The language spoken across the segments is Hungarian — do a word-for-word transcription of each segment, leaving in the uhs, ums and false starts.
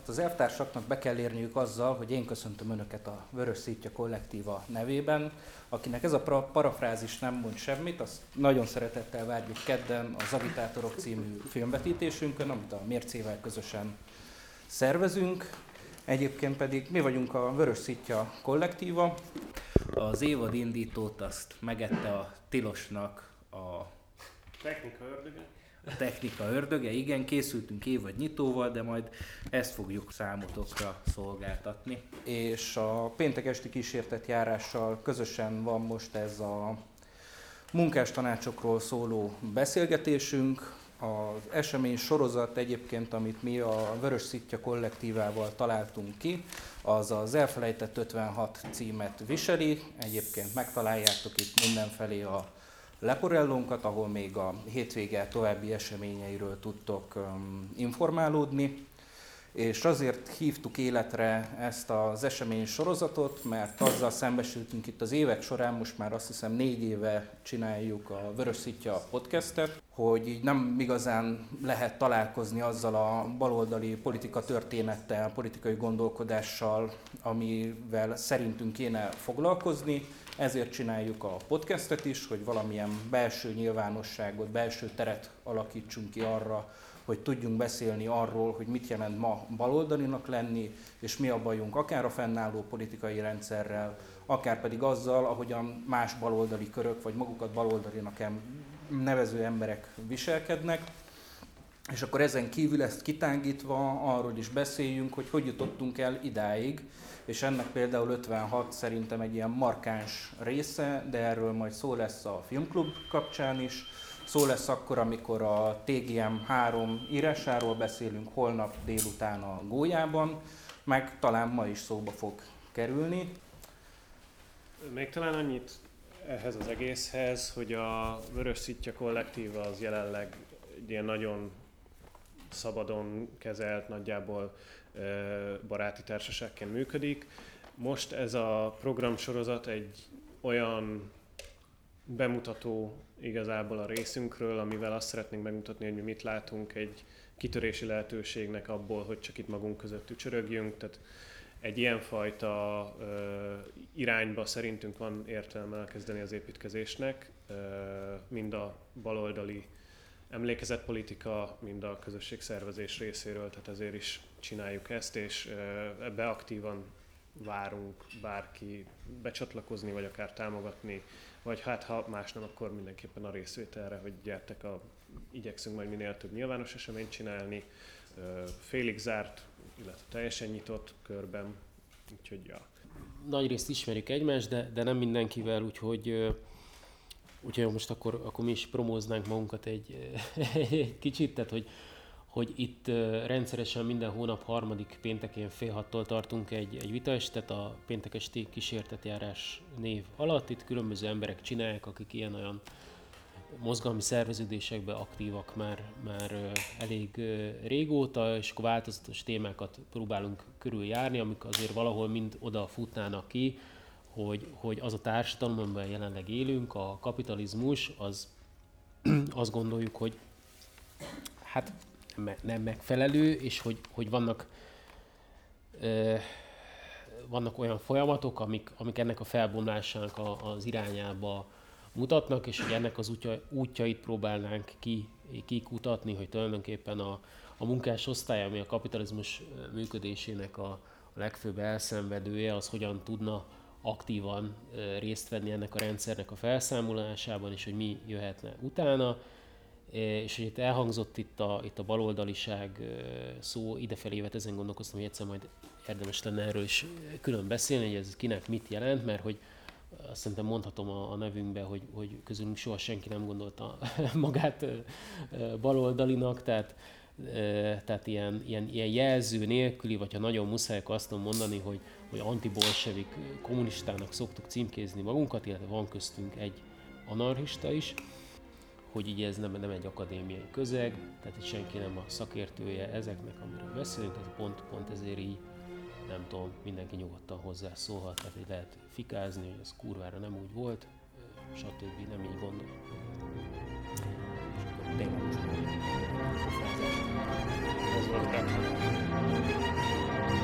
Hát az elvtársaknak be kell érniük azzal, hogy én köszöntöm Önöket a Vörös Szitja Kollektíva nevében. Akinek ez a parafrázis nem mond semmit, azt nagyon szeretettel várjuk kedden az Agitátorok című filmvetítésünkön, amit a Mércével közösen szervezünk. Egyébként pedig mi vagyunk a Vörös Szitja Kollektíva. Az évad indítót azt megette a Tilosnak a technika ördöge. A technika ördöge, igen, készültünk évad nyitóval, de majd ezt fogjuk számotokra szolgáltatni. És a péntek esti kísértetjárással közösen van most ez a munkástanácsokról szóló beszélgetésünk. Az esemény sorozat egyébként, amit mi a Vörös Szitja Kollektívával találtunk ki, az az Elfelejtett ötvenhat címet viseli. Egyébként megtaláljátok itt mindenfelé a leporellónkat, ahol még a hétvége további eseményeiről tudtok um, informálódni. És azért hívtuk életre ezt az esemény sorozatot, mert azzal szembesültünk itt az évek során, most már azt hiszem négy éve csináljuk a Vörös Szitja podcastet, hogy így nem igazán lehet találkozni azzal a baloldali politika történettel, politikai gondolkodással, amivel szerintünk kéne foglalkozni. Ezért csináljuk a podcastet is, hogy valamilyen belső nyilvánosságot, belső teret alakítsunk ki arra, hogy tudjunk beszélni arról, hogy mit jelent ma baloldalinak lenni, és mi a bajunk akár a fennálló politikai rendszerrel, akár pedig azzal, ahogyan más baloldali körök, vagy magukat baloldalinak nevező emberek viselkednek. És akkor ezen kívül ezt kitágítva arról is beszéljünk, hogy hogy jutottunk el idáig, és ennek például ötvenhat szerintem egy ilyen markáns része, de erről majd szó lesz a Filmklub kapcsán is. Szó lesz akkor, amikor a té gé em három írásáról beszélünk holnap délután a Gólyában, meg talán ma is szóba fog kerülni. Még talán annyit ehhez az egészhez, hogy a Vörös Szitja Kollektíva az jelenleg egy ilyen nagyon szabadon kezelt, nagyjából baráti társaságként működik. Most ez a programsorozat egy olyan bemutató igazából a részünkről, amivel azt szeretnénk megmutatni, hogy mi mit látunk egy kitörési lehetőségnek abból, hogy csak itt magunk között tücsörögjünk. Tehát egy ilyenfajta uh, irányba szerintünk van értelme elkezdeni az építkezésnek, uh, mind a baloldali emlékezetpolitika, mind a közösségszervezés részéről, tehát ezért is csináljuk ezt, és uh, ebbe aktívan várunk bárki becsatlakozni, vagy akár támogatni, vagy hát ha más nem, akkor mindenképpen a részvételre, hogy gyertek, a, igyekszünk majd minél több nyilvános eseményt csinálni, félig zárt, illetve teljesen nyitott körben, úgyhogy ja. Nagyrészt ismerjük egymást, de, de nem mindenkivel, úgyhogy, úgyhogy most akkor, akkor mi is promóznánk magunkat egy, egy kicsit, tehát hogy hogy itt rendszeresen minden hónap harmadik péntekén fél hattól tartunk egy, egy vitaestet a péntek esti kísértetjárás név alatt. Itt különböző emberek csinálják, akik ilyen-olyan mozgalmi szerveződésekben aktívak már, már elég régóta, és akkor változatos témákat próbálunk körüljárni, amik azért valahol mind oda futnának ki, hogy, hogy az a társadalom, amiben jelenleg élünk, a kapitalizmus, az azt gondoljuk, hogy hát nem megfelelő, és hogy, hogy vannak, ö, vannak olyan folyamatok, amik, amik ennek a felbomlásának a, az irányába mutatnak, és hogy ennek az útja, útjait próbálnánk ki, kikutatni, hogy tulajdonképpen a, a munkás osztály, ami a kapitalizmus működésének a, a legfőbb elszenvedője, az hogyan tudna aktívan ö, részt venni ennek a rendszernek a felszámolásában, és hogy mi jöhetne utána. És hogy itt elhangzott itt a, itt a baloldaliság szó, idefelé évet ezen gondolkoztam, hogy egyszer majd érdemes lenne erről is külön beszélni, hogy ez kinek mit jelent, mert hogy azt szerintem mondhatom a, a nevünkbe, hogy, hogy közülünk soha senki nem gondolta magát baloldalinak, tehát, tehát ilyen, ilyen, ilyen jelző nélküli, vagy ha nagyon muszáj, akkor azt tudom mondani, hogy, hogy antibolsevik kommunistának szoktuk címkézni magunkat, illetve van köztünk egy anarchista is, hogy így ez nem, nem egy akadémiai közeg, tehát itt senki nem a szakértője ezeknek, amiről beszélünk, tehát pont, pont ezért így, nem tudom, mindenki nyugodtan hozzászólhat, tehát így lehet fikázni, hogy ez kurvára nem úgy volt, stb. Nem így gondol. És akkor tényleg most ez volt.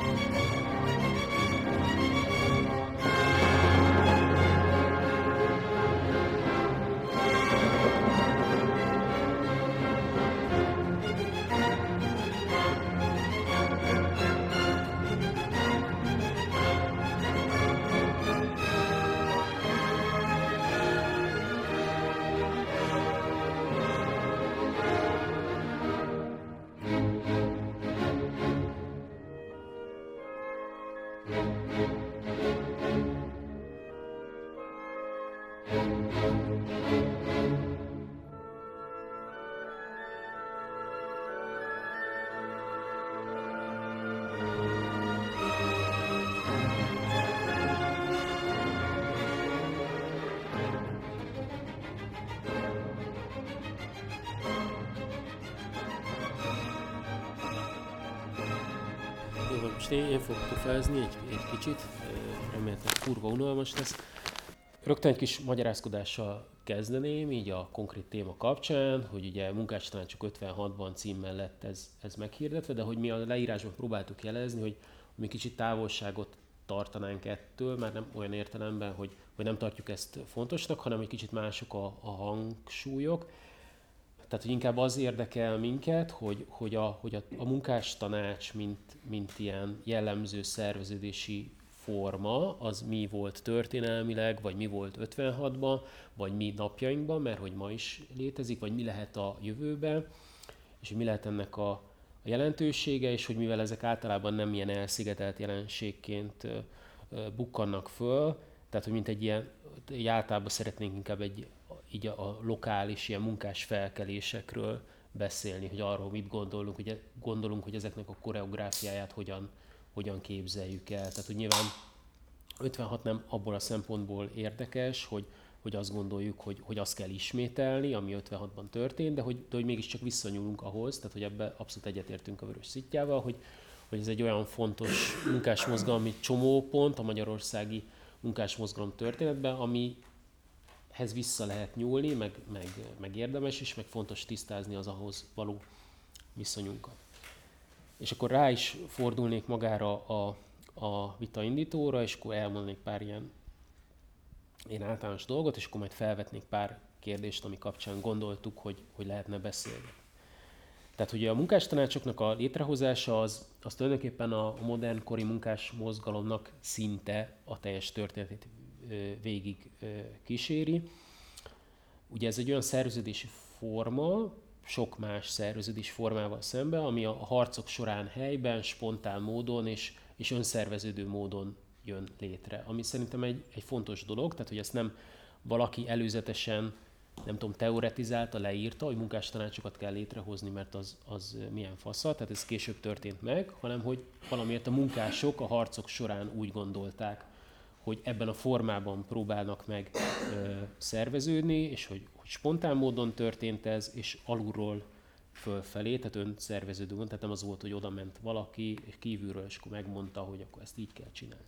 Most én, én fogok pofázni egy, egy kicsit, remélhetőleg kurva unalmas lesz. Rögtön egy kis magyarázkodással kezdeném, így a konkrét téma kapcsán, hogy ugye munkástanácsok ötvenhatban címmel lett ez, ez meghirdetve, de hogy mi a leírásban próbáltuk jelezni, hogy mi kicsit távolságot tartanánk ettől, már nem olyan értelemben, hogy, hogy nem tartjuk ezt fontosnak, hanem egy kicsit mások a, a hangsúlyok. Tehát, hogy inkább az érdekel minket, hogy, hogy, a, hogy a, a munkástanács, mint, mint ilyen jellemző szerveződési forma, az mi volt történelmileg, vagy mi volt ötvenhatban, vagy mi napjainkban, mert hogy ma is létezik, vagy mi lehet a jövőben, és hogy mi lehet ennek a, a jelentősége, és hogy mivel ezek általában nem ilyen elszigetelt jelenségként bukkannak föl, tehát, hogy mint egy ilyen, egy általában szeretnénk inkább egy így a, a lokális ilyen munkás felkelésekről beszélni, hogy arról mit gondolunk, hogy gondolunk, hogy ezeknek a koreográfiáját hogyan, hogyan képzeljük el. Tehát, hogy nyilván ötvenhat nem abból a szempontból érdekes, hogy, hogy azt gondoljuk, hogy, hogy azt kell ismételni, ami ötvenhatban történt, de hogy, de hogy mégiscsak visszanyúlunk ahhoz, tehát hogy ebben abszolút egyetértünk a Vörös Szittyával, hogy, hogy ez egy olyan fontos munkásmozgalmi csomópont a magyarországi munkásmozgalom történetben, ami hez vissza lehet nyúlni, meg, meg, meg érdemes is, meg fontos tisztázni az ahhoz való viszonyunkat. És akkor rá is fordulnék magára a, a vitaindítóra, és akkor elmondanék pár ilyen, ilyen általános dolgot, és akkor majd felvetnék pár kérdést, ami kapcsán gondoltuk, hogy, hogy lehetne beszélni. Tehát ugye a munkástanácsoknak a létrehozása az, az tulajdonképpen a modern kori munkásmozgalomnak szinte a teljes történetét végig kíséri. Ugye ez egy olyan szerveződési forma, sok más szerveződési formával szemben, ami a harcok során helyben, spontán módon és, és önszerveződő módon jön létre. Ami szerintem egy, egy fontos dolog, tehát hogy ezt nem valaki előzetesen, nem tudom, teoretizálta, leírta, hogy munkástanácsokat kell létrehozni, mert az, az milyen fasza, tehát ez később történt meg, hanem hogy valamiért a munkások a harcok során úgy gondolták, hogy ebben a formában próbálnak meg ö, szerveződni, és hogy, hogy spontán módon történt ez, és alulról fölfelé, tehát önszerveződő, tehát nem az volt, hogy oda ment valaki, és kívülről, és akkor megmondta, hogy akkor ezt így kell csinálni.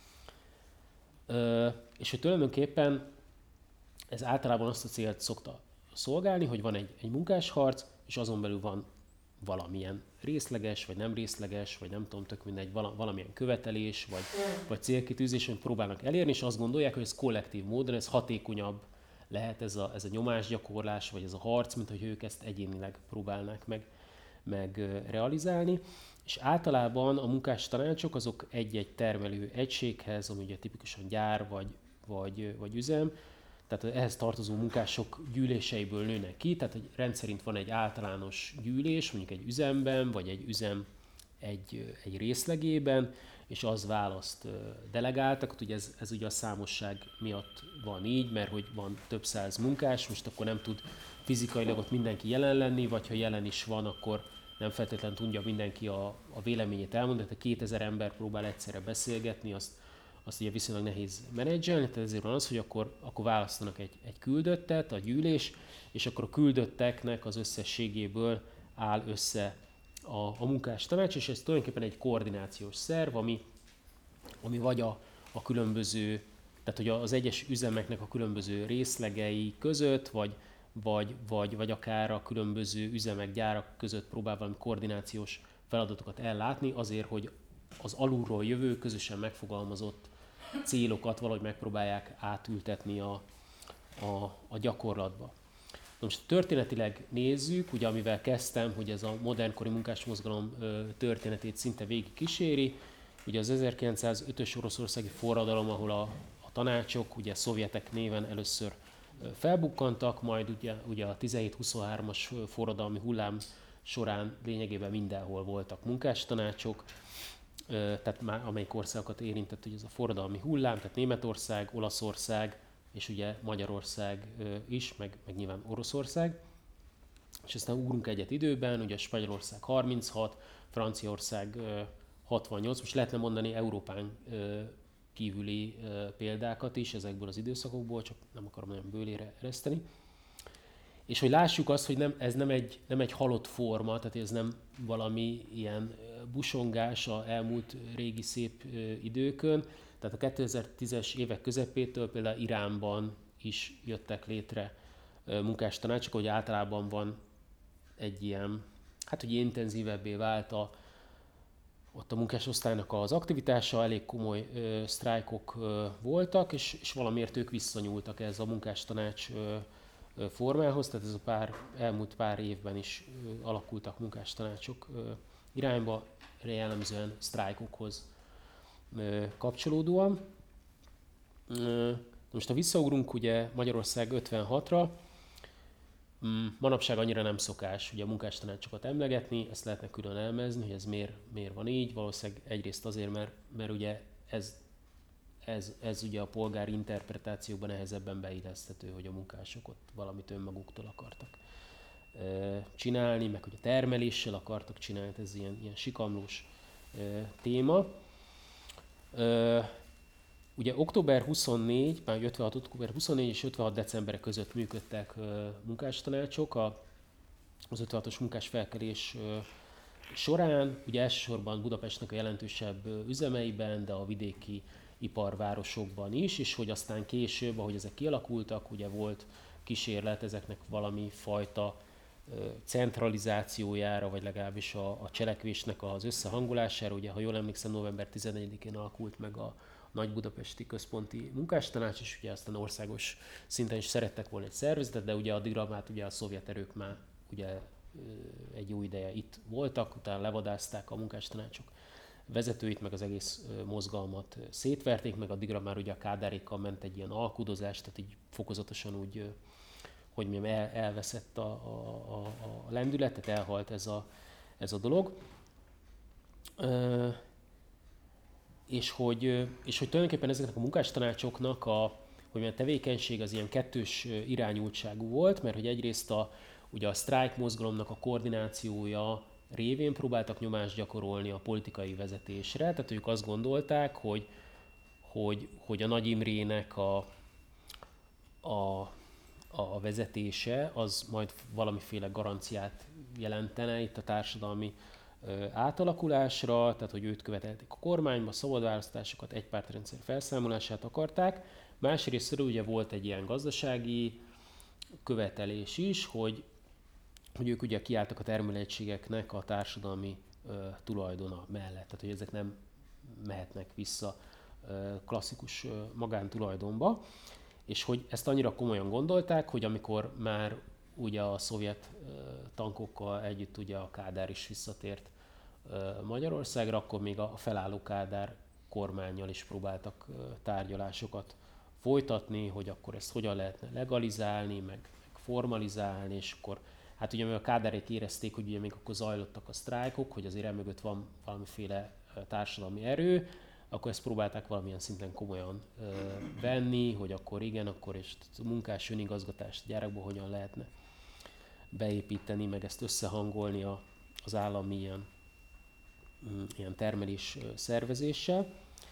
Ö, és hogy tulajdonképpen ez általában azt a célt szokta szolgálni, hogy van egy, egy munkásharc, és azon belül van valamilyen részleges, vagy nem részleges, vagy nem tudom, tök mindegy, valamilyen követelés, vagy, vagy célkitűzés, amit próbálnak elérni, és azt gondolják, hogy ez kollektív módon, ez hatékonyabb lehet ez a, ez a nyomásgyakorlás, vagy ez a harc, mint hogy ők ezt egyénileg próbálnák meg, meg realizálni. És általában a munkástanácsok azok egy-egy termelő egységhez, ami ugye tipikusan gyár, vagy, vagy, vagy üzem, tehát ehhez tartozó munkások gyűléseiből nőnek ki, tehát egy rendszerint van egy általános gyűlés, mondjuk egy üzemben, vagy egy üzem egy, egy részlegében, és az választ delegáltak. Ugye ez, ez ugye a számosság miatt van így, mert hogy van több száz munkás, most akkor nem tud fizikailag ott mindenki jelen lenni, vagy ha jelen is van, akkor nem feltétlenül tudja mindenki a, a véleményét elmondani, tehát kétezer ember próbál egyszerre beszélgetni, azt azt ugye viszonylag nehéz menedzselni, tehát ezért van az, hogy akkor, akkor választanak egy, egy küldöttet, a gyűlés, és akkor a küldötteknek az összességéből áll össze a, a munkástanács, és ez tulajdonképpen egy koordinációs szerv, ami, ami vagy a, a különböző, tehát hogy az egyes üzemeknek a különböző részlegei között, vagy, vagy, vagy, vagy akár a különböző üzemek, gyárak között próbál valami koordinációs feladatokat ellátni azért, hogy az alulról jövő, közösen megfogalmazott célokat valahogy megpróbálják átültetni a, a, a gyakorlatba. Most történetileg nézzük, ugye amivel kezdtem, hogy ez a modernkori munkásmozgalom történetét szinte végig kíséri. Ugye az ezerkilencszázötös oroszországi forradalom, ahol a, a tanácsok, ugye szovjetek néven először felbukkantak, majd ugye, ugye a tizenhét huszonhármas forradalmi hullám során lényegében mindenhol voltak munkástanácsok, tehát már amelyik országokat érintett, hogy ez a forradalmi hullám, tehát Németország, Olaszország, és ugye Magyarország is, meg, meg nyilván Oroszország. És aztán ugrunk egyet időben, ugye Spanyolország harminchat, Franciaország hatvannyolc, most lehetne mondani Európán kívüli példákat is ezekből az időszakokból, csak nem akarom nagyon bőlére ereszteni. És hogy lássuk azt, hogy nem, ez nem egy, nem egy halott forma, tehát ez nem valami ilyen busongás a elmúlt régi szép időkön. Tehát a kétezer-tízes évek közepétől például Iránban is jöttek létre munkástanácsok, hogy általában van egy ilyen, hát hogy intenzívebbé vált a, ott a munkásosztálynak az aktivitása, elég komoly ö, sztrájkok ö, voltak, és, és valamiért ők visszanyúltak ez a munkástanács ö, ö, formához, tehát ez a pár, elmúlt pár évben is ö, alakultak munkástanácsok ö, irányba, jellemzően sztrájkokhoz ö, kapcsolódóan. Ö, most ha visszaugrunk ugye Magyarország ötvenhatra, manapság annyira nem szokás ugye a munkástanácsokat emlegetni, ezt lehetne külön elemezni, hogy ez miért, miért van így. Valószínűleg egyrészt azért, mert, mert ugye ez, ez, ez ugye a polgári interpretációkban nehezebben beilleszthető, hogy a munkások ott valamit önmaguktól akartak csinálni, meg hogy a termeléssel akartak csinálni, ez ilyen, ilyen sikamlós téma. Ugye október huszonnégy, már ötvenhat, október huszonnégy és ötvenhat december között működtek uh, munkástanácsok. A, az ötvenhatos munkásfelkelés uh, során, ugye elsősorban Budapestnek a jelentősebb uh, üzemeiben, de a vidéki iparvárosokban is, és hogy aztán később, ahogy ezek kialakultak, ugye volt kísérlet ezeknek valami fajta uh, centralizációjára, vagy legalábbis a, a cselekvésnek az összehangolására. Ugye, ha jól emlékszem, november tizenegyedikén alakult meg a Nagy Budapesti Központi Munkástanács, és ugye aztán országos szinten is szerettek volna egy szervezetet, de ugye addigra már ugye a szovjet erők már ugye egy jó ideje itt voltak, utána levadázták a munkástanácsok vezetőit, meg az egész mozgalmat szétverték, meg addigra már ugye a Kádárékkal ment egy ilyen alkudozás, tehát így fokozatosan úgy, hogy mondjam, el, elveszett a, a, a lendület, tehát elhalt ez a, ez a dolog. És hogy, és hogy tulajdonképpen ezeknek a munkástanácsoknak a, hogy a tevékenység az ilyen kettős irányultságú volt, mert hogy egyrészt a, ugye a sztrájk mozgalomnak a koordinációja révén próbáltak nyomást gyakorolni a politikai vezetésre, tehát ők azt gondolták, hogy, hogy, hogy a Nagy Imrének a, a, a vezetése az majd valamiféle garanciát jelentene itt a társadalmi átalakulásra, tehát hogy őt követelték a kormányba, szabad választásokat, egypártrendszer felszámolását akarták. Másrésztről ugye volt egy ilyen gazdasági követelés is, hogy, hogy ők ugye kiálltak a termelőegységeknek a társadalmi ö, tulajdona mellett, tehát hogy ezek nem mehetnek vissza ö, klasszikus ö, magántulajdonba, és hogy ezt annyira komolyan gondolták, hogy amikor már ugye a szovjet uh, tankokkal együtt ugye a Kádár is visszatért uh, Magyarországra, akkor még a felálló Kádár kormánnyal is próbáltak uh, tárgyalásokat folytatni, hogy akkor ezt hogyan lehetne legalizálni, meg, meg formalizálni, és akkor hát ugye a Kádárék érezték, hogy ugye még akkor zajlottak a sztrájkok, hogy azért emögött van valamiféle uh, társadalmi erő, akkor ezt próbálták valamilyen szinten komolyan uh, venni, hogy akkor igen, akkor és munkás önigazgatást gyárakból hogyan lehetne beépíteni, meg ezt összehangolni a, az állami ilyen, ilyen termelés szervezéssel.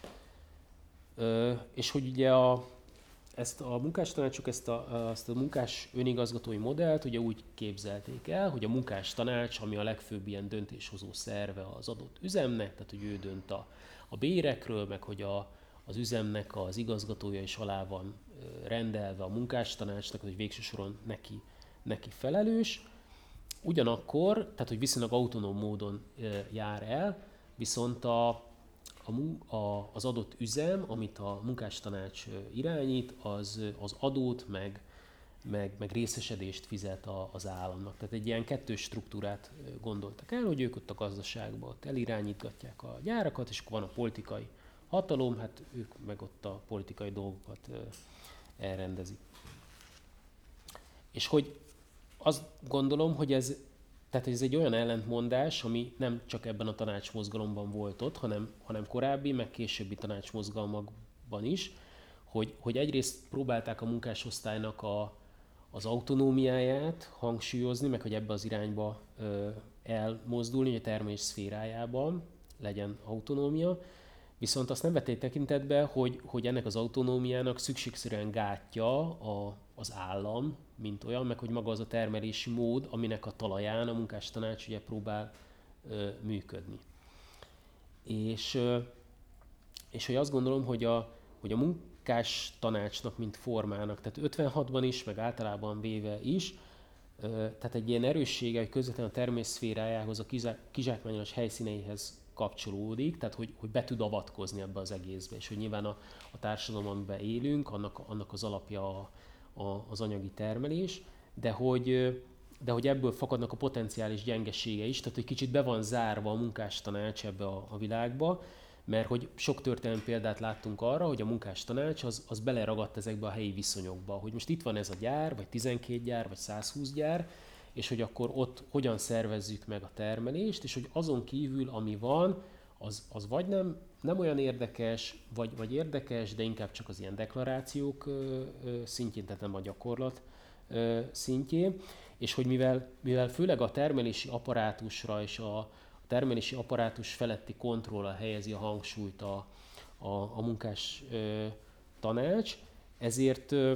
Ö, és hogy ugye a, ezt a munkástanácsok, ezt a, ezt a munkás önigazgatói modellt ugye úgy képzelték el, hogy a munkástanács, ami a legfőbb ilyen döntéshozó szerve az adott üzemnek, tehát hogy ő dönt a, a bérekről, meg hogy a, az üzemnek az igazgatója is alá van rendelve a munkástanácsnak, hogy végső soron neki neki felelős, ugyanakkor, tehát hogy viszonylag autonóm módon jár el, viszont a, a, a, az adott üzem, amit a munkástanács irányít, az, az adót meg, meg, meg részesedést fizet a, az államnak. Tehát egy ilyen kettős struktúrát gondoltak el, hogy ők ott a gazdaságban ott elirányítgatják a gyárakat, és akkor van a politikai hatalom, hát ők meg ott a politikai dolgokat elrendezik. És hogy azt gondolom, hogy ez, tehát ez egy olyan ellentmondás, ami nem csak ebben a tanácsmozgalomban volt ott, hanem, hanem korábbi, meg későbbi tanácsmozgalmakban is, hogy, hogy egyrészt próbálták a munkásosztálynak a, az autonómiáját hangsúlyozni, meg hogy ebbe az irányba ö, elmozdulni, hogy a termelés szférájában legyen autonómia, viszont azt nem vették tekintetbe, hogy, hogy ennek az autonómiának szükségszerűen gátja a, az állam, mint olyan, meg hogy maga az a termelési mód, aminek a talaján a munkástanács ugye próbál ö, működni. És, ö, és hogy azt gondolom, hogy a, hogy a munkástanácsnak, mint formának, tehát ötvenhatban is, meg általában véve is, ö, tehát egy ilyen erőssége, hogy közvetlenül a termés szférájához, a kizsákmányolás helyszíneihez kapcsolódik, tehát hogy, hogy be tud avatkozni ebbe az egészbe, és hogy nyilván a, a társadalom, amiben élünk, annak, annak az alapja a, a, az anyagi termelés, de hogy, de hogy ebből fakadnak a potenciális gyengesége is, tehát hogy kicsit be van zárva a munkástanács ebbe a, a világba, mert hogy sok történelmi példát láttunk arra, hogy a munkástanács az, az beleragadt ezekbe a helyi viszonyokba, hogy most itt van ez a gyár, vagy tizenkét gyár, vagy százhúsz gyár, és hogy akkor ott hogyan szervezzük meg a termelést, és hogy azon kívül, ami van, az, az vagy nem, nem olyan érdekes, vagy, vagy érdekes, de inkább csak az ilyen deklarációk ö, ö, szintjén, tehát nem a gyakorlat ö, szintjén, és hogy mivel, mivel főleg a termelési apparátusra és a, a termelési apparátus feletti kontrollra helyezi a hangsúlyt a, a, a munkás ö, tanács, ezért, ö,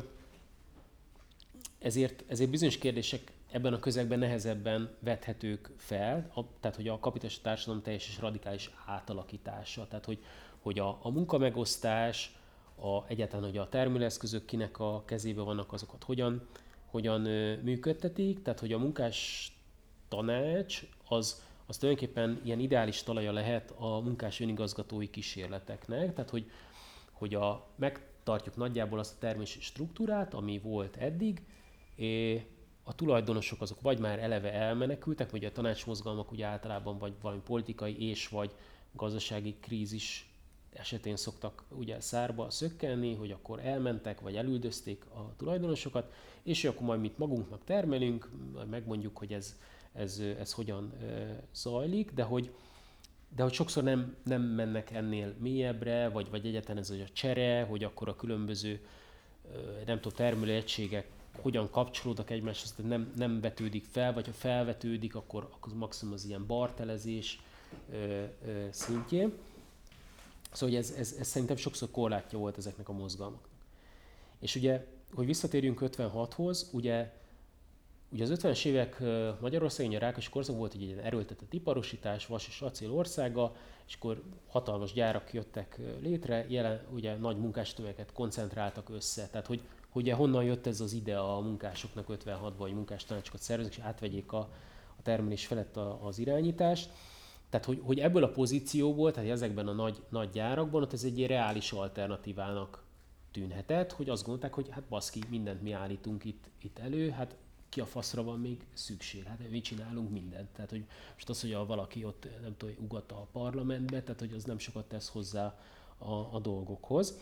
ezért, ezért bizonyos kérdések ebben a közegben nehezebben vethetők fel, a, tehát hogy a kapitalista társadalom teljes és radikális átalakítása, tehát hogy, hogy a, a munkamegosztás, a, egyáltalán hogy a termelőeszközök kinek a kezébe vannak, azokat hogyan, hogyan ö, működtetik, tehát hogy a munkás tanács az, az tulajdonképpen ilyen ideális talaja lehet a munkás önigazgatói kísérleteknek, tehát hogy, hogy a, megtartjuk nagyjából azt a termési struktúrát, ami volt eddig, és a tulajdonosok azok vagy már eleve elmenekültek, vagy a tanácsmozgalmak ugye általában vagy valami politikai és vagy gazdasági krízis esetén szoktak ugye szárba szökkenni, hogy akkor elmentek, vagy elüldözték a tulajdonosokat, és akkor majd mit magunknak termelünk, megmondjuk, hogy ez, ez, ez hogyan zajlik, de hogy, de hogy sokszor nem, nem mennek ennél mélyebbre, vagy, vagy egyáltalán ez a csere, hogy akkor a különböző nem tudom, termelőegységek hogyan kapcsolódnak egymáshoz, tehát nem, nem vetődik fel, vagy ha felvetődik, akkor, akkor maximum az ilyen bartelezés ö, ö, szintjén. Szóval ez, ez, ez szerintem sokszor korlátja volt ezeknek a mozgalmaknak. És ugye, hogy visszatérjünk ötvenhathoz, ugye, ugye az ötvenes évek Magyarországon, a Rákosi korszak volt egy erőltetett iparosítás, vas és acél országa, és akkor hatalmas gyárak jöttek létre, jelen, ugye nagy munkástömegeket koncentráltak össze, tehát hogy Ugye honnan jött ez az idea a munkásoknak ötvenhatban, hogy munkástanácsokat szerveznek, és átvegyék a, a termelés felett a, az irányítást. Tehát, hogy, hogy ebből a pozícióból, tehát ezekben a nagy, nagy gyárakban, ott ez egy ilyen reális alternatívának tűnhetett, hogy azt gondolták, hogy hát baszki, mindent mi állítunk itt, itt elő, hát ki a faszra van még szükség, hát mi csinálunk mindent. Tehát, hogy most az, hogy a valaki ott, nem tudom, ugat a parlamentbe, tehát, hogy az nem sokat tesz hozzá a, a dolgokhoz.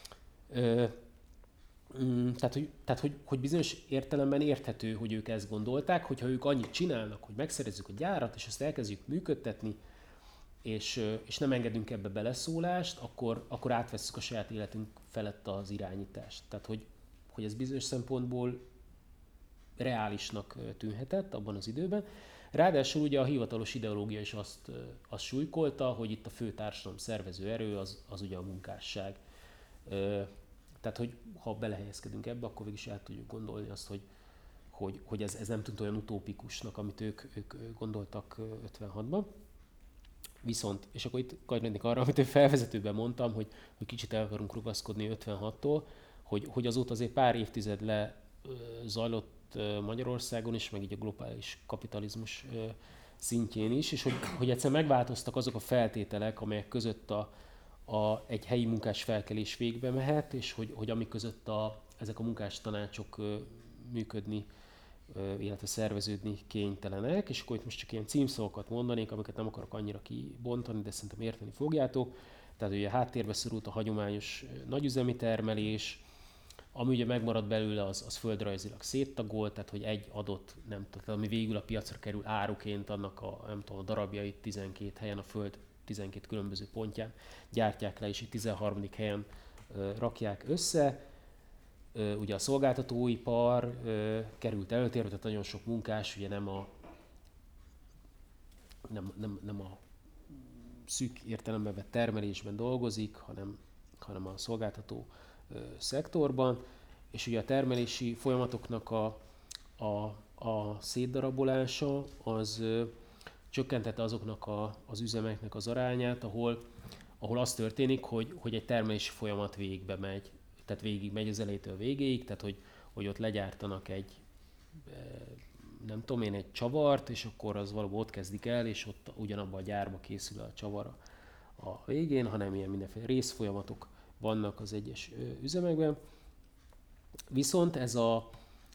Ö, Tehát, hogy, tehát hogy, hogy bizonyos értelemben érthető, hogy ők ezt gondolták, hogyha ők annyit csinálnak, hogy megszerezzük a gyárat, és ezt elkezdjük működtetni, és, és nem engedünk ebbe beleszólást, akkor, akkor átvesszük a saját életünk felett az irányítást. Tehát, hogy, hogy ez bizonyos szempontból reálisnak tűnhetett abban az időben. Ráadásul ugye a hivatalos ideológia is azt, azt súlykolta, hogy itt a fő társadalom szervező erő az, az ugye a munkásság. Tehát, hogy ha belehelyezkedünk ebbe, akkor végig is el tudjuk gondolni azt, hogy, hogy, hogy ez, ez nem tűnt olyan utópikusnak, amit ők, ők gondoltak ötvenhatban. Viszont, és akkor itt kanyarodnék arra, amit én felvezetőben mondtam, hogy, hogy kicsit el akarunk rugaszkodni ötvenhattól, hogy, hogy azóta azért pár évtized le zajlott Magyarországon is, meg így a globális kapitalizmus szintjén is, és hogy, hogy egyszer megváltoztak azok a feltételek, amelyek között a, a, egy helyi munkás felkelés végbe mehet, és hogy, hogy amik között a, ezek a munkástanácsok ö, működni, ö, illetve szerveződni kénytelenek, és akkor itt most csak ilyen címszavakat mondanék, amiket nem akarok annyira kibontani, de szerintem érteni fogjátok. Tehát ugye háttérbe szorult a hagyományos nagyüzemi termelés, ami ugye megmarad belőle, az, az földrajzilag széttagolt, tehát hogy egy adott, nem tudom, ami végül a piacra kerül áruként, annak a, nem tudom, a darabjait tizenkét helyen, a föld tizenkét különböző pontján gyártják le, és itt tizenharmadik helyen ö, rakják össze. Ö, ugye a szolgáltatóipar ö, került előtérbe, tehát nagyon sok munkás, ugye nem a, nem, nem, nem a szűk értelemben vett termelésben dolgozik, hanem, hanem a szolgáltató ö, szektorban, és ugye a termelési folyamatoknak a, a, a szétdarabolása az ö, csökkentette azoknak a, az üzemeknek az arányát, ahol, ahol az történik, hogy, hogy egy termelési folyamat végbe megy, tehát végig megy az elejétől végéig, tehát hogy, hogy ott legyártanak egy, nem tudom én, egy csavart, és akkor az valahol ott kezdik el, és ott ugyanabban a gyárba készül a csavar a végén, hanem ilyen mindenféle részfolyamatok vannak az egyes üzemekben. Viszont ez a,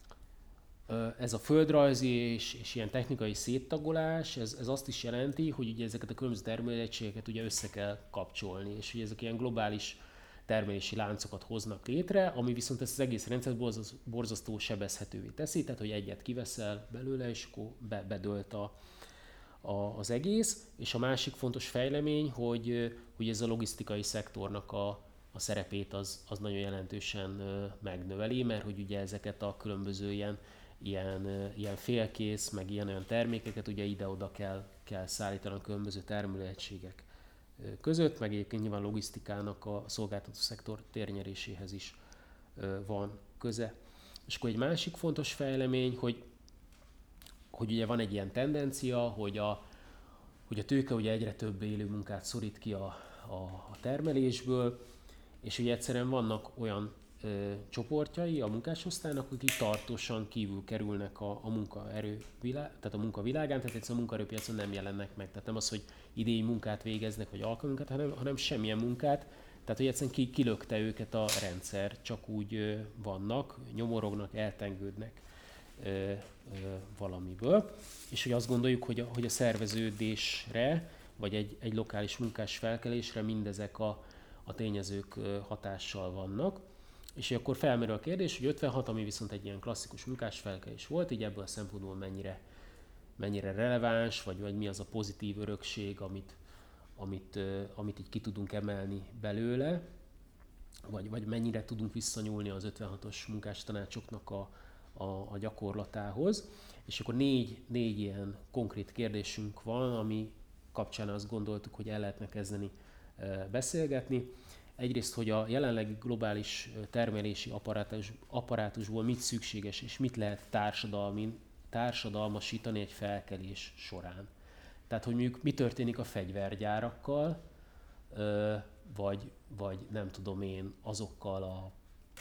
ez a földrajzi és, és ilyen technikai széttagolás, ez, ez azt is jelenti, hogy ugye ezeket a különböző termelőegységeket ugye össze kell kapcsolni, és ugye ezek ilyen globális termelési láncokat hoznak létre, ami viszont ezt az egész rendszert borzasztó sebezhetővé teszi, tehát hogy egyet kiveszel belőle, és akkor be, bedölt a, a, az egész. És a másik fontos fejlemény, hogy, hogy ez a logisztikai szektornak a, a szerepét az, az nagyon jelentősen megnöveli, mert hogy ugye ezeket a különböző ilyen, ilyen, ilyen félkész, meg ilyen-olyan termékeket ugye ide-oda kell, kell szállítani a különböző termelőegységek között, meg egyébként nyilván logisztikának a szolgáltató szektor térnyeréséhez is van köze. És akkor egy másik fontos fejlemény, hogy, hogy ugye van egy ilyen tendencia, hogy a, hogy a tőke ugye egyre több élő munkát szorít ki a, a, a termelésből, és ugye egyszerűen vannak olyan ö, csoportjai a munkásosztálynak, akik tartósan kívül kerülnek a, a munkaerő világ, tehát a munkavilágán, tehát egyszerűen a munkaerőpiacon nem jelennek meg. Tehát nem az, hogy idény munkát végeznek, vagy alkalmunkát, hanem, hanem semmilyen munkát. Tehát, hogy egyszerűen ki, kilökte őket a rendszer, csak úgy ö, vannak, nyomorognak, eltengődnek ö, ö, valamiből. És hogy azt gondoljuk, hogy a, hogy a szerveződésre, vagy egy, egy lokális munkás felkelésre mindezek a a tényezők hatással vannak. És akkor felmerül a kérdés, hogy ötvenhat, ami viszont egy ilyen klasszikus munkásfelkelés volt, így ebből a szempontból mennyire, mennyire releváns, vagy, vagy mi az a pozitív örökség, amit, amit, amit így ki tudunk emelni belőle, vagy, vagy mennyire tudunk visszanyúlni az ötvenhatos munkástanácsoknak a, a, a gyakorlatához. És akkor négy, négy ilyen konkrét kérdésünk van, ami kapcsán azt gondoltuk, hogy el lehetne kezdeni beszélgetni. Egyrészt, hogy a jelenlegi globális termelési apparátus, apparátusból mit szükséges és mit lehet társadalmi, társadalmasítani egy felkelés során. Tehát, hogy mondjuk mi történik a fegyvergyárakkal, vagy, vagy nem tudom én, azokkal a,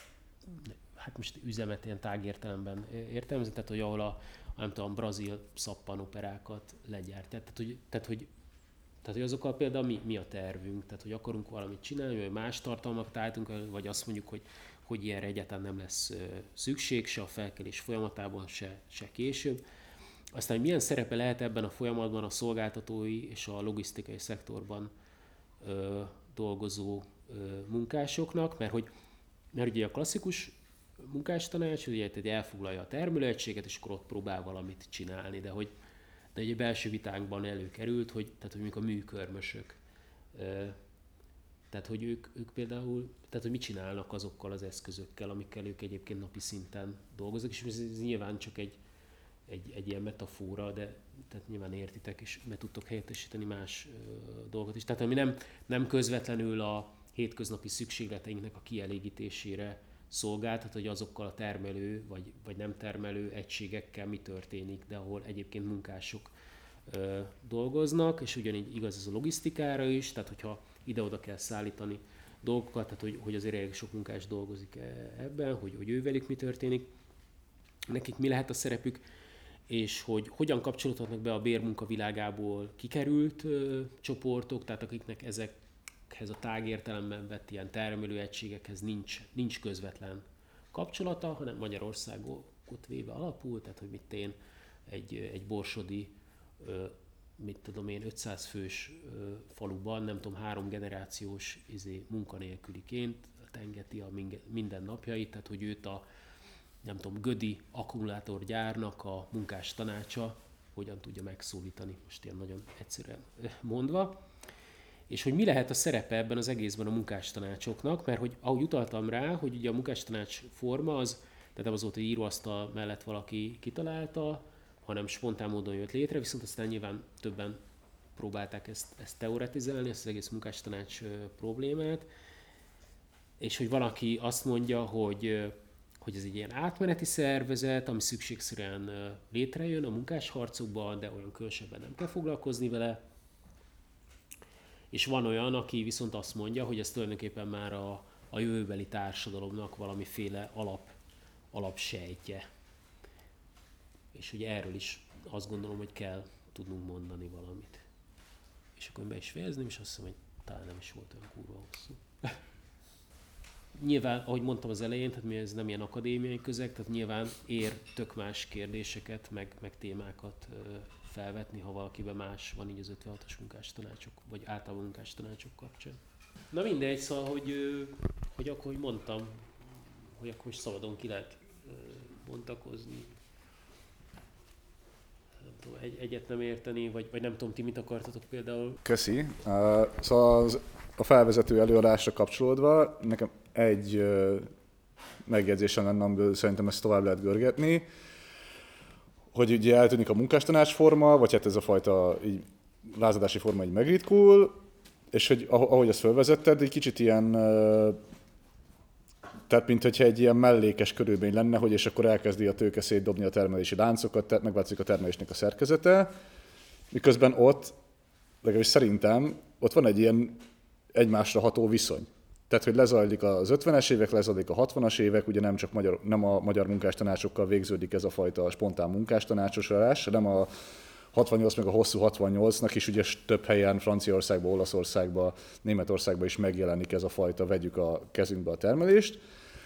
hát most üzemet ilyen tágértelemben értelmezem, tehát, hogy ahol a, nem tudom, brazil szappanoperákat legyártják. Tehát, hogy, tehát, hogy Tehát, hogy azokkal például mi, mi a tervünk, tehát, hogy akarunk valamit csinálni, vagy más tartalmat állítunk, vagy azt mondjuk, hogy, hogy ilyenre egyáltalán nem lesz szükség, se a felkelés folyamatában, se, se később. Aztán, hogy milyen szerepe lehet ebben a folyamatban a szolgáltatói és a logisztikai szektorban ö, dolgozó ö, munkásoknak, mert hogy mert ugye a klasszikus munkástanács, ugye elfoglalja a termelőegységet, és akkor ott próbál valamit csinálni, de hogy de egy belső vitánkban előkerült, hogy, tehát, hogy mondjuk a műkörmösök, tehát hogy ők, ők például, tehát hogy mit csinálnak azokkal az eszközökkel, amikkel ők egyébként napi szinten dolgoznak, és ez, ez nyilván csak egy, egy, egy ilyen metafora, de tehát nyilván értitek, és be tudtok helyettesíteni más dolgot is. Tehát ami nem, nem közvetlenül a hétköznapi szükségleteinknek a kielégítésére szolgáltat, hogy azokkal a termelő vagy, vagy nem termelő egységekkel mi történik, de ahol egyébként munkások ö, dolgoznak, és ugyanígy igaz ez a logisztikára is, tehát hogyha ide-oda kell szállítani dolgokat, tehát hogy, hogy azért elég sok munkás dolgozik ebben, hogy, hogy ővelük mi történik, nekik mi lehet a szerepük, és hogy hogyan kapcsolódhatnak be a bérmunka világából kikerült ö, csoportok, tehát akiknek ezek ezekhez a tágértelemben vett ilyen termelőegységekhez nincs, nincs közvetlen kapcsolata, hanem Magyarországot véve alapul, tehát hogy mit én egy, egy borsodi, mit tudom én, ötszáz fős faluban, nem tudom, három generációs izé, munkanélküliként tengeti a minden napjait, tehát hogy őt a nem tudom, Gödi akkumulátorgyárnak a munkás tanácsa hogyan tudja megszólítani, most ilyen nagyon egyszerűen mondva. És hogy mi lehet a szerepe ebben az egészben a munkástanácsoknak, mert hogy ahogy utaltam rá, hogy ugye a munkástanács forma az, tehát nem az volt, hogy íróasztal mellett valaki kitalálta, hanem spontán módon jött létre, viszont aztán nyilván többen próbálták ezt, ezt teoretizálni, ezt az egész munkástanács problémát, és hogy valaki azt mondja, hogy, hogy ez egy ilyen átmeneti szervezet, ami szükségszerűen létrejön a munkásharcokban, de olyan különösebben nem kell foglalkozni vele. És van olyan, aki viszont azt mondja, hogy ez tulajdonképpen már a, a jövőbeli társadalomnak valamiféle alap, alapsejtje. És hogy erről is azt gondolom, hogy kell tudnunk mondani valamit. És akkor be is fejezném, és azt hiszem, hogy talán nem is volt olyan kurva hosszú. Nyilván, ahogy mondtam az elején, tehát mi ez nem ilyen akadémiai közeg, tehát nyilván ér tök más kérdéseket, meg, meg témákat felvetni, ha valakiben más van így az ötvenhatos munkástanácsok, vagy általában munkástanácsok kapcsán. Na mindegy, szóval, hogy, hogy akkor, hogy mondtam, hogy akkor is szabadon ki lehet bontakozni. Nem tudom, egy, egyet nem érteni, vagy, vagy nem tudom, ti mit akartatok például? Köszi. Uh, szóval az, a felvezető előadásra kapcsolódva, nekem egy uh, megjegyzésem lenne, amiből szerintem ezt tovább lehet görgetni, hogy ugye eltűnik a munkástanács forma, vagy hát ez a fajta így, lázadási forma így megritkul, és hogy ahogy ezt felvezetted, egy kicsit ilyen, tehát mint hogyha egy ilyen mellékes körülmény lenne, hogy és akkor elkezdi a tőke szétdobni a termelési láncokat, tehát megváltozik a termelésnek a szerkezete, miközben ott, legalábbis szerintem, ott van egy ilyen egymásra ható viszony. Tehát, hogy lezajlik az ötvenes évek, lezajlik a hatvanas évek, ugye nem csak magyar, nem a magyar munkástanácsokkal végződik ez a fajta spontán munkástanácsosulás, hanem a hatvannyolc meg a hosszú hatvannyolcnak is ugye több helyen, Franciaországban, Olaszországban, Németországban is megjelenik ez a fajta vegyük a kezünkbe a termelést,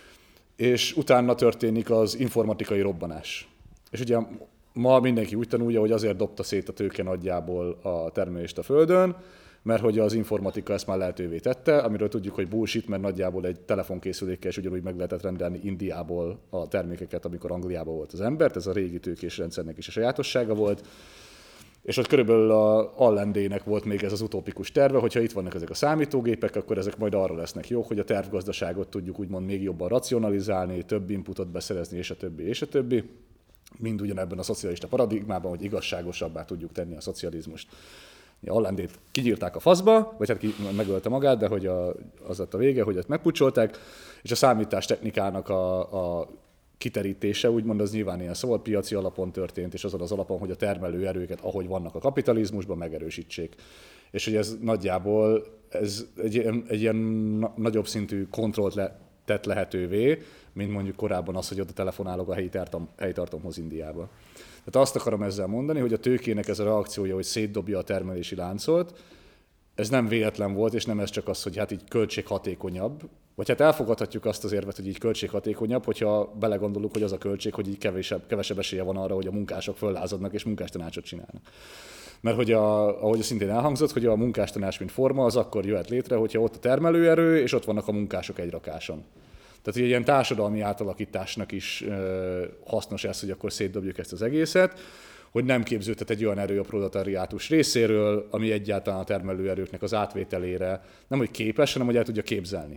és utána történik az informatikai robbanás. És ugye ma mindenki úgy tanulja, hogy azért dobta szét a tőke nagyjából a termelést a földön, mert hogy az informatika ezt már lehetővé tette, amiről tudjuk, hogy bullshit, mert nagyjából egy telefonkészülékkel is ugyanúgy meg lehetett rendelni Indiából a termékeket, amikor Angliában volt az ember, ez a régi tőkés rendszernek is a sajátossága volt. És ott körülbelül a Allendének volt még ez az utópikus terve, hogyha itt vannak ezek a számítógépek, akkor ezek majd arra lesznek jók, hogy a tervgazdaságot tudjuk úgymond még jobban racionalizálni, több inputot beszerezni, és a többi, és a többi. Mind ugyanebben a szocialista paradigmában, hogy igazságosabbá tudjuk tenni a szocializmust. Allendét kigyírták a faszba, vagy hát ki megölte magát, de hogy a, az lett a vége, hogy ezt megpucsolták, és a számítástechnikának a, a kiterítése, úgymond az nyilván ilyen szabadpiaci alapon történt, és azon az alapon, hogy a termelőerőket, ahogy vannak a kapitalizmusban, megerősítsék. És hogy ez nagyjából ez egy, egy ilyen nagyobb szintű kontrollt le, tett lehetővé, mint mondjuk korábban az, hogy oda telefonálok a helyi tartom, helytartomhoz Indiába. Tehát azt akarom ezzel mondani, hogy a tőkének ez a reakciója, hogy szétdobja a termelési láncot, ez nem véletlen volt, és nem ez csak az, hogy hát így költséghatékonyabb, vagy hát elfogadhatjuk azt az érvet, hogy így költséghatékonyabb, hogyha belegondolunk, hogy az a költség, hogy így kevesebb, kevesebb esélye van arra, hogy a munkások föllázadnak és munkástanácsot csinálnak. Mert hogy a, ahogy szintén elhangzott, hogy a munkástanács mint forma az akkor jöhet létre, hogyha ott a termelőerő, és ott vannak a munkások egy rakáson. Tehát egy ilyen társadalmi átalakításnak is ö, hasznos ez, hogy akkor szétdobjuk ezt az egészet, hogy nem képződhet egy olyan erő a proletariátus részéről, ami egyáltalán a termelőerőknek az átvételére nem hogy képes, hanem hogy el tudja képzelni.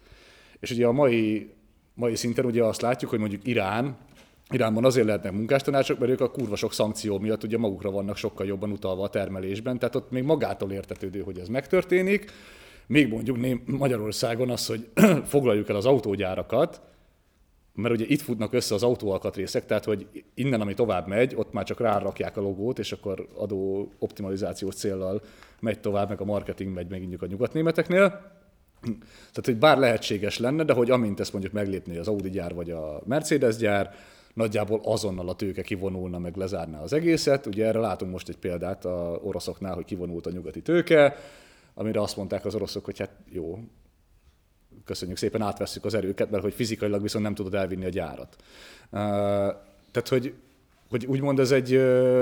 És ugye a mai, mai szinten ugye azt látjuk, hogy mondjuk Irán, Iránban azért lehetnek munkástanácsok, mert ők a kurva sok szankció miatt ugye magukra vannak sokkal jobban utalva a termelésben, tehát ott még magától értetődő, hogy ez megtörténik. Még mondjuk Magyarországon az, hogy foglaljuk el az autógyárakat, mert ugye itt futnak össze az autóalkatrészek, tehát hogy innen, ami tovább megy, ott már csak rárakják a logót, és akkor adó optimalizációs céllal megy tovább, meg a marketing megy megint a nyugatnémeteknél. Tehát, hogy bár lehetséges lenne, de hogy amint ezt mondjuk meglépné az Audi gyár vagy a Mercedes gyár, nagyjából azonnal a tőke kivonulna, meg lezárná az egészet. Ugye erre látunk most egy példát az oroszoknál, hogy kivonult a nyugati tőke, amire azt mondták az oroszok, hogy hát jó, köszönjük szépen, átvesszük az erőket, mert hogy fizikailag viszont nem tudod elvinni a gyárat. Tehát, hogy, hogy úgymond ez egy...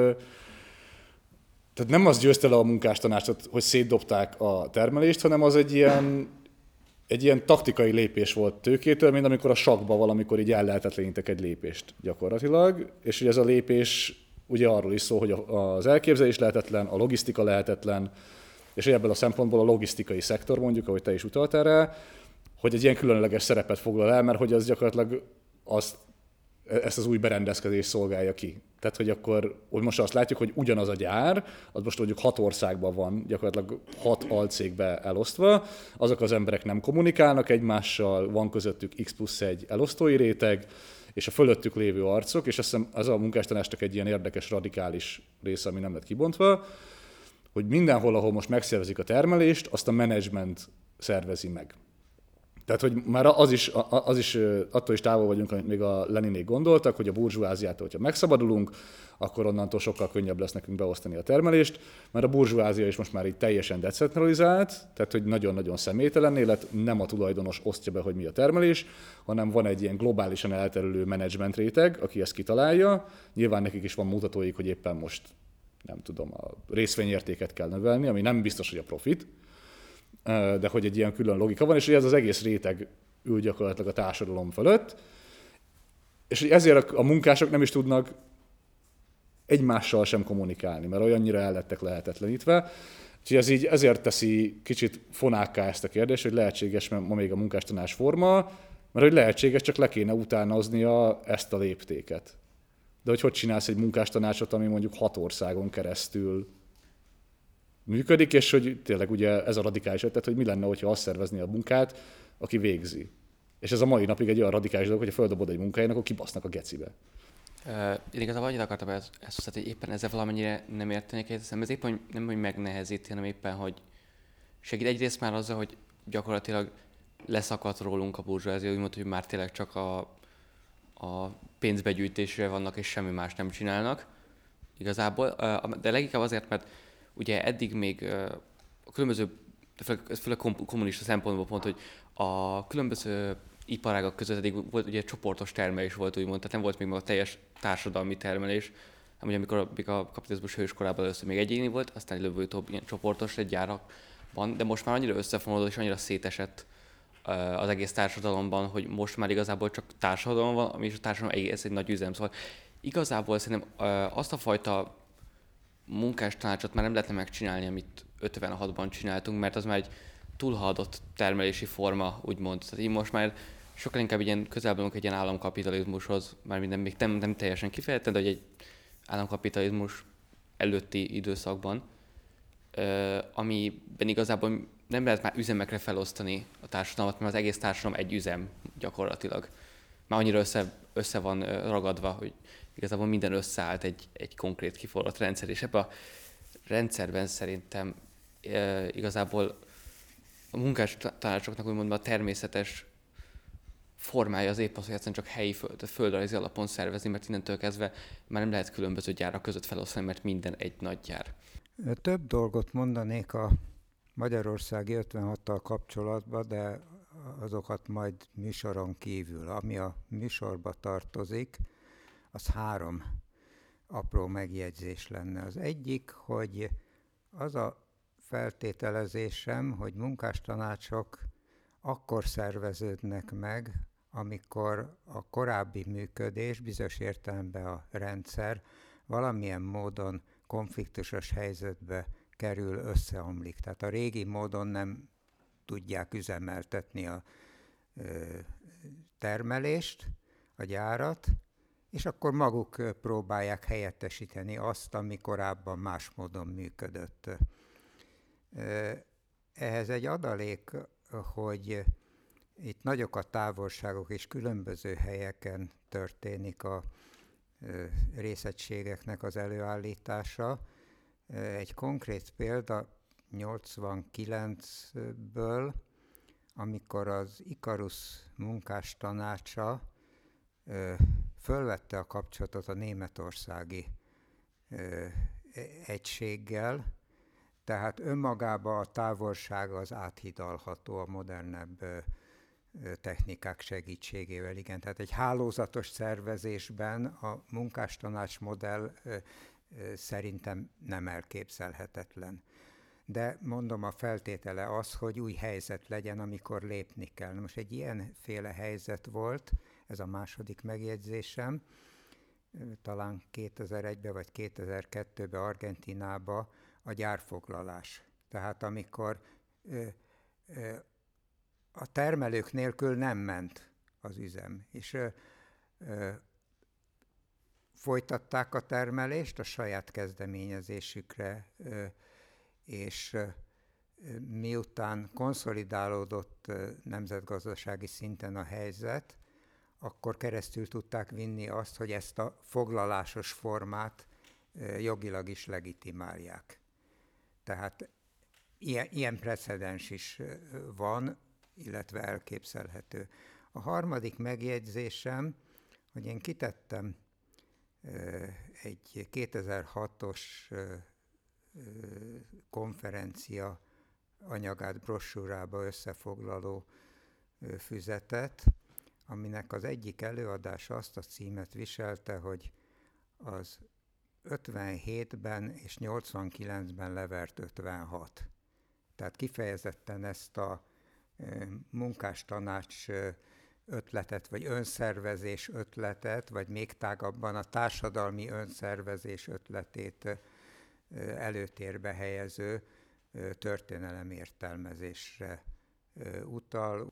Tehát nem az győzte le a munkástanácsot, hogy szétdobták a termelést, hanem az egy ilyen, egy ilyen taktikai lépés volt tőkétől, mint amikor a sakkba valamikor így ellehetetlenítek egy lépést gyakorlatilag, és ugye ez a lépés ugye arról is szól, hogy az elképzelés lehetetlen, a logisztika lehetetlen, és ebből a szempontból a logisztikai szektor, mondjuk, ahogy te is utaltál rá, hogy egy ilyen különleges szerepet foglal el, mert hogy az gyakorlatilag azt, ezt az új berendezkedést szolgálja ki. Tehát, hogy akkor, hogy most azt látjuk, hogy ugyanaz a gyár, az most mondjuk hat országban van, gyakorlatilag hat alcégbe elosztva, azok az emberek nem kommunikálnak egymással, van közöttük X plusz egy elosztói réteg, és a fölöttük lévő arcok, és azt hiszem ez a munkástanácsnak egy ilyen érdekes, radikális része, ami nem lett kibontva, hogy mindenhol, ahol most megszervezik a termelést, azt a menedzsment szervezi meg. Tehát, hogy már az is, az is, attól is távol vagyunk, amit még a Leninék gondoltak, hogy a burzsóáziától, hogyha megszabadulunk, akkor onnantól sokkal könnyebb lesz nekünk beosztani a termelést, mert a burzsóázia is most már így teljesen decentralizált, tehát hogy nagyon-nagyon személytelen élet, nem a tulajdonos osztja be, hogy mi a termelés, hanem van egy ilyen globálisan elterülő menedzsment réteg, aki ezt kitalálja. Nyilván nekik is van mutatóik, hogy éppen most, nem tudom, a részvényértéket kell növelni, ami nem biztos, hogy a profit, de hogy egy ilyen külön logika van, és hogy ez az egész réteg ül gyakorlatilag a társadalom fölött, és hogy ezért a munkások nem is tudnak egymással sem kommunikálni, mert olyannyira el lettek lehetetlenítve. Úgyhogy ez így ezért teszi kicsit fonákká ezt a kérdést, hogy lehetséges ma még a munkástanács forma, mert hogy lehetséges, csak le kéne utánoznia ezt a léptéket. De hogy hogy csinálsz egy munkástanácsot, ami mondjuk hat országon keresztül működik, és hogy tényleg ugye ez a radikális ötlet, hogy mi lenne, hogyha azt szervezni a munkát, aki végzi. És ez a mai napig egy olyan radikális dolog, hogy ha földobod egy munkáján, akkor kibasznak a gecibe. Uh, én igazából annyit akartam ezt, ezt hozzá, hogy éppen ezzel valamennyire nem értenék egyet, ez éppen nem, hogy megnehezíti, hanem éppen, hogy segít egyrészt már azzal, hogy gyakorlatilag leszakadt rólunk a burzsóázia, úgymond, hogy már tényleg csak a, a pénzbegyűjtésre vannak, és semmi más nem csinálnak igazából, de leginkább azért, mert ugye eddig még a különböző, főleg kommunista szempontból pont, hogy a különböző iparágak között eddig volt ugye csoportos termelés volt, úgymond, tehát nem volt még a teljes társadalmi termelés, hanem amikor a, a kapitalizmus hőskorában először még egyéni volt, aztán előbb-utóbb ilyen csoportos egy gyárakban, de most már annyira összefonódott és annyira szétesett az egész társadalomban, hogy most már igazából csak társadalom van, ami is a társadalom egész egy nagy üzem. Szóval igazából szerintem azt a fajta munkástanácsot már nem lehetne megcsinálni, amit ötvenhatban csináltunk, mert az már egy túlhaladott termelési forma, úgymond. Tehát így most már sokkal inkább ilyen közelben egy ilyen államkapitalizmushoz, már minden még nem, nem teljesen kifejezetten, de hogy egy államkapitalizmus előtti időszakban, amiben igazából nem lehet már üzemekre felosztani a társadalmat, mert az egész társadalom egy üzem gyakorlatilag. Már annyira össze, össze van ragadva, hogy igazából minden összeállt egy, egy konkrét kiforrott rendszer, és ebben a rendszerben szerintem e, igazából a munkástanácsoknak úgymond a természetes formája az épp az, hogy egyszerűen csak helyi föld, földrajzi alapon szervezni, mert innentől kezdve már nem lehet különböző gyárak között felosztani, mert minden egy nagy gyár. Több dolgot mondanék a magyarországi ötvenhattal kapcsolatban, de azokat majd műsoron kívül. Ami a műsorba tartozik, az három apró megjegyzés lenne. Az egyik, hogy az a feltételezésem, hogy munkástanácsok akkor szerveződnek meg, amikor a korábbi működés, bizonyos értelemben a rendszer valamilyen módon konfliktusos helyzetbe kerül, összeomlik. Tehát a régi módon nem tudják üzemeltetni a ö, termelést, a gyárat, és akkor maguk próbálják helyettesíteni azt, ami korábban más módon működött. Ehhez egy adalék, hogy itt nagyok a távolságok, és különböző helyeken történik a részegységeknek az előállítása. Egy konkrét példa nyolcvankilencből, amikor az Ikarus munkástanácsa fölvette a kapcsolatot a németországi egységgel, Tehát önmagában a távolság az áthidalható a modernebb technikák segítségével, igen. Tehát egy hálózatos szervezésben a munkástanács modell szerintem nem elképzelhetetlen. De mondom, a feltétele az, hogy új helyzet legyen, amikor lépni kell. Most egy ilyenféle helyzet volt, ez a második megjegyzésem, talán kétezer-egyben vagy kétezer-kettőben Argentínában a gyárfoglalás. Tehát amikor ö, ö, a termelők nélkül nem ment az üzem, és ö, ö, folytatták a termelést a saját kezdeményezésükre, ö, és ö, miután konszolidálódott ö, nemzetgazdasági szinten a helyzet, akkor keresztül tudták vinni azt, hogy ezt a foglalásos formát ö, jogilag is legitimálják. Tehát ilyen, ilyen precedens is van, illetve elképzelhető. A harmadik megjegyzésem, hogy én kitettem egy kétezer-hatos konferencia anyagát, brossúrába összefoglaló füzetet, aminek az egyik előadása azt a címet viselte, hogy az ötvenhétben és nyolcvankilencben levert ötvenhat. Tehát kifejezetten ezt a munkástanács ötletet, vagy önszervezés ötletet, vagy még tágabban a társadalmi önszervezés ötletét előtérbe helyező történelemértelmezésre utal.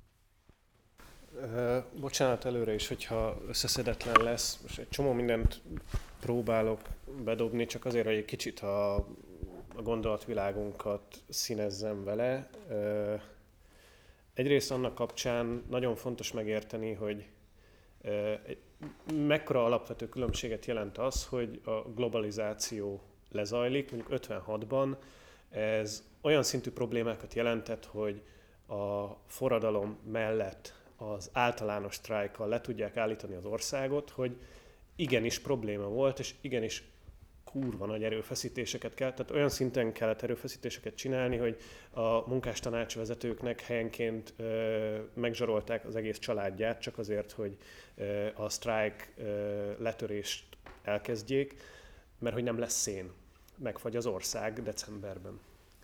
Bocsánat előre is, hogyha összeszedetlen lesz. Most egy csomó mindent próbálok bedobni, csak azért, hogy egy kicsit a, a gondolatvilágunkat színezzem vele. Egyrészt annak kapcsán nagyon fontos megérteni, hogy mekkora alapvető különbséget jelent az, hogy a globalizáció lezajlik, mondjuk ötvenhatban ez olyan szintű problémákat jelentett, hogy a forradalom mellett az általános sztrájkkal le tudják állítani az országot, hogy igenis probléma volt, és igenis kurva nagy erőfeszítéseket kell, tehát olyan szinten kellett erőfeszítéseket csinálni, hogy a munkástanácsvezetőknek helyenként ö, megzsarolták az egész családját, csak azért, hogy ö, a sztrájk ö, letörést elkezdjék, mert hogy nem lesz szén, megfagy az ország decemberben.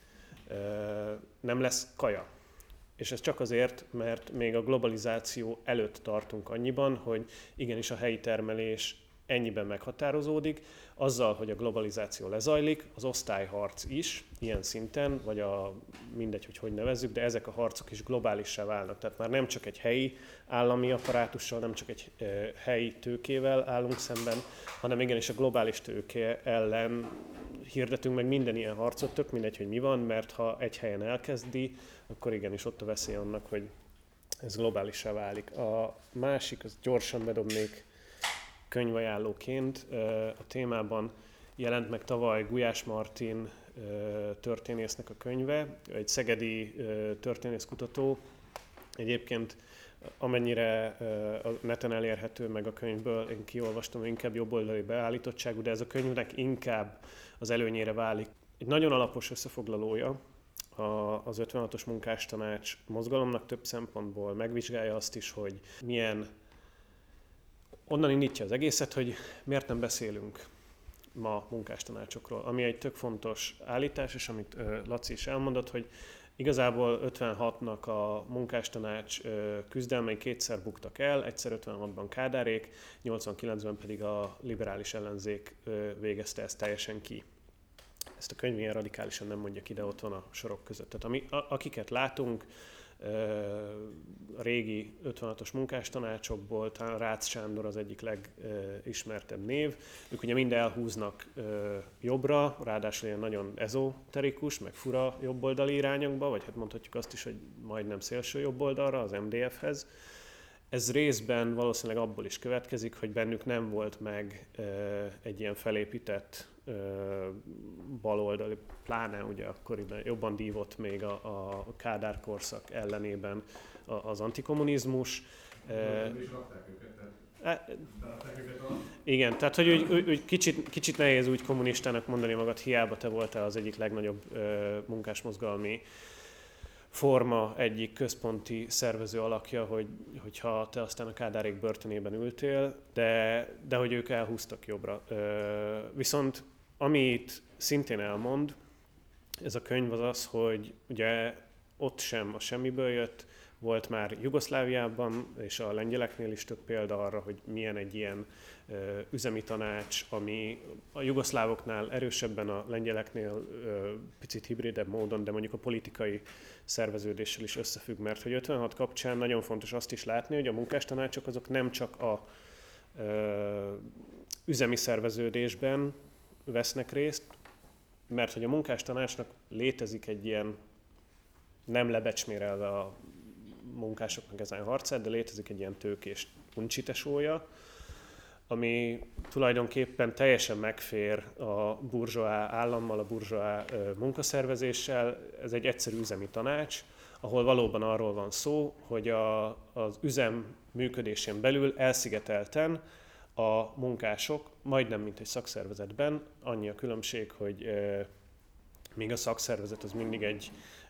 Ö, nem lesz kaja. És ez csak azért, mert még a globalizáció előtt tartunk annyiban, hogy igenis a helyi termelés ennyiben meghatározódik, azzal, hogy a globalizáció lezajlik, az osztályharc is ilyen szinten, vagy a mindegy, hogy hogy nevezzük, de ezek a harcok is globálissá válnak. Tehát már nem csak egy helyi állami apparátussal, nem csak egy e, helyi tőkével állunk szemben, hanem igenis a globális tőke ellen hirdetünk meg minden ilyen harcot, tök mindegy, hogy mi van, mert ha egy helyen elkezdi, akkor igenis ott a veszély annak, hogy ez globálissá válik. A másik, az gyorsan bedobnék könyvajánlóként. A témában jelent meg tavaly Gulyás Martin történésznek a könyve, egy szegedi történészkutató. Egyébként amennyire a neten elérhető meg a könyvből, én kiolvastam, inkább jobboldali beállítottságú, de ez a könyvnek inkább az előnyére válik. Egy nagyon alapos összefoglalója az ötvenhatos munkástanács mozgalomnak több szempontból, megvizsgálja azt is, hogy milyen, onnan indítja az egészet, hogy miért nem beszélünk ma munkástanácsokról, ami egy tök fontos állítás, és amit Laci is elmondott, hogy igazából ötvenhatnak a munkástanács küzdelmei kétszer buktak el, egyszer ötvenhatban Kádárék, nyolcvankilencben pedig a liberális ellenzék végezte ezt teljesen ki. Ezt a könyv ilyen radikálisan nem mondja ki, de ott van a sorok között. Tehát ami, akiket látunk, a régi ötvenhatos munkástanácsokból, talán Rácz Sándor az egyik legismertebb név. Ők ugye mind elhúznak jobbra, ráadásul ilyen nagyon ezoterikus, meg fura jobboldali irányokba, vagy hát mondhatjuk azt is, hogy majdnem szélső jobboldalra, az em dé ef-hez. Ez részben valószínűleg abból is következik, hogy bennük nem volt meg egy ilyen felépített baloldali, pláne ugye akkoriban jobban dívott még a, a Kádár korszak ellenében az antikommunizmus. Igen, tehát hogy úgy, úgy, úgy kicsit, kicsit nehéz úgy kommunistának mondani magad, hiába te voltál az egyik legnagyobb ö, munkásmozgalmi forma egyik központi szervező alakja, hogy, hogyha te aztán a Kádárék börtönében ültél, de, de hogy ők elhúztak jobbra. Ö, viszont amit szintén elmond, ez a könyv az az, hogy ugye ott sem a semmiből jött, volt már Jugoszláviában, és a lengyeleknél is több példa arra, hogy milyen egy ilyen ö, üzemi tanács, ami a jugoszlávoknál erősebben, a lengyeleknél ö, picit hibridebb módon, de mondjuk a politikai szerveződéssel is összefügg, mert hogy ötvenhat kapcsán nagyon fontos azt is látni, hogy a munkástanácsok azok nem csak a ö, üzemi szerveződésben vesznek részt, mert hogy a munkástanácsnak létezik egy ilyen, nem lebecsmérelve a munkásoknak ezen harcát, de létezik egy ilyen tőkés uncsitesója, ami tulajdonképpen teljesen megfér a burzsóá állammal, a burzsóá munkaszervezéssel. Ez egy egyszerű üzemi tanács, ahol valóban arról van szó, hogy a, az üzem működésén belül elszigetelten a munkások, majdnem mint egy szakszervezetben, annyi a különbség, hogy e, míg a szakszervezet az mindig egy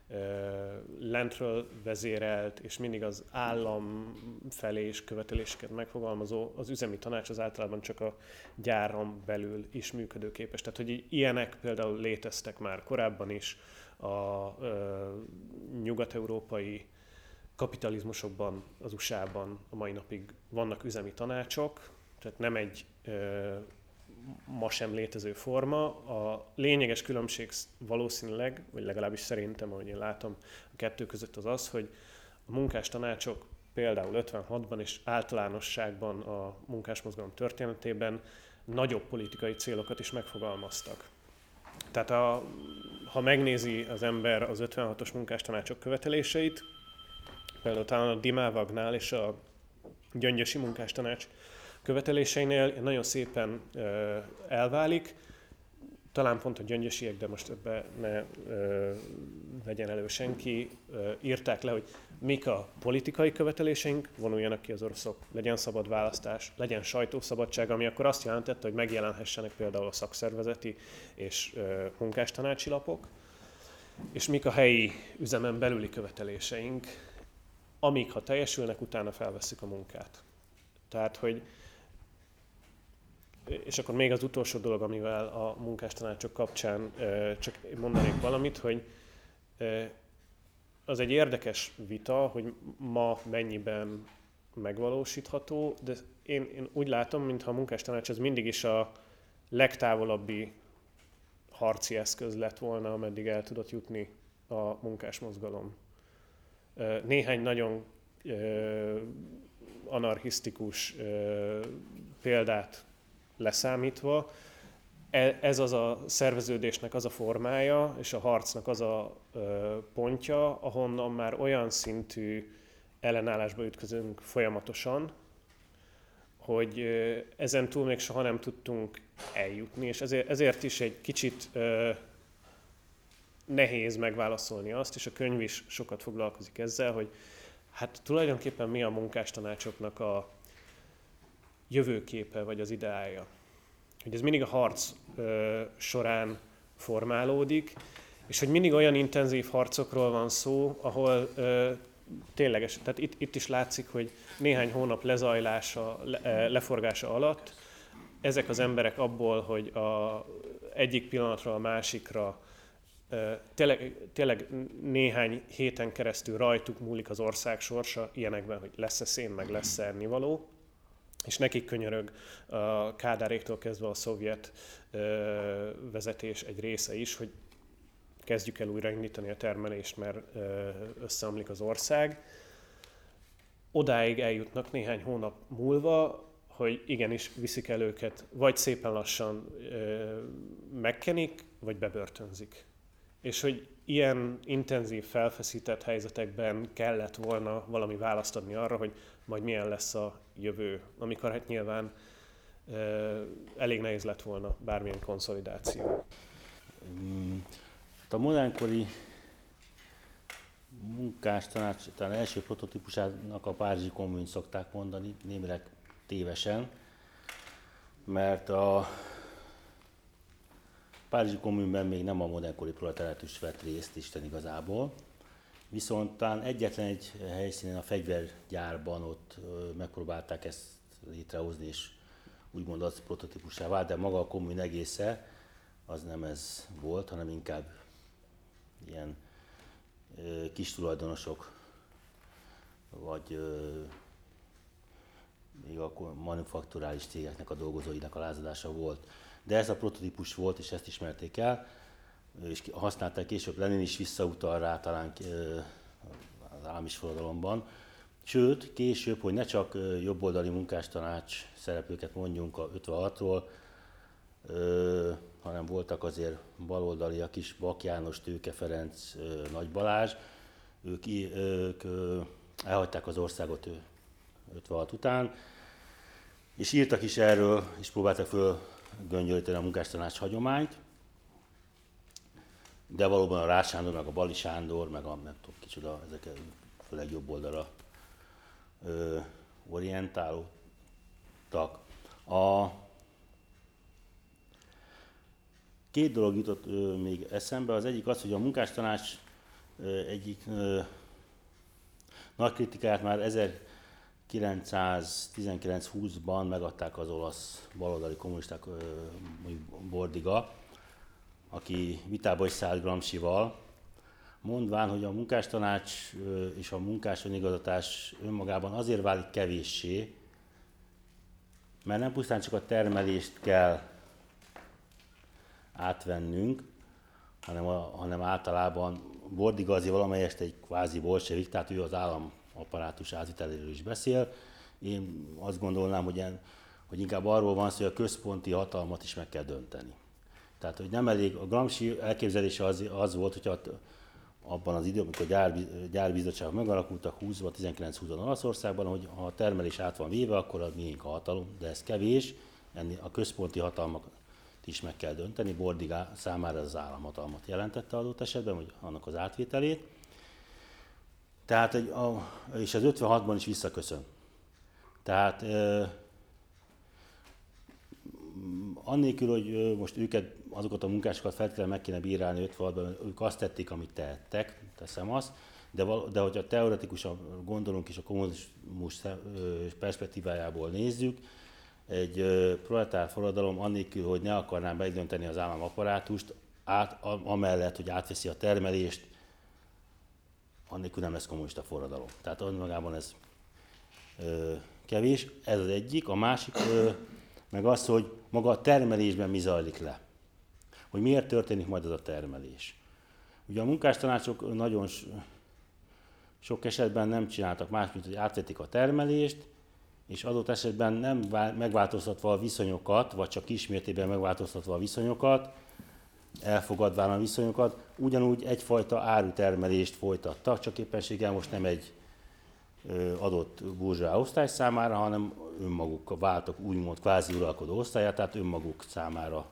lentről vezérelt, és mindig az állam felé is követeléseket megfogalmazó, az üzemi tanács az általában csak a gyáron belül is működőképes. Tehát, hogy ilyenek például léteztek már korábban is a ö, nyugat-európai kapitalizmusokban, az u es á-ban a mai napig vannak üzemi tanácsok, tehát nem egy ö, ma sem létező forma. A lényeges különbség valószínűleg, vagy legalábbis szerintem, ahogy én látom a kettő között az az, hogy a munkástanácsok például ötvenhatban és általánosságban a munkásmozgalom történetében nagyobb politikai célokat is megfogalmaztak. Tehát a, ha megnézi az ember az ötvenhatos munkástanácsok követeléseit, például talán a Dimávagnál és a Gyöngyösi munkástanács követeléseinél nagyon szépen ö, elválik. Talán pont a gyöngyösiek, de most ebbe ne ö, vegyen elő senki, ö, írták le, hogy mik a politikai követeléseink, vonuljanak ki az oroszok, legyen szabad választás, legyen sajtószabadság, ami akkor azt jelentette, hogy megjelenhessenek például a szakszervezeti és ö, munkástanácsi lapok, és mik a helyi üzemen belüli követeléseink, amíg ha teljesülnek, utána felvesszük a munkát. Tehát, hogy és akkor még az utolsó dolog, amivel a munkástanácsok kapcsán csak mondanék valamit, hogy az egy érdekes vita, hogy ma mennyiben megvalósítható, de én, én úgy látom, mintha a munkástanács az mindig is a legtávolabbi harci eszköz lett volna, ameddig el tudott jutni a munkásmozgalom. Néhány nagyon anarchisztikus példát leszámítva, ez az a szerveződésnek az a formája, és a harcnak az a pontja, ahonnan már olyan szintű ellenállásba ütközünk folyamatosan, hogy ezen túl még soha nem tudtunk eljutni, és ezért, ezért is egy kicsit nehéz megválaszolni azt, és a könyv is sokat foglalkozik ezzel, hogy hát tulajdonképpen mi a munkástanácsoknak a jövőképe, vagy az ideája. Hogy ez mindig a harc ö, során formálódik, és hogy mindig olyan intenzív harcokról van szó, ahol ö, tényleges, tehát itt, itt is látszik, hogy néhány hónap lezajlása, le, leforgása alatt ezek az emberek abból, hogy a egyik pillanatra a másikra Tényleg, tényleg néhány héten keresztül rajtuk múlik az ország sorsa, ilyenekben, hogy lesz-e szén, meg lesz-e ennivaló, és nekik könyörög a Kádáréktól kezdve a szovjet vezetés egy része is, hogy kezdjük el újraindítani a termelést, mert összeomlik az ország. Odáig eljutnak néhány hónap múlva, hogy igenis viszik el őket, vagy szépen lassan megkenik, vagy bebörtönzik. És hogy ilyen intenzív, felfeszített helyzetekben kellett volna valami választ adni arra, hogy majd milyen lesz a jövő, amikor hát nyilván e, elég nehéz lett volna bármilyen konszolidáció. A modernkori munkástanács talán első prototípusának a Párizsi Kommunt szokták mondani, némileg tévesen, mert a Párizsi Kommunben még nem a modernkori proletariátus vett részt Isten igazából, viszont talán egyetlen egy helyszínen, a fegyvergyárban ott megpróbálták ezt létrehozni, és úgymond az prototípussá vált, de maga a kommun egésze az nem ez volt, hanem inkább ilyen ö, kis tulajdonosok, vagy ö, még a manufakturális cégeknek a dolgozóinak a lázadása volt. De ez a prototípus volt, és ezt ismerték el, és használták később, Lenin is visszautal rá talán ö, az állami forradalomban. Sőt, később, hogy ne csak jobboldali munkástanács szereplőket mondjunk a ötvenhatról, ö, hanem voltak azért baloldaliak is, Bak János, Tőke Ferenc, ö, Nagy Balázs. Ők, ők ö, elhagyták az országot ötvenhat után, és írtak is erről, és próbáltak fölgöngyölíteni a munkástanács hagyományt. De valóban a Rácz Sándor, meg a Bali Sándor, meg a nem tudom kicsoda, ezek főleg jobb oldalra ö, orientálódtak. A két dolog jutott ö, még eszembe, az egyik az, hogy a munkástanács ö, egyik ö, nagy kritikáját már ezerkilencszáztizenkilenc húszban megadták az olasz baloldali kommunisták, ö, Bordiga, aki vitába is szállt Gramscival, mondván, hogy a munkástanács és a munkás önigazgatás önmagában azért válik kevéssé, mert nem pusztán csak a termelést kell átvennünk, hanem, a, hanem általában Bordiga azért valamelyest egy kvázi bolsevik, tehát ő az államapparátus átviteléről is beszél. Én azt gondolnám, hogy, en, hogy inkább arról van szó, hogy a központi hatalmat is meg kell dönteni. Tehát, hogy nem elég, a Gramsci elképzelése az, az volt, hogy abban az időben, amikor a gyár, gyárbizottságok megalakultak húszban, tizenkilenc húszban Olaszországban, hogy ha a termelés át van véve, akkor az miénk a hatalom, de ez kevés, ennél a központi hatalmat is meg kell dönteni. Bordiga számára az államhatalmat jelentette adott esetben, vagy annak az átvételét. Tehát, és az ötvenhatban is visszaköszön. Tehát annélkül, hogy most őket, azokat a munkásokat feltétlenül meg kéne bírálni ötvenhatban, ők azt tették, amit tehettek, teszem azt, de, val- de hogyha teoretikusan gondolunk és a kommunizmus perspektívájából nézzük, egy proletár forradalom annélkül, hogy ne akarná megdönteni az államapparátust, át, amellett, hogy átveszi a termelést, annélkül nem lesz kommunista forradalom. Tehát önmagában ez ö, kevés, ez az egyik. A másik ö, meg az, hogy maga a termelésben mi zajlik le. Hogy miért történik majd az a termelés. Ugye a munkástanácsok nagyon sok esetben nem csináltak más, mint hogy átvették a termelést, és adott esetben nem megváltoztatva a viszonyokat, vagy csak kismértékben megváltoztatva a viszonyokat, elfogadván a viszonyokat, ugyanúgy egyfajta árutermelést folytattak, csak éppenséggel most nem egy adott burzsóá osztály számára, hanem önmaguk váltak úgymond kvázi uralkodó osztályát, tehát önmaguk számára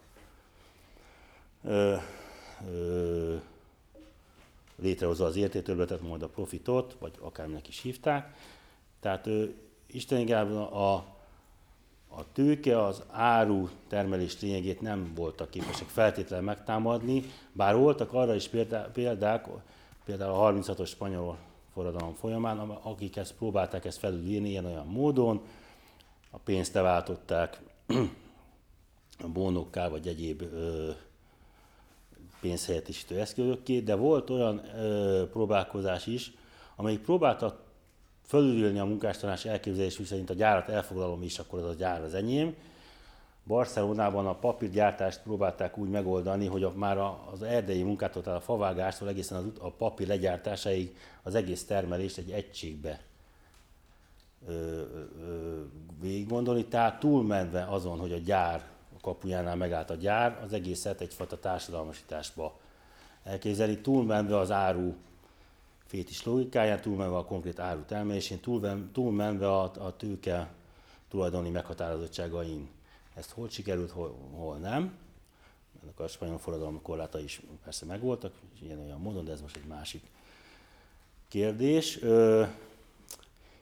ö, ö, létrehozza az értéktöbbletet, majd a profitot, vagy akárminek is hívták. Tehát ö, istenigában a, a tőke, az áru termelés lényegét nem voltak képesek feltétlenül megtámadni, bár voltak arra is példák, például a harminchatos spanyol forradalom folyamán, akik ezt próbálták ezt felülírni ilyen-olyan módon, a pénzt leváltották bónokká vagy egyéb ö, pénzhelyettesítő eszközökké, de volt olyan ö, próbálkozás is, amelyik próbálta felülírni a munkástanács elképzelésű szerint a gyárat elfoglalom is, akkor az a gyár az enyém. Barcelonában a papírgyártást próbálták úgy megoldani, hogy a, már az erdei munkától, tehát a favágástól egészen az, a papír legyártásáig az egész termelést egy egységbe ö, ö, végig gondolni. Tehát túlmenve azon, hogy a gyár a kapujánál megállt a gyár, az egészet egyfajta társadalmasításba elképzelni, túlmenve az áru fétis logikáján, túlmenve a konkrét áru termelésén, túlmenve a, a tőke tulajdoni meghatározottságain. Ezt hol sikerült, hol, hol nem. Ennek a spanyol forradalom korlátai is persze megvoltak, ilyen olyan módon, de ez most egy másik kérdés. Ö,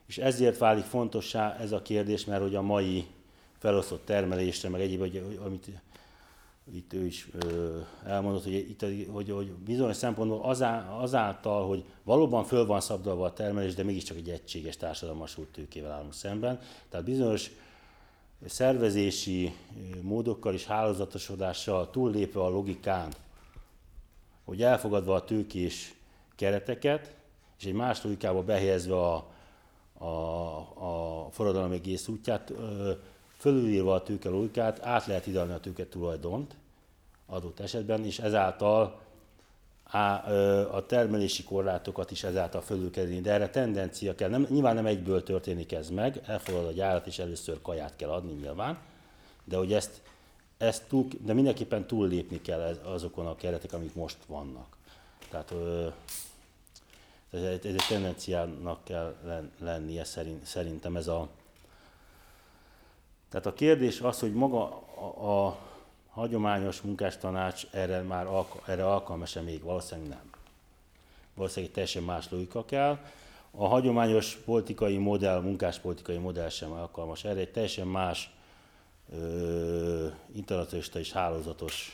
És ezért válik fontossá ez a kérdés, mert hogy a mai felosztott termelésre, meg egyéb, hogy, amit itt ő is ö, elmondott, hogy, itt, hogy, hogy bizonyos szempontból azá, azáltal, hogy valóban föl van szabdalva a termelés, de mégiscsak egy egységes társadalmasult tőkével állunk szemben. Tehát bizonyos szervezési módokkal és hálózatosodással túllépve a logikán, hogy elfogadva a tőkés kereteket, és egy más logikába behelyezve a, a, a forradalom egész útját, fölülírva a tőke logikát, át lehet hidalni a tőke tulajdont adott esetben, és ezáltal a, a termelési korlátokat is ezáltal fölülkerülni. De erre tendencia kell. Nem, nyilván nem egyből történik ez meg, elfogad a gyárat, és először kaját kell adni nyilván, de hogy ezt, ezt túl, de mindenképpen túllépni kell azokon a keretek, amik most vannak. Tehát ez egy tendenciának kell lennie szerintem ez a... Tehát a kérdés az, hogy maga a, a hagyományos munkástanács erre már alka, erre alkalmas-e még? Valószínűleg nem. Valószínűleg teljesen más logika kell. A hagyományos politikai modell, munkáspolitikai modell sem alkalmas erre, egy teljesen más ö, internacionalista és hálózatos,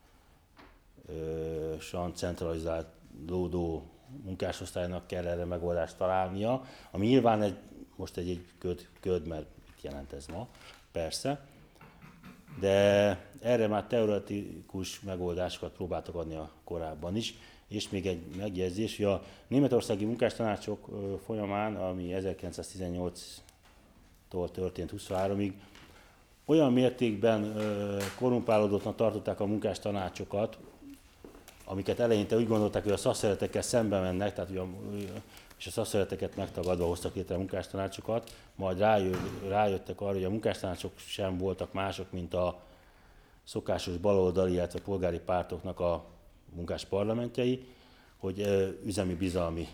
ö, centralizálódó munkásosztálynak kell erre megoldást találnia, ami nyilván egy, most egy, egy köd, köd, mert mit jelent ez ma, persze, de erre már teoretikus megoldásokat próbáltak adni a korábban is, és még egy megjegyzés, hogy a németországi munkástanácsok folyamán, ami ezerkilencszáztizennyolctól történt huszonháromig, olyan mértékben korrumpálódottnak tartották a munkástanácsokat, amiket eleinte úgy gondolták, hogy a szakszervezetekkel szembe mennek, tehát, és a szakszervezeteket megtagadva hoztak létre a munkástanácsokat, majd rájö, rájöttek arra, hogy a munkástanácsok sem voltak mások, mint a szokásos baloldali, illetve polgári pártoknak a munkásparlamentjei, hogy ö, üzemi bizalmi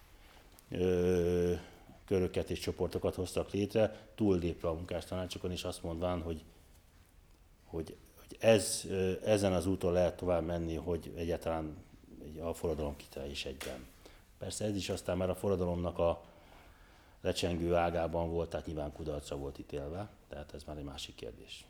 ö, köröket és csoportokat hoztak létre, túllépve a munkástanácsokon, és azt mondván, hogy, hogy, hogy ez, ö, ezen az úton lehet tovább menni, hogy egyáltalán a forradalom kiteljes egyben. Persze ez is aztán már a forradalomnak a lecsengő ágában volt, tehát nyilván kudarcra volt ítélve, tehát ez már egy másik kérdés.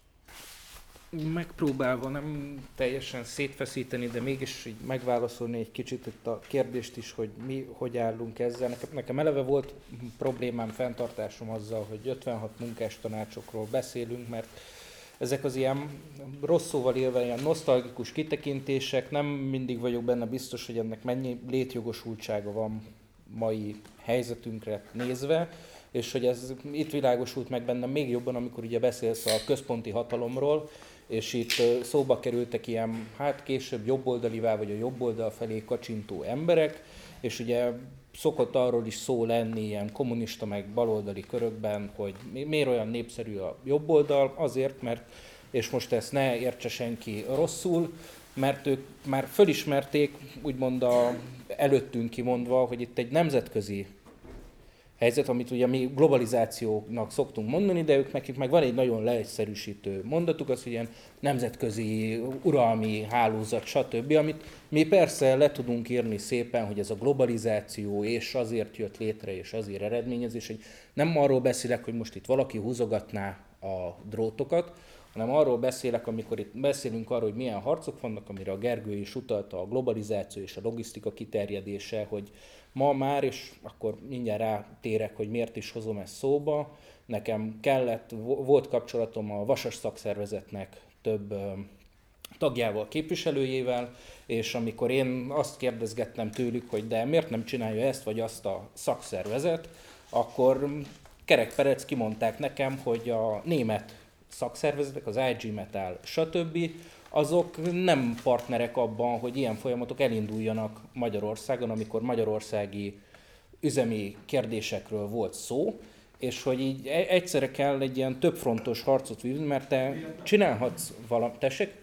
Megpróbálva nem teljesen szétfeszíteni, de mégis így megválaszolni egy kicsit itt a kérdést is, hogy mi hogy állunk ezzel. Nekem, nekem eleve volt problémám, fenntartásom azzal, hogy ötvenhat munkástanácsokról beszélünk, mert ezek az ilyen rossz szóval élve ilyen nosztalgikus kitekintések, nem mindig vagyok benne biztos, hogy ennek mennyi létjogosultsága van mai helyzetünkre nézve, és hogy ez itt világosult meg bennem még jobban, amikor ugye beszélsz a központi hatalomról, és itt szóba kerültek ilyen, hát később jobboldalivá, vagy a jobboldal felé kacsintó emberek, és ugye szokott arról is szó lenni ilyen kommunista meg baloldali körökben, hogy miért olyan népszerű a jobboldal, azért, mert, és most ezt ne értse senki rosszul, mert ők már fölismerték, úgymond a, előttünk kimondva, hogy itt egy nemzetközi helyzet, amit ugye mi globalizációnak szoktunk mondani, de ők nekik meg van egy nagyon leegyszerűsítő mondatuk, az, hogy ilyen nemzetközi uralmi hálózat, stb., amit mi persze le tudunk írni szépen, hogy ez a globalizáció, és azért jött létre, és azért eredményez, és hogy nem arról beszélek, hogy most itt valaki húzogatná a drótokat, hanem arról beszélek, amikor itt beszélünk arról, hogy milyen harcok vannak, amire a Gergő is utalta, a globalizáció és a logisztika kiterjedése, hogy ma már, és akkor mindjárt rátérek, hogy miért is hozom ezt szóba, nekem kellett, volt kapcsolatom a Vasas szakszervezetnek több tagjával, képviselőjével, és amikor én azt kérdezgettem tőlük, hogy de miért nem csinálja ezt vagy azt a szakszervezet, akkor Kerek Perec kimondták nekem, hogy a német szakszervezetek, az i gé Metal, stb., azok nem partnerek abban, hogy ilyen folyamatok elinduljanak Magyarországon, amikor magyarországi üzemi kérdésekről volt szó, és hogy így egyszerre kell egy ilyen többfrontos harcot vívni, mert te csinálhatsz valamit. Tessék?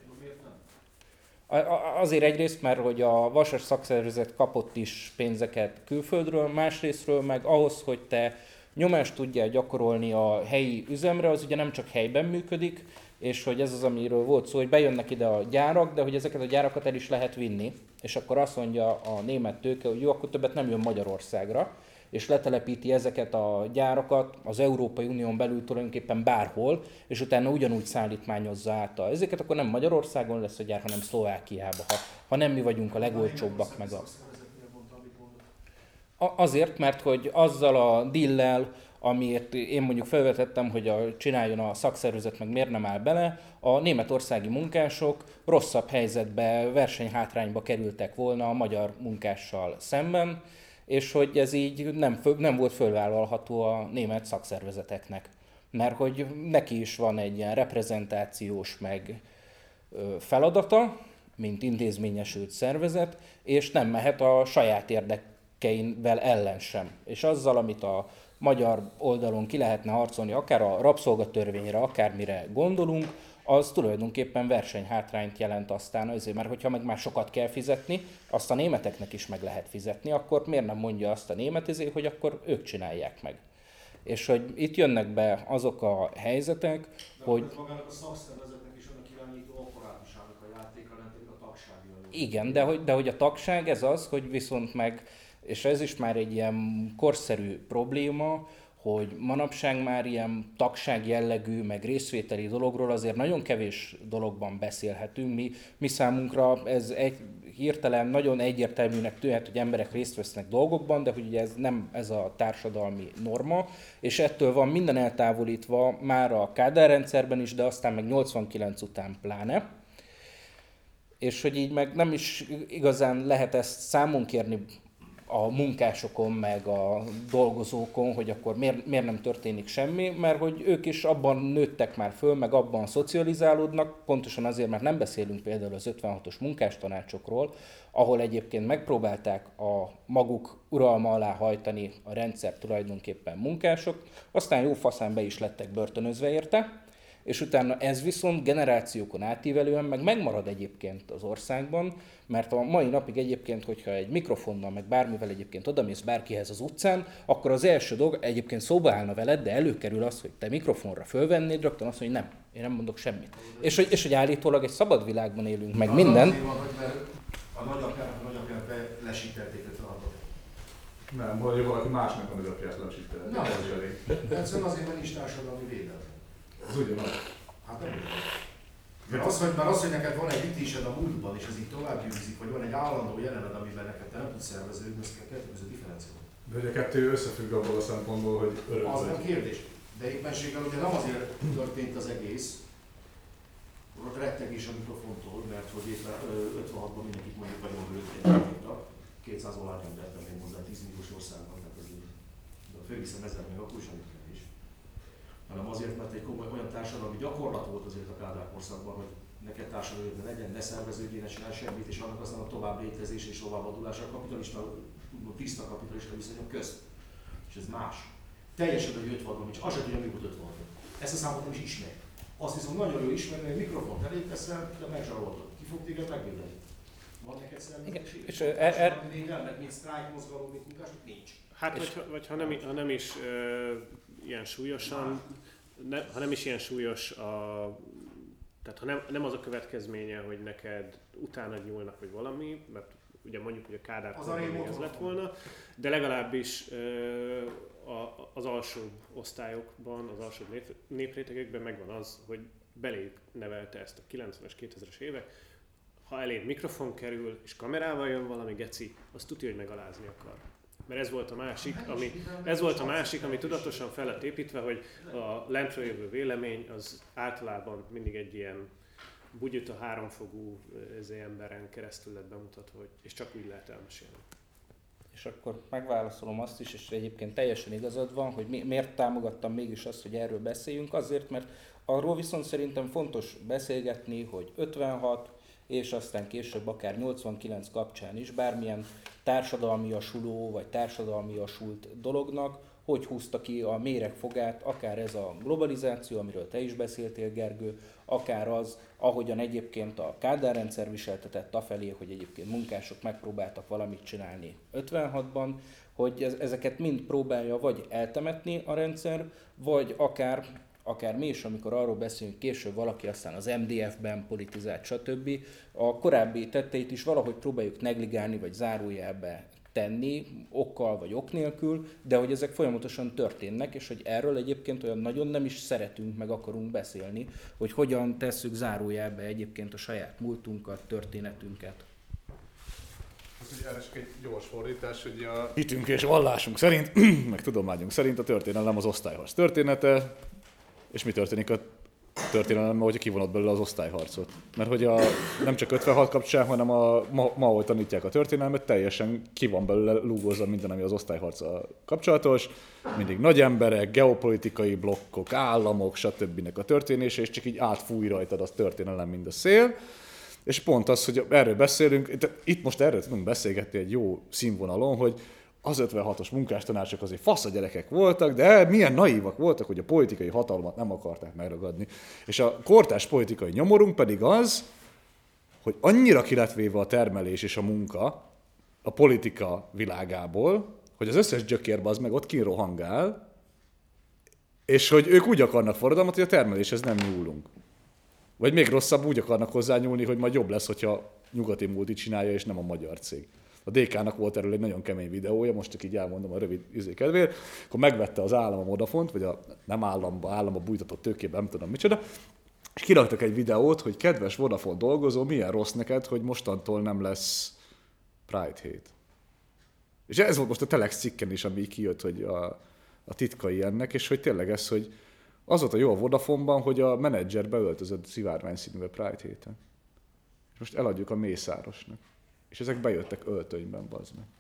Azért egyrészt, mert hogy a Vasas szakszervezet kapott is pénzeket külföldről, másrésztről meg ahhoz, hogy te nyomást tudjál gyakorolni a helyi üzemre, az ugye nem csak helyben működik, és hogy ez az, amiről volt szó, hogy bejönnek ide a gyárak, de hogy ezeket a gyárakat el is lehet vinni, és akkor azt mondja a német tőke, hogy jó, akkor többet nem jön Magyarországra, és letelepíti ezeket a gyárakat az Európai Unión belül tulajdonképpen bárhol, és utána ugyanúgy szállítmányozza át a ezeket, akkor nem Magyarországon lesz a gyár, hanem Szlovákiában, ha, ha nem mi vagyunk a legolcsóbbak meg a... Azért, mert hogy azzal a dillel, amiért én mondjuk felvetettem, hogy a, csináljon a szakszervezet, meg miért nem áll bele, a németországi munkások rosszabb helyzetbe, versenyhátrányba kerültek volna a magyar munkással szemben, és hogy ez így nem, föl, nem volt fölvállalható a német szakszervezeteknek. Mert hogy neki is van egy ilyen reprezentációs meg feladata, mint intézményesült szervezet, és nem mehet a saját érdekeivel ellen sem. És azzal, amit a magyar oldalon ki lehetne harcolni, akár a rabszolgatörvényre, akármire gondolunk, az tulajdonképpen versenyhátrányt jelent aztán azért, mert hogyha meg már sokat kell fizetni, azt a németeknek is meg lehet fizetni, akkor miért nem mondja azt a német ezért, hogy akkor ők csinálják meg. És hogy itt jönnek be azok a helyzetek, de hogy... De magának a szakszervezetnek is annak irányító apparátusának a játéka, nem pedig a tagsági. Igen, de hogy, de hogy a tagság ez az, hogy viszont meg, és ez is már egy ilyen korszerű probléma, hogy manapság már ilyen tagság jellegű, meg részvételi dologról azért nagyon kevés dologban beszélhetünk. Mi, mi számunkra ez egy, hirtelen nagyon egyértelműnek tűnhet, hogy emberek részt vesznek dolgokban, de hogy ugye ez nem ez a társadalmi norma, és ettől van minden eltávolítva már a Kádár rendszerben is, de aztán meg nyolcvankilenc után pláne. És hogy így meg nem is igazán lehet ezt számon kérni a munkásokon, meg a dolgozókon, hogy akkor miért, miért nem történik semmi, mert hogy ők is abban nőttek már föl, meg abban szocializálódnak, pontosan azért, mert nem beszélünk például az ötvenhatos munkástanácsokról, ahol egyébként megpróbálták a maguk uralma alá hajtani a rendszer tulajdonképpen munkások, aztán jó faszán be is lettek börtönözve érte, és utána ez viszont generációkon átívelően meg megmarad egyébként az országban, mert a mai napig egyébként, hogyha egy mikrofonnal, meg bármivel egyébként odamész bárkihez az utcán, akkor az első dolog egyébként szóba állna veled, de előkerül az, hogy te mikrofonra fölvennéd, rögtön azt, hogy nem, én nem mondok semmit. És hogy, és hogy állítólag egy szabad világban élünk, meg minden. Azért van, hogy mert a nagyapját, a nagyapját belesítették ötvenhatot. Nem, vagy valaki másnak a nagyapját lesítették. Nem azért. Egyszerűen azért, mert nincs társadalmi védelem. Ez ugyanaz. Hát nem. Mert az, hogy, mert az, hogy neked van egy ütésed a múltban, és ez így tovább gyűrűzik, vagy van egy állandó jelened, amiben neked te nem tudsz szerveződni, ezt kell kettő között differenciálni. De ugye a kettő összefügg abból a szempontból, hogy örökzöld. Az nem kérdés. De éppenséggel ugye nem azért történt az egész, rettegés a mikrofontól, mert hogy éppen ötvenhatban mindenkit mondjuk vagyunk lőtt kétszáz dollár rendeltem még hozzá tíz milliós országban, tehát ez így, de fölviszem ezer még akkor is a is. Hanem azért, mert egy komoly olyan társadalmi gyakorlat volt azért a Kádár korszakban, hogy neked társadalmi legyen, ne szerveződjél, ne csinálj semmit, és annak aztán a tovább létezés és továbbadulása a kapitalista, tiszta kapitalista viszonyok közt. És ez más. Teljesen, hogy ötvenhatban, nincs, az sem tudja, mi volt ötvenhatban. Ezt a számot nem is ismer. Azt viszont nagyon jól ismerni, hogy mikrofont elég teszel, de megzsaroltad. Ki fog téged megvédeni? Van neked szervezéség? És er... védelmet, mint sztrájk mozgalom, mint munkás, nincs. Hát, vagy, vagy ha, nem, ha nem is ö, ilyen súlyosan, ne, ha nem is ilyen súlyos, a, tehát ha nem, nem az a következménye, hogy neked utána nyúlnak, vagy valami, mert ugye mondjuk, hogy a Kádár korban még ez lett volna, de legalábbis ö, a, az alsó osztályokban, az alsó nép, néprétegekben megvan az, hogy beléjük nevelte ezt a kilencvenes, kétezres évek. Ha eléd mikrofon kerül, és kamerával jön valami geci, azt tudja, hogy megalázni akar. Mert ez volt a másik, ami, ez volt a másik, ami tudatosan fel lett építve, hogy a lentről jövő vélemény az általában mindig egy ilyen bugyuta háromfogú emberen keresztül lett bemutatva, hogy, és csak úgy lehet elmesélni. És akkor megválaszolom azt is, és egyébként teljesen igazad van, hogy mi, miért támogattam mégis azt, hogy erről beszéljünk. Azért, mert arról viszont szerintem fontos beszélgetni, hogy ötvenhat, és aztán később akár nyolcvankilenc kapcsán is bármilyen társadalmiasuló vagy társadalmiasult dolognak, hogy húzta ki a méregfogát, akár ez a globalizáció, amiről te is beszéltél, Gergő, akár az, ahogyan egyébként a Kádár rendszer viseltetett afelé, hogy egyébként munkások megpróbáltak valamit csinálni ötvenhatban, hogy ezeket mind próbálja vagy eltemetni a rendszer, vagy akár akár mi is, amikor arról beszélünk, később valaki aztán az em dé ef-ben politizált, stb. A korábbi tetteit is valahogy próbáljuk negligálni, vagy zárójelbe tenni, okkal vagy ok nélkül, de hogy ezek folyamatosan történnek, és hogy erről egyébként olyan nagyon nem is szeretünk, meg akarunk beszélni, hogy hogyan tesszük zárójelbe egyébként a saját múltunkat, történetünket. Ez erre csak egy gyors fordítás, hogy a hitünk és vallásunk szerint, meg tudományunk szerint a történelem az osztályharc története, és mi történik a történelemmel, hogyha kivonod belőle az osztályharcot. Mert hogy a, nem csak ötvenhat kapcsán, hanem a, ma, ma, ahogy tanítják a történelmet, teljesen ki van belőle lúgózva minden, ami az osztályharccal kapcsolatos. Mindig nagy emberek, geopolitikai blokkok, államok, stb. A történése, és csak így átfúj rajtad az történelem, mind a szél. És pont az, hogy erről beszélünk, itt most erről tudunk beszélgetni egy jó színvonalon, hogy az ötvenhatos munkástanácsok azért fasz a gyerekek voltak, de milyen naívak voltak, hogy a politikai hatalmat nem akarták megragadni. És a kortárs politikai nyomorunk pedig az, hogy annyira ki lett véve a termelés és a munka a politika világából, hogy az összes gyökér az meg ott kinrohangál, és hogy ők úgy akarnak forradalmat, hogy a termeléshez nem nyúlunk. Vagy még rosszabb, úgy akarnak hozzányúlni, hogy majd jobb lesz, hogyha nyugati multi csinálja, és nem a magyar cég. A dé ká-nak volt erről egy nagyon kemény videója, most csak így elmondom a rövid izé kedvéért, akkor megvette az állam a Vodafont, vagy a nem államba, államba bújtatott tőkében, nem tudom micsoda, és kiraktak egy videót, hogy kedves Vodafone dolgozó, milyen rossz neked, hogy mostantól nem lesz Pride hét. És ez volt most a Telex cikken is, ami kijött, hogy a, a titkai ennek, és hogy tényleg ez, hogy az volt a jó a Vodafonban, hogy a menedzser beöltözött szivárvány színűbe Pride héten. És most eladjuk a Mészárosnak. És ezek bejöttek öltönyben, bazd meg.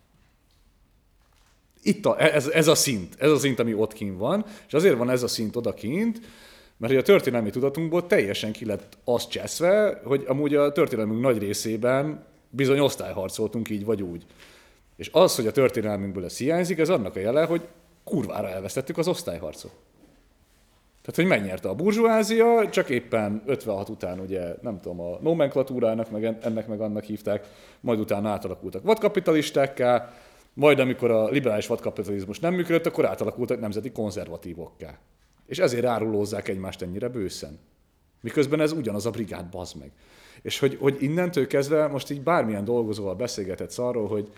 Itt a, ez, ez a szint, ez a szint, ami ott kint van, és azért van ez a szint odakint, mert a történelmi tudatunkból teljesen ki lett azt cseszve, hogy amúgy a történelmünk nagy részében bizony osztályharcoltunk így vagy úgy. És az, hogy a történelmünkből ez hiányzik, ez annak a jele, hogy kurvára elvesztettük az osztályharcot. Tehát, hogy megnyerte a burzsóázia, csak éppen ötvenhat után ugye, nem tudom, a nomenklatúrának, meg ennek meg annak hívták, majd utána átalakultak vadkapitalistákká, majd amikor a liberális vadkapitalizmus nem működött, akkor átalakultak nemzeti konzervatívokká. És ezért árulózzák egymást ennyire bőszen. Miközben ez ugyanaz a brigád, bazd meg. És hogy, hogy innentől kezdve most így bármilyen dolgozóval beszélgethetsz arról, hogy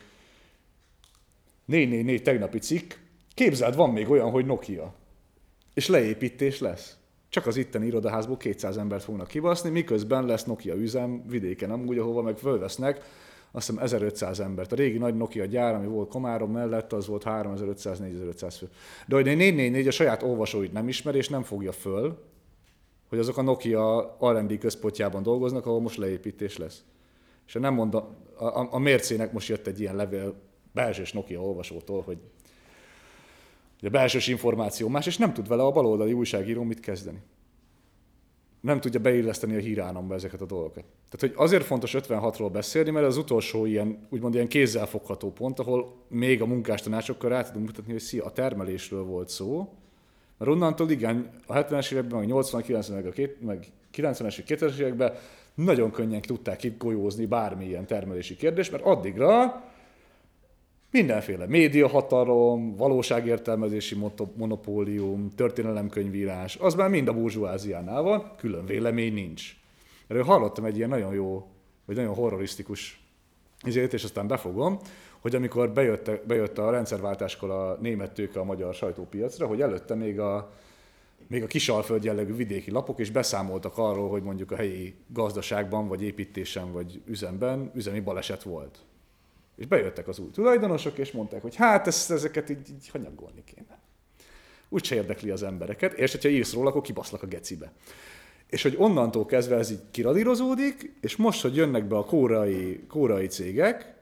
négy négy négy tegnapi cikk, képzeld, van még olyan, hogy Nokia. És leépítés lesz. Csak az itteni irodaházból kétszáz embert fognak kibaszni, miközben lesz Nokia üzem vidéken, amúgy, ahova meg fölvesznek, azt hiszem ezerötszáz embert. A régi nagy Nokia gyár, ami volt Komárom mellett, az volt háromezer-ötszáz négyezer-ötszáz fő. De hogy négy négy négy a saját olvasóit nem ismer, és nem fogja föl, hogy azok a Nokia er and dé központjában dolgoznak, ahol most leépítés lesz. És nem mondom, a, a, a Mércének most jött egy ilyen levél belsős Nokia olvasótól, hogy a belsős információ más, és nem tud vele a baloldali újságíró mit kezdeni. Nem tudja beilleszteni a hírállamba ezeket a dolgokat. Tehát, hogy azért fontos ötvenhatról beszélni, mert az utolsó ilyen, úgymond ilyen kézzelfogható pont, ahol még a munkástanácsokkal rá tudunk mutatni, hogy szia, a termelésről volt szó. Mert onnantól igen, a hetvenes években, meg nyolcvan, kilencven, meg kilencvenes, kétezres években nagyon könnyen tudták itt golyózni bármilyen termelési kérdés, mert addigra mindenféle médiahatalom, valóságértelmezési monopólium, történelemkönyvírás, az már mind a burzsóáziánál van, külön vélemény nincs. Erről hallottam egy ilyen nagyon jó, vagy nagyon horrorisztikus izét, és aztán befogom, hogy amikor bejött, bejött a rendszerváltáskor a német tőke a magyar sajtópiacra, hogy előtte még a, még a Kisalföld jellegű vidéki lapok is beszámoltak arról, hogy mondjuk a helyi gazdaságban, vagy építésen, vagy üzemben üzemi baleset volt. És bejöttek az új tulajdonosok, és mondták, hogy hát ezt, ezeket így, így hanyagolni kéne. Úgyse érdekli az embereket, és hogyha írsz róla, akkor kibaszlak a gecibe. És hogy onnantól kezdve ez így kiradírozódik, és most, hogy jönnek be a kórai, kórai cégek,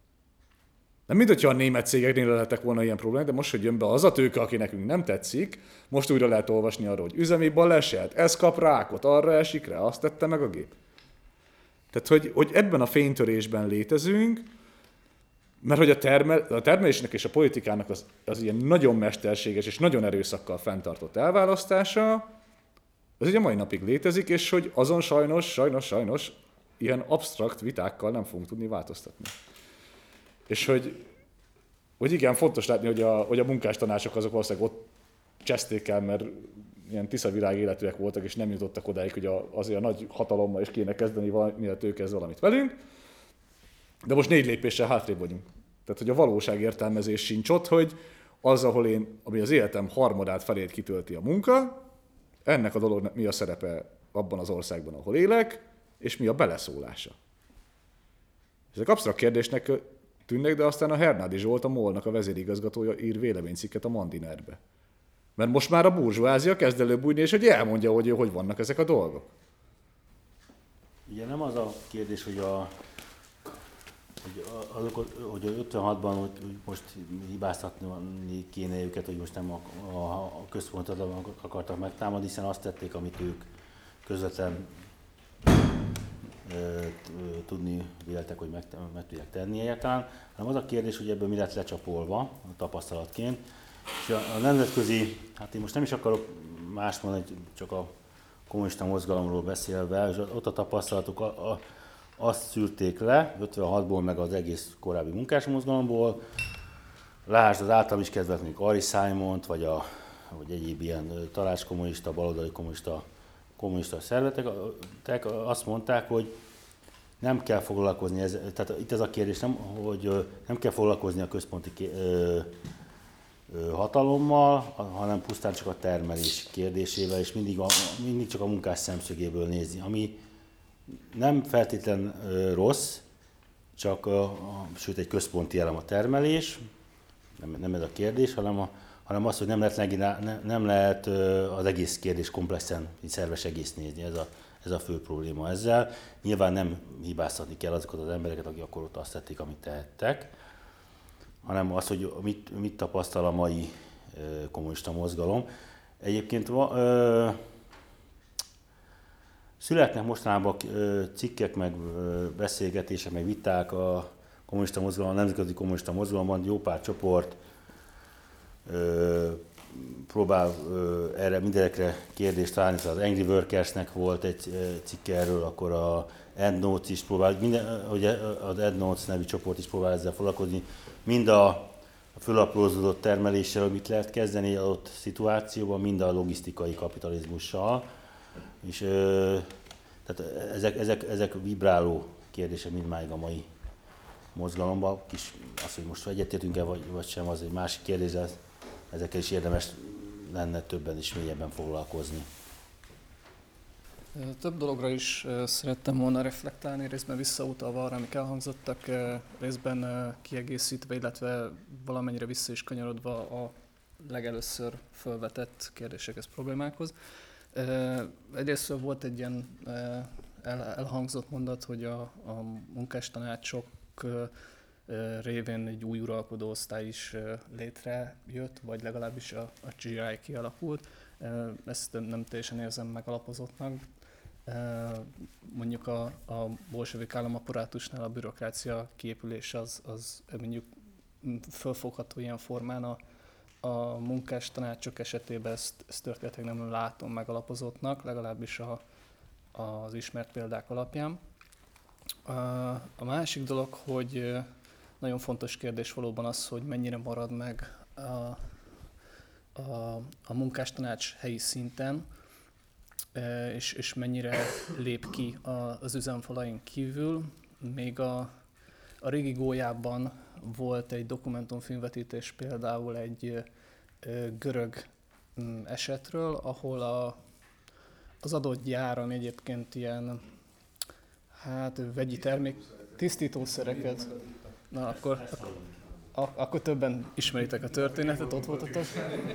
nem mint hogyha a német cégeknél lehettek volna ilyen problémák, de most, hogy jön be az a tőke, aki nekünk nem tetszik, most újra lehet olvasni arról, hogy üzemi baleset, ez kap rákot, arra esik rá, azt tette meg a gép. Tehát, hogy, hogy ebben a fénytörésben létezünk, mert hogy a, termel, a termelésnek és a politikának az, az ilyen nagyon mesterséges és nagyon erőszakkal fenntartott elválasztása, az ugye mai napig létezik, és hogy azon sajnos, sajnos, sajnos ilyen absztrakt vitákkal nem fogunk tudni változtatni. És hogy, hogy igen, fontos látni, hogy a, hogy a munkástanácsok azok valószínűleg ott cseszték el, mert ilyen tiszavirág életűek voltak, és nem jutottak odáig, hogy a, azért a nagy hatalommal is kéne kezdeni, mielőtt ő kezd valamit velünk. De most négy lépéssel hátrébb vagyunk. Tehát, hogy a valóság értelmezés sincs ott, hogy az, ahol én, ami az életem harmadát felét kitölti a munka, ennek a dolognak mi a szerepe abban az országban, ahol élek, és mi a beleszólása. Ezek absztrakt kérdésnek tűnnek, de aztán a Hernádi Zsolt, a MOL-nak a vezérigazgatója ír véleménycikket a Mandinerbe. Mert most már a burzsóázia kezd előbújni, és hogy elmondja, hogy hogy vannak ezek a dolgok. Ugye nem az a kérdés, hogy a hogy, azok, hogy ötvenhatban hogy most hibáztatni kéne őket, hogy most nem a, a, a központot akartak megtámadni, hiszen azt tették, amit ők közvetlen tudni véltek, hogy meg, meg tudják tenni egyáltalán, hanem az a kérdés, hogy ebből mi lett lecsapolva a tapasztalatként. És a, a nemzetközi, hát én most nem is akarok más mondani, csak a kommunista mozgalomról beszélve, és ott a tapasztalatok a, a, azt szűrték le, ötvenhatból meg az egész korábbi munkásmozgalomból. Lásd az általam is kedvelt mondjuk Ari Simont, vagy, a, vagy egyéb ilyen tanácskommunista, baloldali kommunista, kommunista szervezetek azt mondták, hogy nem kell foglalkozni, ez, tehát itt ez a kérdés, nem, hogy nem kell foglalkozni a központi ö, ö, hatalommal, hanem pusztán csak a termelés kérdésével, és mindig, a, mindig csak a munkás szemszögéből nézni, ami nem feltétlen ö, rossz, csak a, a, sőt egy központi elem a termelés, nem, nem ez a kérdés, hanem, a, hanem az, hogy nem lehet, nem, nem lehet ö, az egész kérdés komplexen, szerves egész nézni, ez a, ez a fő probléma ezzel. Nyilván nem hibáztatni kell azokat az embereket, akik akkor ott azt tették, amit tehettek, hanem az, hogy mit, mit tapasztal a mai ö, kommunista mozgalom. Egyébként va, ö, születnek mostanában ö, cikkek, meg ö, beszélgetések, meg viták a kommunista mozgalom, a nemzetközi kommunista mozgalomban, jó pár csoport ö, próbál ö, erre mindenekre kérdést találni, az Angry Workersnek volt egy ö, cikke erről, akkor a EndNotes is próbál, minden, ugye az EndNotes nevű csoport is próbál ezzel foglalkozni, mind a, a fölaprózódott termeléssel, mit lehet kezdeni adott szituációban, mind a logisztikai kapitalizmussal. És ö, tehát ezek, ezek, ezek vibráló kérdések mindmáig a mai mozgalomban. Kis, az, hogy most egyetértünk-e vagy, vagy sem, az egy másik kérdés, de ezekkel is érdemes lenne többen is mélyebben foglalkozni. Több dologra is szerettem volna reflektálni, részben visszautalva arra, amik elhangzottak, részben kiegészítve, illetve valamennyire vissza is kanyarodva a legelőször felvetett kérdésekhez, problémákhoz. Egyrészt volt egy ilyen elhangzott mondat, hogy a, a munkástanácsok révén egy új uralkodó osztály is létrejött, vagy legalábbis a, a gé i kialakult. Ezt nem teljesen érzem megalapozottnak. Mondjuk a, a bolsevik államaparátusnál a bürokrácia kiépülése az, az mondjuk fölfogható ilyen formán a, a munkástanácsok esetében ezt, ezt történetileg nem látom megalapozottnak, legalábbis a, az ismert példák alapján. A, a másik dolog, hogy nagyon fontos kérdés valóban az, hogy mennyire marad meg a, a, a munkástanács helyi szinten, és, és mennyire lép ki az üzemfalain kívül. Még a, a régi Gólyában volt egy dokumentumfilmvetítés például egy görög esetről, ahol a, az adott gyáron egyébként ilyen hát vegyi termék, tisztítószereket, na akkor, akkor, akkor többen ismeritek a történetet, ott voltatok.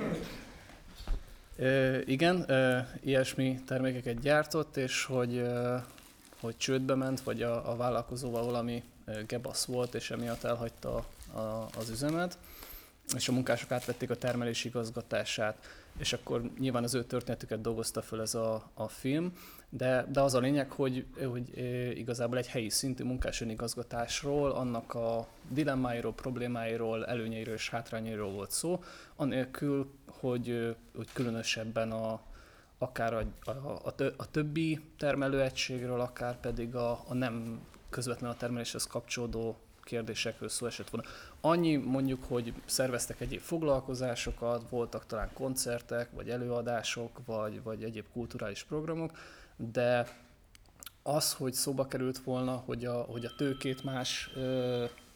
E, igen, e, ilyesmi termékeket gyártott, és hogy, e, hogy csődbe ment, vagy a, a vállalkozóval valami e, gebasz volt, és emiatt elhagyta a, a, az üzemet, és a munkások átvették a termelés igazgatását, és akkor nyilván az ő történetüket dolgozta föl ez a, a film, de, de az a lényeg, hogy, hogy igazából egy helyi szintű munkás önigazgatásról, annak a dilemmáiról, problémáiról, előnyeiről és hátrányairól volt szó, anélkül, hogy, hogy különösebben a, akár a, a, a többi termelőegységről, akár pedig a, a nem közvetlenül a termeléshez kapcsolódó kérdésekről szó esett volna. Annyi mondjuk, hogy szerveztek egyéb foglalkozásokat, voltak talán koncertek, vagy előadások, vagy, vagy egyéb kulturális programok, de az, hogy szóba került volna, hogy a, hogy a tőkét más ö,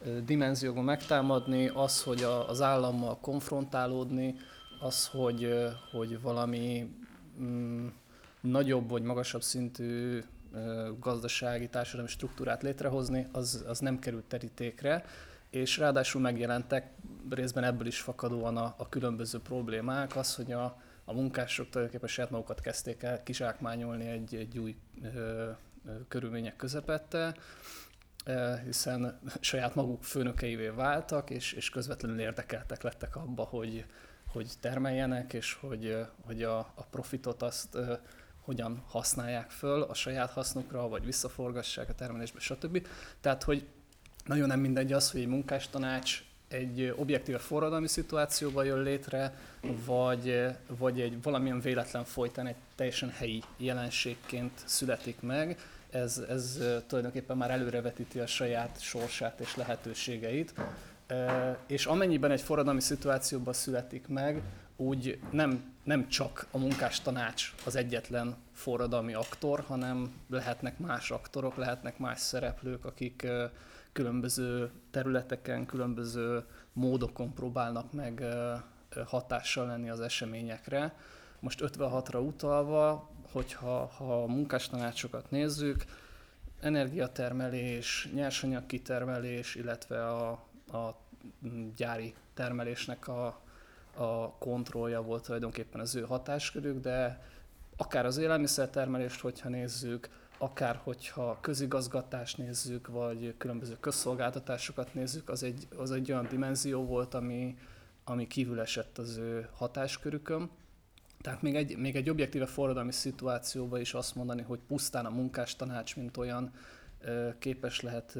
dimenziókban megtámadni, az, hogy az állammal konfrontálódni, az, hogy, hogy valami mm, nagyobb vagy magasabb szintű gazdasági, társadalmi struktúrát létrehozni, az, az nem került terítékre, és ráadásul megjelentek részben ebből is fakadóan a, a különböző problémák, az, hogy a, a munkások tulajdonképpen saját magukat kezdték el kizsákmányolni egy, egy új ö, ö, körülmények közepette, ö, hiszen saját maguk főnökeivé váltak, és, és közvetlenül érdekeltek lettek abba, hogy, hogy termeljenek, és hogy, hogy a, a profitot azt ö, hogyan használják föl a saját hasznukra, vagy visszaforgassák a termelésbe, stb. Tehát, hogy nagyon nem mindegy az, hogy egy munkástanács egy objektíve forradalmi szituációban jön létre, vagy, vagy egy valamilyen véletlen folytán egy teljesen helyi jelenségként születik meg. Ez, ez tulajdonképpen már előrevetíti a saját sorsát és lehetőségeit. És amennyiben egy forradalmi szituációban születik meg, úgy nem, nem csak a munkástanács az egyetlen forradalmi aktor, hanem lehetnek más aktorok, lehetnek más szereplők, akik különböző területeken, különböző módokon próbálnak meg hatással lenni az eseményekre. Most ötvenhatra utalva, hogyha ha a munkástanácsokat nézzük, energiatermelés, nyersanyagkitermelés, illetve a, a gyári termelésnek a, a kontrollja volt tulajdonképpen az ő hatáskörük, de akár az élelmiszertermelést, hogyha nézzük, akár hogyha közigazgatást nézzük, vagy különböző közszolgáltatásokat nézzük, az egy, az egy olyan dimenzió volt, ami, ami kívül esett az ő hatáskörükön. Tehát még egy, még egy objektíve forradalmi szituációban is azt mondani, hogy pusztán a munkástanács, mint olyan képes lehet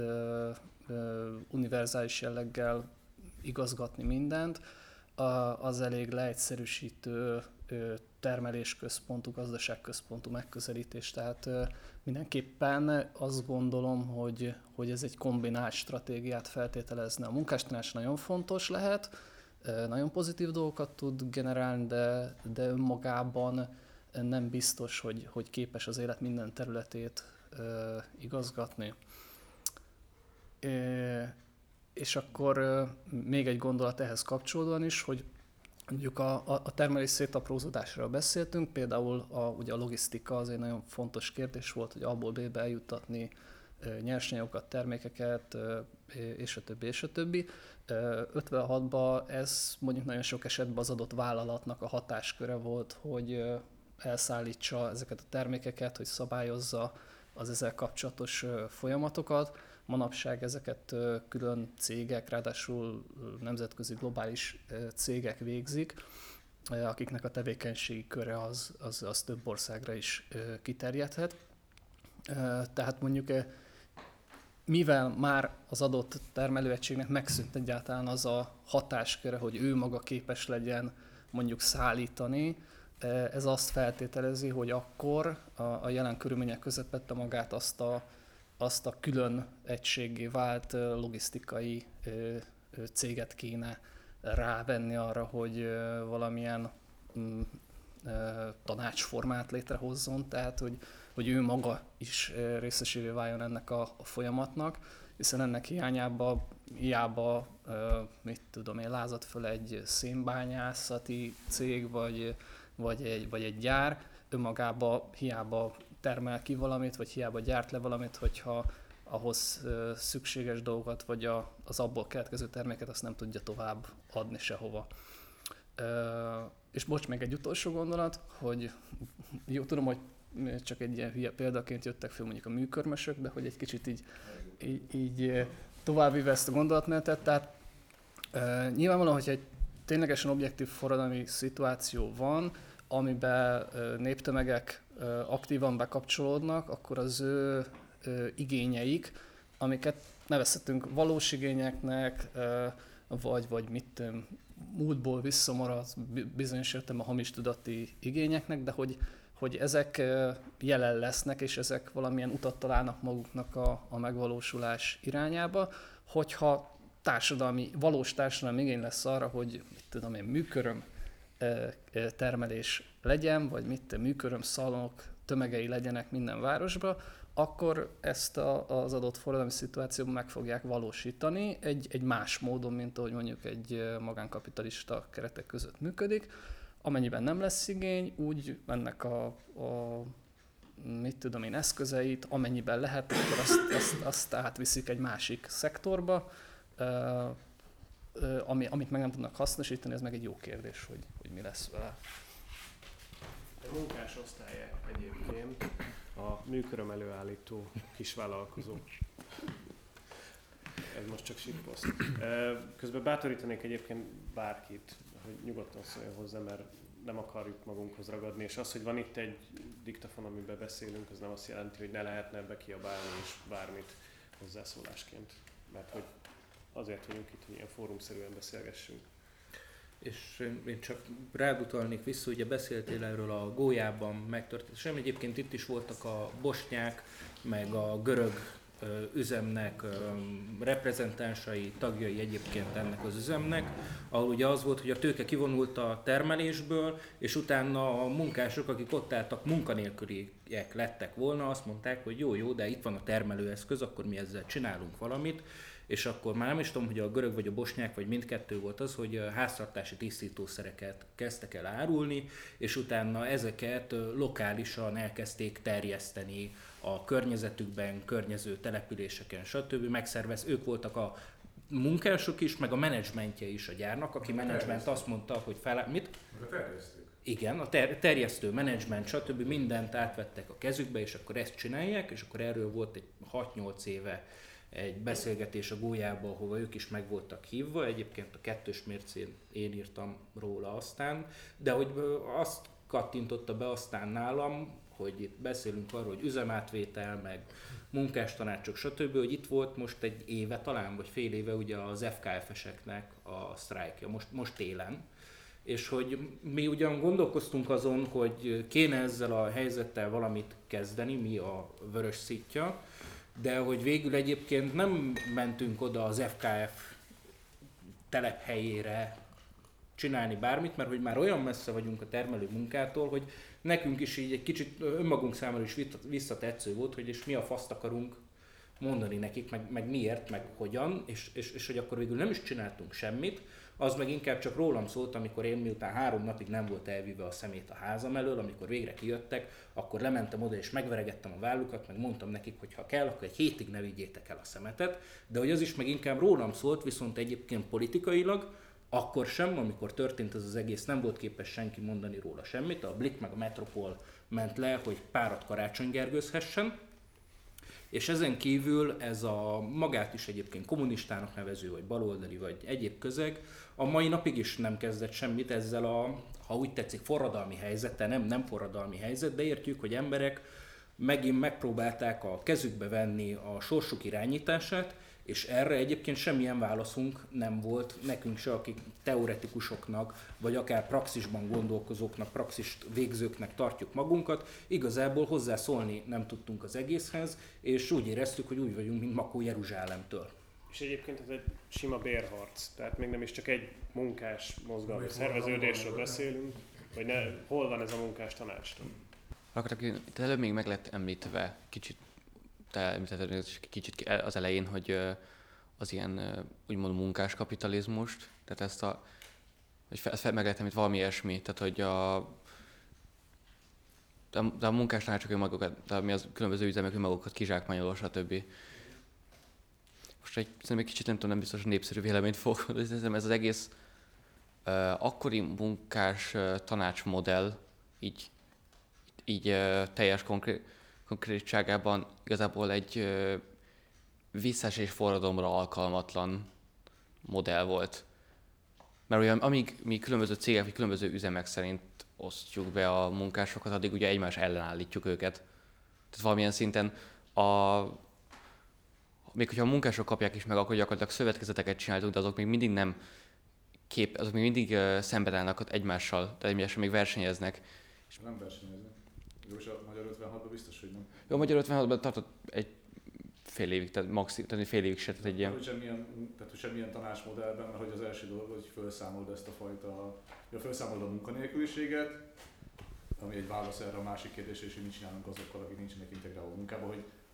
univerzális jelleggel igazgatni mindent, az elég leegyszerűsítő termelésközpontú, gazdaságközpontú megközelítés. Tehát mindenképpen azt gondolom, hogy, hogy ez egy kombinált stratégiát feltételezne. A munkástanács nagyon fontos lehet, nagyon pozitív dolgokat tud generálni, de, de önmagában nem biztos, hogy, hogy képes az élet minden területét igazgatni. És akkor még egy gondolat ehhez kapcsolódóan is, hogy mondjuk a, a termelés szétaprózódásról beszéltünk, például a, ugye a logisztika az egy nagyon fontos kérdés volt, hogy A-ból B-be eljuttatni nyersanyagokat, termékeket, és a többi, és a többi. ötvenhatban ez mondjuk nagyon sok esetben az adott vállalatnak a hatásköre volt, hogy elszállítsa ezeket a termékeket, hogy szabályozza az ezzel kapcsolatos folyamatokat. Manapság ezeket külön cégek, ráadásul nemzetközi globális cégek végzik, akiknek a tevékenységi köre az, az, az több országra is kiterjedhet. Tehát mondjuk mivel már az adott termelőegységnek megszűnt egyáltalán az a hatásköre, hogy ő maga képes legyen mondjuk szállítani, ez azt feltételezi, hogy akkor a, a jelen körülmények közepette magát azt a, azt a külön egységgé vált logisztikai céget kéne rávenni arra, hogy valamilyen tanácsformát létrehozzon, tehát hogy, hogy ő maga is részesévé váljon ennek a, a folyamatnak, hiszen ennek hiányában hiába, mit tudom én, lázadt föl egy szénbányászati cég, vagy, vagy, egy, vagy egy gyár, önmagában hiába termel ki valamit, vagy hiába gyárt le valamit, hogyha ahhoz szükséges dolgokat, vagy a, az abból keletkező terméket azt nem tudja tovább adni sehova. És bocs, még egy utolsó gondolat, hogy jó, tudom, hogy csak egy ilyen hülye példaként jöttek fel mondjuk a műkörmösök, de hogy egy kicsit így, így, így továbbvive ezt a gondolatmenetet. Tehát e, nyilvánvalóan, hogyha egy ténylegesen objektív forradalmi szituáció van, amiben néptömegek aktívan bekapcsolódnak, akkor az ő igényeik, amiket nevezhetünk valós igényeknek, vagy, vagy mit múltból visszamaradt bizonyos értelemben hamis tudati igényeknek, de hogy, hogy ezek jelen lesznek, és ezek valamilyen utat találnak maguknak a, a megvalósulás irányába, hogyha társadalmi, valós társadalmi igény lesz arra, hogy mit tudom én, műköröm termelés legyen, vagy mit műköröm szalonok tömegei legyenek minden városba, akkor ezt a, az adott forradalmi szituációban meg fogják valósítani egy, egy más módon, mint ahogy mondjuk egy magánkapitalista keretek között működik. Amennyiben nem lesz igény, úgy ennek a, a mit tudom én, eszközeit, amennyiben lehet, akkor azt, azt, azt átviszik egy másik szektorba, ami, amit meg nem tudnak hasznosítani, ez meg egy jó kérdés, hogy, hogy mi lesz vele. A munkás osztálya egyébként a műköröm előállító kisvállalkozó. Ez most csak shitpost. Közben bátorítanék egyébként bárkit, hogy nyugodtan szóljon hozzá, mert nem akarjuk magunkhoz ragadni, és az, hogy van itt egy diktafon, amiben beszélünk, az nem azt jelenti, hogy ne lehetne ebbe kiabálni és bármit hozzászólásként. Mert hogy azért vagyunk itt, hogy ilyen fórumszerűen beszélgessünk. És én csak rád utalnék vissza, ugye beszéltél erről a Gólyában megtörtént, sem egyébként itt is voltak a bosnyák, meg a görög üzemnek reprezentánsai, tagjai egyébként ennek az üzemnek, ahol ugye az volt, hogy a tőke kivonult a termelésből, és utána a munkások, akik ott álltak, munkanélküliek lettek volna, azt mondták, hogy jó, jó, de itt van a termelőeszköz, akkor mi ezzel csinálunk valamit, és akkor már nem is tudom, hogy a görög vagy a bosnyák, vagy mindkettő volt az, hogy háztartási tisztítószereket kezdtek el árulni, és utána ezeket lokálisan elkezdték terjeszteni a környezetükben, környező településeken, stb. Megszervez, ők voltak a munkások is, meg a menedzsmentje is a gyárnak, aki menedzsment azt mondta, hogy fel... Mit? A terjesztők. Igen, a ter- terjesztő, menedzsment, stb. Mindent átvettek a kezükbe, és akkor ezt csinálják, és akkor erről volt egy hat-nyolc éve egy beszélgetés a Gólyába, ahova ők is meg voltak hívva, egyébként a kettős mércén én írtam róla aztán, de hogy azt kattintotta be aztán nálam, hogy itt beszélünk arról, hogy üzemátvétel, meg munkástanácsok, stb., hogy itt volt most egy éve talán, vagy fél éve ugye az ef ká ef-eseknek a sztrájkja, most, most télen. És hogy mi ugyan gondolkoztunk azon, hogy kéne ezzel a helyzettel valamit kezdeni, mi a Vörös Szitja, de hogy végül egyébként nem mentünk oda az ef ká ef telephelyére csinálni bármit, mert hogy már olyan messze vagyunk a termelő munkától, hogy nekünk is így egy kicsit önmagunk számára is visszatetsző volt, hogy és mi a faszt akarunk mondani nekik, meg, meg miért, meg hogyan, és, és, és hogy akkor végül nem is csináltunk semmit, az meg inkább csak rólam szólt, amikor én miután három napig nem volt elvíve a szemét a házam elől, amikor végre kijöttek, akkor lementem oda és megveregettem a vállukat, meg mondtam nekik, hogy ha kell, akkor egy hétig ne vigyétek el a szemetet, de hogy az is meg inkább rólam szólt, viszont egyébként politikailag, akkor sem, amikor történt ez az egész, nem volt képes senki mondani róla semmit, a Blik meg a Metropol ment le, hogy párat karácsonygergőzhessen, és ezen kívül ez a magát is egyébként kommunistának nevező, vagy baloldali, vagy egyéb közeg, a mai napig is nem kezdett semmit ezzel a, ha úgy tetszik, forradalmi helyzettel, nem, nem forradalmi helyzet, de értjük, hogy emberek megint megpróbálták a kezükbe venni a sorsuk irányítását, és erre egyébként semmilyen válaszunk nem volt nekünk se, akik teoretikusoknak, vagy akár praxisban gondolkozóknak, praxist végzőknek tartjuk magunkat. Igazából hozzászólni nem tudtunk az egészhez, és úgy éreztük, hogy úgy vagyunk, mint Makó Jeruzsálemtől. És egyébként ez egy sima bérharc, tehát még nem is csak egy munkás mozgalmi szerveződésről beszélünk, vagy ne, hol van ez a munkás tanács? Akkor itt előbb még meg lett említve kicsit, te említetted kicsit az elején, hogy az ilyen úgymond munkáskapitalizmust, tehát ezt a, hogy ezt meg lehet említeni valami ilyesmi, tehát hogy a de a munkástanácsok önmagukat, de mi az különböző üzemek önmagukat kizsákmányolva, stb. Most egy, szerintem egy kicsit nem tudom, nem biztos, hogy népszerű véleményt fogok mondani, ez az egész uh, akkori munkás uh, tanácsmodell így, így uh, teljes konkrét, konkrétságában igazából egy uh, visszaesés forradalomra alkalmatlan modell volt. Mert ugye amíg mi különböző cégek, vagy különböző üzemek szerint osztjuk be a munkásokat, addig ugye egymás ellen állítjuk őket. Tehát valamilyen szinten a még hogyha a munkások kapják is meg, akkor gyakorlatilag szövetkezeteket csináltunk, de azok még mindig nem kép, azok még mindig uh, szemben állnak egymással, tehát egymással még versenyeznek. És nem versenyeznek. Jó, és a Magyar ötvenhatban biztos, hogy nem. Jó, a Magyar ötvenhatban tartott egy fél évig, tehát maximum, tehát fél évig se, tehát egy ilyen... Hogy semmilyen, tehát hogy semmilyen tanácsmodellben, mert hogy az első dolog, hogy felszámolod ezt a fajta, hogy felszámolod a munkanélküliséget, ami egy válasz erre a másik kérdésre is, hogy mit csinálunk azokkal, akik nincsenek integrálva munkában, hogy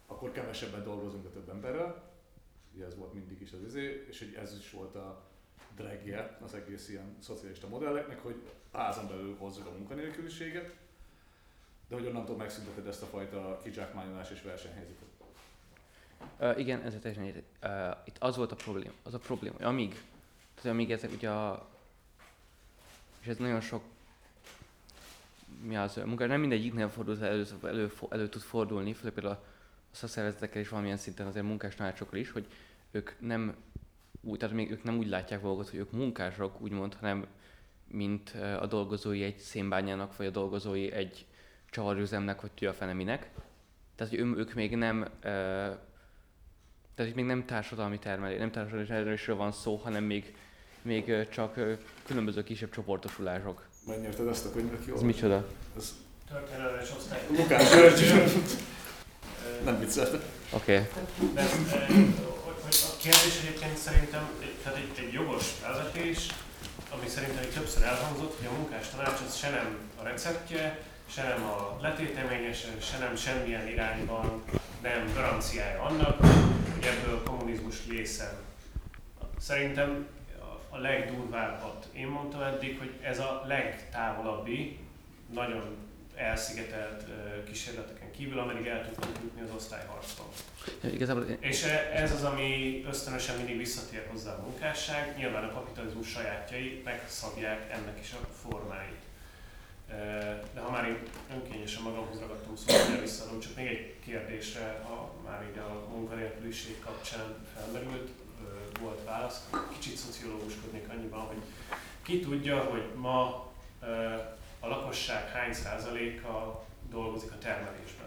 akkor kevesebben dolgozunk a több emberrel, ugye ez volt mindig is az izé, és hogy ez is volt a dragje az egész ilyen szocialista modelleknek, hogy házon belül hozzuk a munkanélküliséget, de hogy onnantól megszünteted ezt a fajta kizsákmányolás és versenyhelyzetet. Uh, igen, ez teljesen érted. Uh, itt az volt a probléma, az a probléma, hogy amíg, tehát amíg ezek ugye a, és ez nagyon sok, mi az, munka, nem mindegyiknél fordul, elő, elő, elő, elő tud fordulni, főleg például a szakszervezetekkel és valamilyen szinten azért munkástanácsokkal is, hogy ők nem úgy, tehát még ők nem úgy látják magukat, hogy ők munkások, úgymond, hanem mint a dolgozói egy szénbányának, vagy a dolgozói egy csavarüzemnek, vagy tudja a fene minek. Tehát, hogy ők még nem, tehát még nem társadalmi termelés, nem társadalmi termelésről van szó, hanem még, még csak különböző kisebb csoportosulások. Megnyerted ezt a könyvet, jó? Ez micsoda? Ez Történelmes osztály. Lukács György. Nem vicceltem. Oké. Okay. De a kérdés egyébként szerintem tehát egy, egy jogos felvetés, ami szerintem egy többször elhangzott, hogy a munkástanács az se nem a receptje, se nem a letéteményese, se nem semmilyen irányban nem garanciája annak, hogy ebből kommunizmus lészen. Szerintem a legdurvábbat én mondtam eddig, hogy ez a legtávolabbi, nagyon elszigetelt kísérleteken kívül, ameddig el tudnak jutni az osztályharcban. Ja, igazából... És ez az, ami ösztönösen mindig visszatér hozzá a munkásság, nyilván a kapitalizmus sajátjai megszabják ennek is a formáit. De ha már én önkényesen magamhoz ragadtam, szóval visszaadom, csak még egy kérdésre, ha már így a munkanélküliség kapcsán felmerült, volt válasz. Kicsit szociológuskodnék annyiban, hogy ki tudja, hogy ma a lakosság hány százaléka dolgozik a termelésben.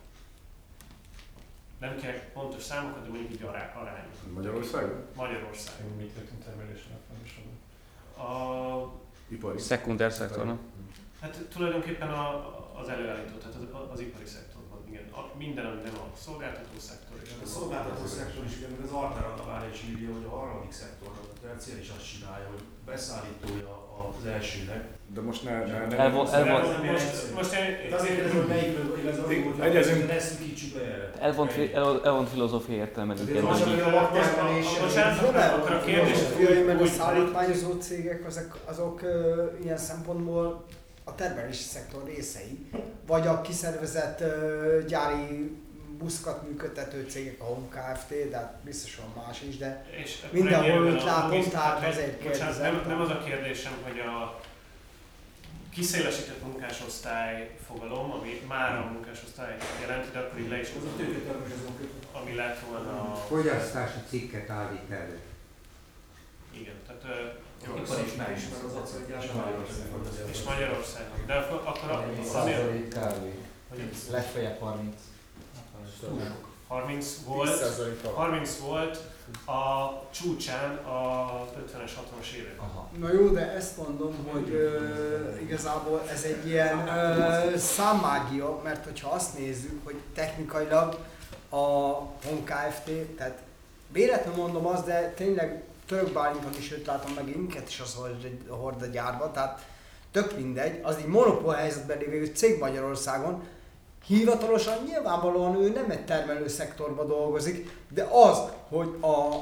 Nem kell pontos számokat, de mondjuk így arány. Magyarországon? Magyarországon. Mit értünk termelésen a A ipari. Szekunder szektor, nem? Hát tulajdonképpen a, az előállító, tehát az, az ipari szektorban, igen. A, minden, ami nem a szolgáltató szektor. És a szolgáltató szektor is, mert az Artár Andavár is írja, hogy a harmadik szektornak a terciár is azt csinálja, hogy beszállítója az elsőnek. De most ne... ne, ne Elvo- elvo- most, most én... azért kérdezem, hogy melyikről igazán, hogy ne szűkítsük erre. Elvont, el, elvont filozófiai értelmet. Bocsánat, a kérdés... Meg a szállítmányozó cégek, azok, azok uh, ilyen szempontból a termelési szektor részei, vagy a kiszervezett uh, gyári buszkat működtető cégek, a Home Kft., de hát biztos van más is, de mindenhol őt látom, tehát azért kérdezem. Nem, nem az a kérdésem, hogy a kiszélesített munkásosztály fogalom, ami már a munkásosztály jelenti, de akkor így le is ami lett volna a... Fogyasztási cikket állít elő. Igen, tehát... Ipar is már is az acélgyár, és Magyarországon. De akkor, akkor a... százalék kávé. Legfeljebb harminc. harminc volt, harminc volt a csúcsán az ötvenes, hatvanas évek. Na jó, de ezt mondom, hogy ö, igazából ez egy ilyen ö, számmágia, mert hogyha azt nézzük, hogy technikailag a Home Kft., tehát véletlenül mondom azt, de tényleg Török Bálinton is őt látom meg, minket is az a Horda gyárba, tehát tök mindegy, az egy monopól helyzetben lévő cég Magyarországon, hivatalosan nyilvánvalóan ő nem egy termelő szektorban dolgozik, de az, hogy a,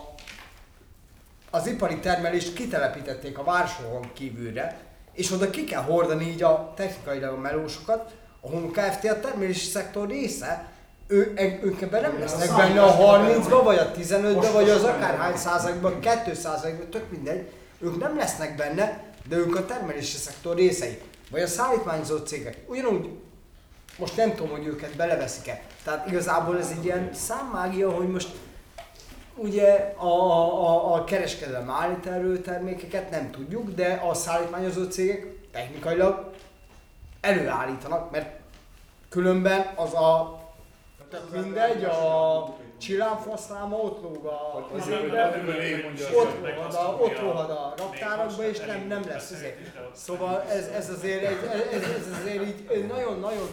az ipari termelést kitelepítették a városon kívülre, és oda ki kell hordani így a technikailag a melósokat, a Home Kft. A termelési szektor része, ő, ők ebben nem lesznek benne a harmincba, vagy a tizenötbe, vagy az akárhány százalékban, kettő százalékban, tök mindegy, ők nem lesznek benne, de ők a termelési szektor részei, vagy a szállítmányozó cégek. Ugyanúgy most nem tudom, hogy őket beleveszik-e. Tehát igazából ez egy ilyen számmágia, hogy most ugye a, a, a kereskedelem állít elő termékeket, nem tudjuk, de a szállítmányozó cégek technikailag előállítanak, mert különben az a mindegy, a csillámfaszláma ott lóg a azért, ott rohad a, ott rohad a raktárakba, és nem, nem lesz azért. Szóval ez, ez azért egy, ez, ez azért így nagyon-nagyon,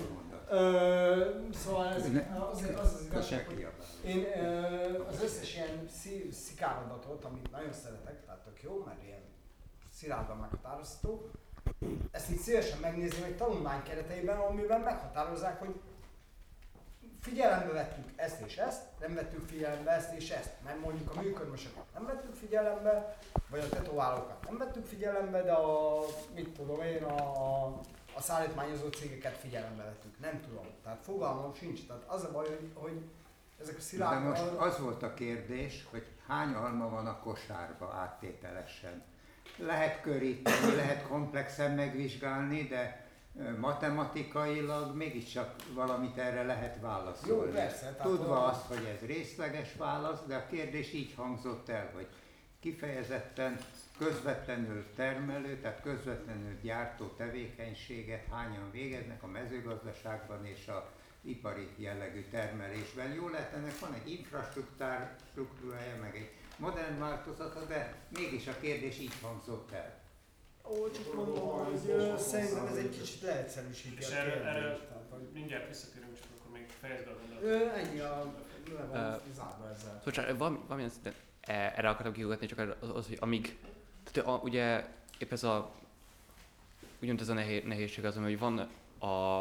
szóval ez azért az az igazság, hogy én az összes ilyen szikáradatot, amit nagyon szeretek, tehát tök jó, mert ilyen szilárdan meghatározható, ezt így szívesen megnézném egy tanulmány kereteiben, amiben meghatározzák, hogy figyelembe vettük ezt és ezt, nem vettük figyelembe ezt és ezt, mert mondjuk a működmösöket nem vettük figyelembe, vagy a tetoválókat nem vettük figyelembe, de a, mit tudom én, a, a szállítmányozó cégeket figyelembe vettük, nem tudom, tehát fogalmam sincs, tehát az a baj, hogy, hogy ezek a szilárd... De most az volt a kérdés, hogy hány alma van a kosárba áttételesen. Lehet köríteni, lehet komplexen megvizsgálni, de matematikailag mégiscsak valamit erre lehet válaszolni. Jó, persze. Tudva azt, hogy ez részleges válasz, de a kérdés így hangzott el, hogy kifejezetten közvetlenül termelő, tehát közvetlenül gyártó tevékenységet hányan végeznek a mezőgazdaságban és a ipari jellegű termelésben. Jó lehet, ennek van egy infrastruktúrája, meg egy modern változata, de mégis a kérdés így hangzott el. Ó, csak mondom, hogy szerintem ez egy kicsit leegyszerűsíti a kérdést. És erre mindjárt visszatérünk, csak akkor még fejezd be a gondolatot. Ennyi a... zárva ezzel. Szóval csak valamilyen szinten erre akartam kiugatni, csak az, az hogy amíg, tehát a, ugye épp ez a, úgymond ez a nehéz, nehézség az, hogy van a,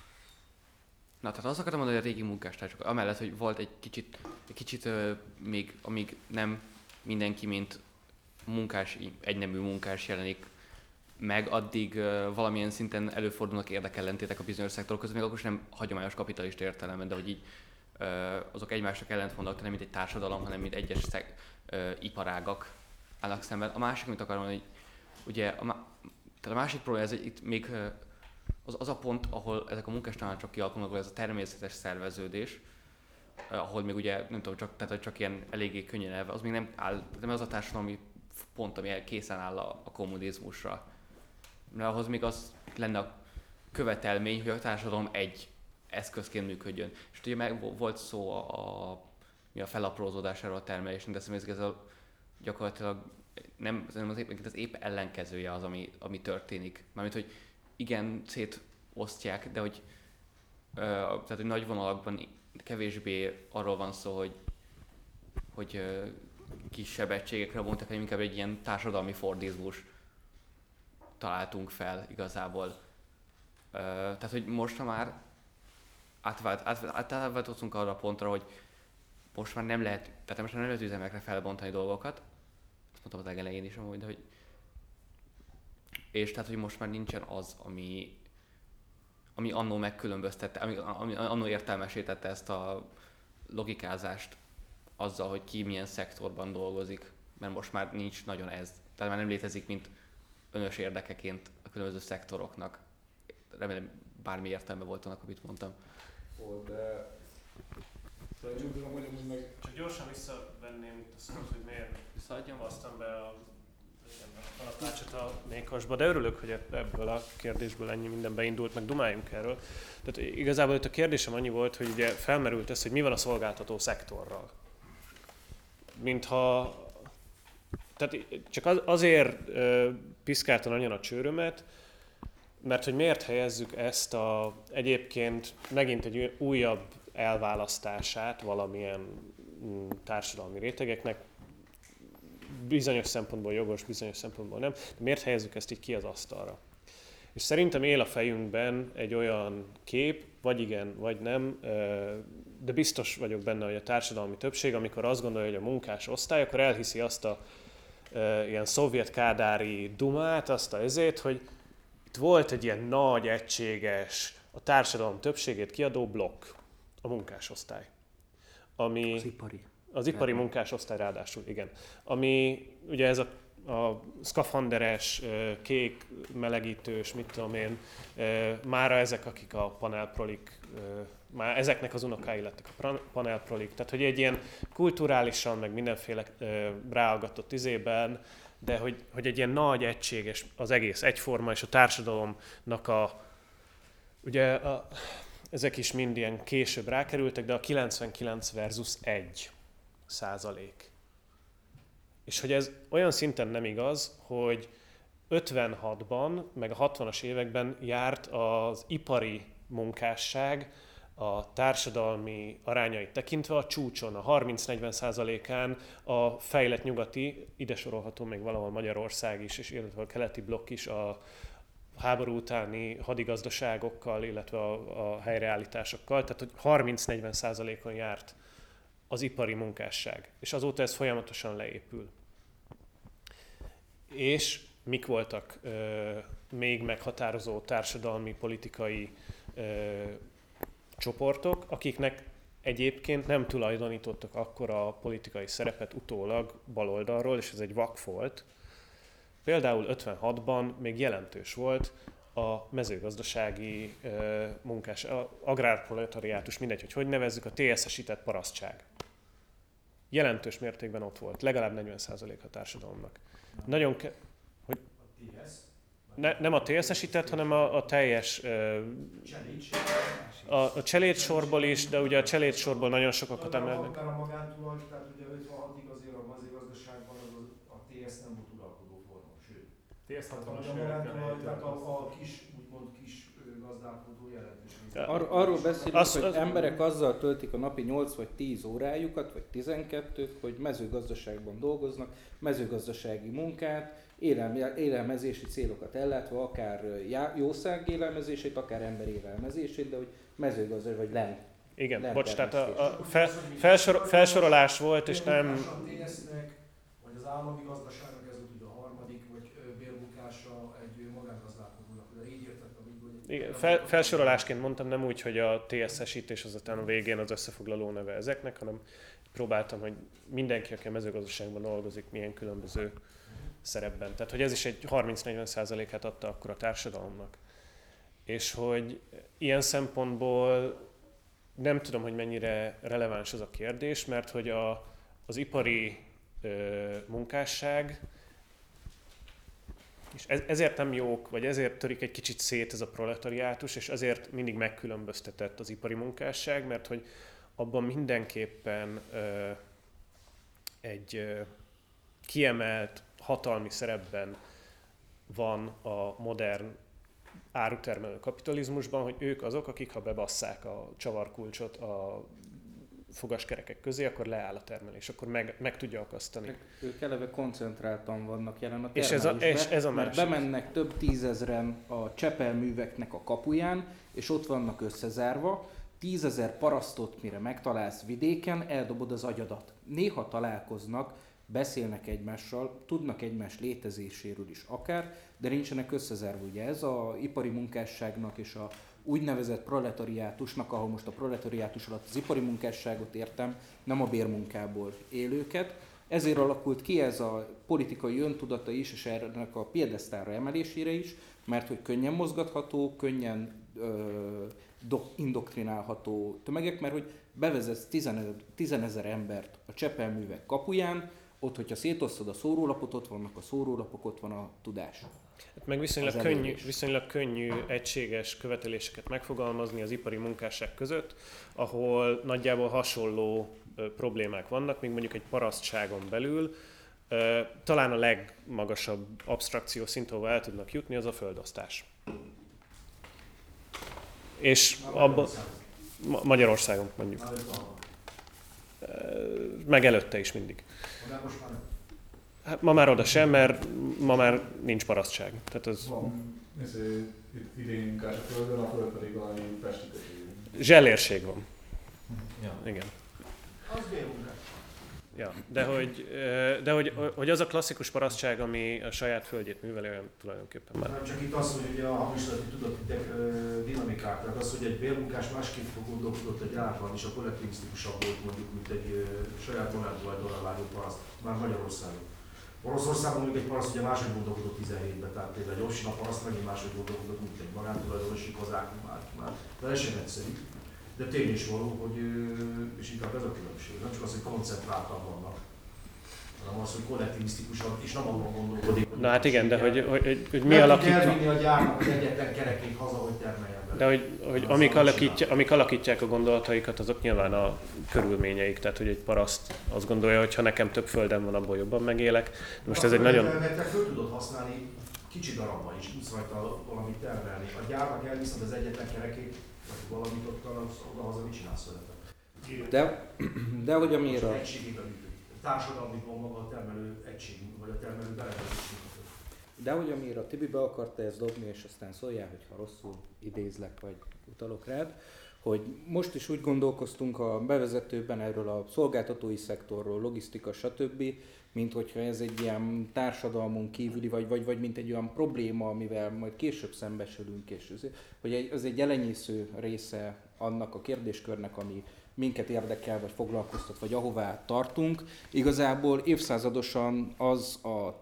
na tehát azt akartam mondani, hogy a régi munkástársak, amellett, hogy volt egy kicsit, egy kicsit uh, még, amíg nem mindenki, mint munkás, egynemű munkás jelenik meg, addig uh, valamilyen szinten előfordulnak érdekellentétek a bizonyos szektorok között, még akkor sem hagyományos kapitalista értelemben, de hogy így uh, azok egymásnak ellentmondnak, nem mint egy társadalom, hanem mint egyes szeg, uh, iparágak állnak szemben. A másik, amit akarom mondani, hogy ugye a, tehát a másik probléma, ez egy, itt még uh, az, az a pont, ahol ezek a munkástanácsok kialakulnak, ez a természetes szerveződés, uh, ahol még ugye, nem tudom, csak, tehát csak ilyen eléggé könnyen elve, az még nem áll, nem az a társadalmi pont, ami készen áll a, a kommunizmusra. Mert ahhoz még az lenne a követelmény, hogy a társadalom egy eszközként működjön. És ugye meg volt szó a, a, mi a felaprózódásáról a termelésnek, de szerintem ez a gyakorlatilag nem, az épp, az épp ellenkezője az, ami, ami történik. Mármint, hogy igen, szétosztják, de hogy, ö, tehát, hogy nagy vonalakban kevésbé arról van szó, hogy, hogy ö, kisebb egységekre vontak, hanem inkább egy ilyen társadalmi fordizmus találtunk fel igazából. Ö, tehát, hogy most már átvált, átvált, átváltoztunk arra a pontra, hogy most már nem lehet, tehát most már nem lehet üzemekre felbontani dolgokat. Ezt mondtam az legelején is amúgy, de hogy és tehát, hogy most már nincsen az, ami, ami annó megkülönböztette, ami, ami annó értelmesítette ezt a logikázást azzal, hogy ki milyen szektorban dolgozik, mert most már nincs nagyon ez. Tehát már nem létezik, mint önös érdekeként a különböző szektoroknak. Remélem bármi értelme volt annak, amit mondtam. Ó, de... Csak gyorsan visszavenném itt a szót, hogy miért Visszaadjam? hoztam be a kalapácsot a mékosba, de örülök, hogy ebből a kérdésből ennyi minden beindult, meg dumáljunk erről. Tehát igazából itt a kérdésem annyi volt, hogy ugye felmerült ez, hogy mi van a szolgáltató szektorral. Mintha... Tehát csak az, azért uh, piszkálta nagyon a csőrömet, mert hogy miért helyezzük ezt a egyébként megint egy újabb elválasztását valamilyen társadalmi rétegeknek, bizonyos szempontból jogos, bizonyos szempontból nem, de miért helyezzük ezt így ki az asztalra? És szerintem él a fejünkben egy olyan kép, vagy igen, vagy nem, de biztos vagyok benne, hogy a társadalmi többség, amikor azt gondolja, hogy a munkás osztály, akkor elhiszi azt a ilyen szovjet-kádári dumát, azt a ezét, hogy itt volt egy ilyen nagy, egységes, a társadalom többségét kiadó blokk, a munkásosztály. Ami, az ipari. Az ipari munkásosztály ráadásul, igen. Ami ugye ez a, a szkafanderes, kék, melegítős, mit tudom én, mára ezek, akik a panelprolik, már ezeknek az unokái lettek a panelprolik. Tehát, hogy egy ilyen kulturálisan, meg mindenféle ráagatott izében, de hogy, hogy egy ilyen nagy, egységes, az egész egyforma, és a társadalomnak a, ugye a, ezek is mind ilyen később rákerültek, de a kilencvenkilenc versus egy százalék. És hogy ez olyan szinten nem igaz, hogy ötvenhatban, meg a hatvanas években járt az ipari munkásság a társadalmi arányait tekintve a csúcson, a harminc-negyven százalékán a fejlett nyugati, ide sorolható még valahol Magyarország is, és illetve a keleti blokk is a háború utáni hadigazdaságokkal, illetve a, a helyreállításokkal, tehát hogy harminc-negyven százalékon járt az ipari munkásság, és azóta ez folyamatosan leépül. És mik voltak ö, még meghatározó társadalmi, politikai ö, csoportok, akiknek egyébként nem tulajdonítottak akkora politikai szerepet utólag baloldalról, és ez egy vak volt. Például ötvenhatban még jelentős volt a mezőgazdasági ö, munkás, a agrárproletariátus, mindegy, hogy hogy nevezzük, a té es esített parasztság. Jelentős mértékben ott volt, legalább negyven százalék a társadalomnak. Nagyon ke- hogy ne, nem a té es esített, hanem a, a teljes ö, a, a cselédsorból is, de ugye a cselédsorból nagyon sokakat emelnek. A magántulaj, tehát ugye ötvenhatig azért a mezőgazdaságban az, az, a té es nem volt uralkodó forma, sőt. té es hatvanas években, tehát a, a kis, úgymond kis gazdálkodó jelentős. Ar- arról beszélünk, az, hogy az emberek azzal töltik a napi nyolc vagy tíz órájukat, vagy tizenkettőt, hogy mezőgazdaságban dolgoznak, mezőgazdasági munkát, élelme- élelmezési célokat ellátva, akár jószág élelmezését, akár ember élelmezését, de hogy mezőgazdaság vagy lent. Igen, lent bocs, tehát a, a fel, felsor, felsorolás volt, és nem... A té es-nek, vagy az állami gazdaságnak ez volt ugye a harmadik, vagy bérmunkása egy magángazdálkodónak, de így értettem, hogy... Igen, fel, felsorolásként mondtam, nem úgy, hogy a té es-esítés azután a végén az összefoglaló neve ezeknek, hanem próbáltam, hogy mindenki, aki a mezőgazdaságban dolgozik, milyen különböző szerepben. Tehát, hogy ez is egy harminc-negyven százalékát adta akkor a társadalomnak. És hogy ilyen szempontból nem tudom, hogy mennyire releváns az a kérdés, mert hogy a, az ipari ö, munkásság, és ez, ezért nem jók, vagy ezért törik egy kicsit szét ez a proletariátus, és ezért mindig megkülönböztetett az ipari munkásság, mert hogy abban mindenképpen ö, egy ö, kiemelt, hatalmi szerepben van a modern árutermelő kapitalizmusban, hogy ők azok, akik ha bebasszák a csavarkulcsot a fogaskerekek közé, akkor leáll a termelés, akkor meg, meg tudja akasztani. Ők eleve koncentráltan vannak jelen a és ez a, és ez a mert bemennek több tízezren a csepelműveknek a kapuján, és ott vannak összezárva, tízezer parasztot, mire megtalálsz vidéken, eldobod az agyadat. Néha találkoznak, beszélnek egymással, tudnak egymás létezéséről is akár, de nincsenek összezárva. Ugye ez az ipari munkásságnak és a úgynevezett proletariátusnak, ahol most a proletariátus alatt az ipari munkásságot értem, nem a bérmunkából élőket. Ezért alakult ki ez a politikai öntudata is, és ennek a piedesztálra emelésére is, mert hogy könnyen mozgatható, könnyen ö, do, indoktrinálható tömegek, mert hogy bevezetsz tizenezer embert a csepelművek kapuján, ott, hogyha szétosztod a szórólapot, ott vannak a szórólapok, ott van a tudás. Hát meg viszonylag könnyű, viszonylag könnyű egységes követeléseket megfogalmazni az ipari munkásság között, ahol nagyjából hasonló ö, problémák vannak, még mondjuk egy parasztságon belül. Ö, talán a legmagasabb absztrakció szint, ahol el tudnak jutni, az a földosztás. És abban Ma- Magyarországon mondjuk. Meg előtte is mindig. Hát ma már oda sem, mert ma már nincs parasztság. Tehát az... Van idén munkás a földön, a föld pedig valami pesti kötőjű. Zsellérség van. Ja. Igen. Az bérmunkás. Ja, de hogy, de hogy, hogy az a klasszikus parasztság, ami a saját földjét műveli, olyan tulajdonképpen már. Nem csak itt az, hogy ugye a hamislati tudatok dinamikák, tehát az, hogy egy bérmunkás másképp gondolkodott egy árban, és a kollektivisztikusabb volt mondjuk, mint egy saját magántulajdonra vágó paraszt, már Magyarországon. Oroszországban mondjuk egy paraszt ugye máshogy gondolkodott tizenhétben, tehát például egy Ossina paraszt megint máshogy gondolkodott, mint egy magántulajdonosi kazák, már, már teljesen egyszerű. De tény is való, hogy, és inkább ez a különbség, nem csak az, hogy koncentráltan vannak, hanem az, hogy kollektivisztikusan, és nem abban gondolkodik. Na hát igen, de hogy, hogy, hogy, hogy mi alakítja... Nem elvinni a gyárnak az egyetlen kerekét haza, hogy termeljen bele. De hogy, hogy amik, alakítja, amik alakítják a gondolataikat, azok nyilván a körülményeik. Tehát, hogy egy paraszt azt gondolja, hogy ha nekem több földem van, abból jobban megélek. Most ez egy nagyon... Te föl tudod használni kicsi darabban is, tudsz rajta valamit termelni. A gyárnak elviszed az egyetlen kerekét, vagy valamit ott oda-haza, mit csinálsz vele? De, de hogy amire... A társadalmi maga a termelő egység, vagy a termelő berendezés. De hogy amire a Tibi be akarta ezt dobni, és aztán szóljál, hogyha rosszul idézlek, vagy utalok rád, hogy most is úgy gondolkoztunk a bevezetőben erről a szolgáltatói szektorról, logisztika, stb., mint hogyha ez egy ilyen társadalmon kívüli, vagy, vagy, vagy mint egy olyan probléma, amivel majd később szembesülünk, és ez, hogy ez egy elenyésző része annak a kérdéskörnek, ami minket érdekel, vagy foglalkoztat, vagy ahová tartunk. Igazából évszázadosan az a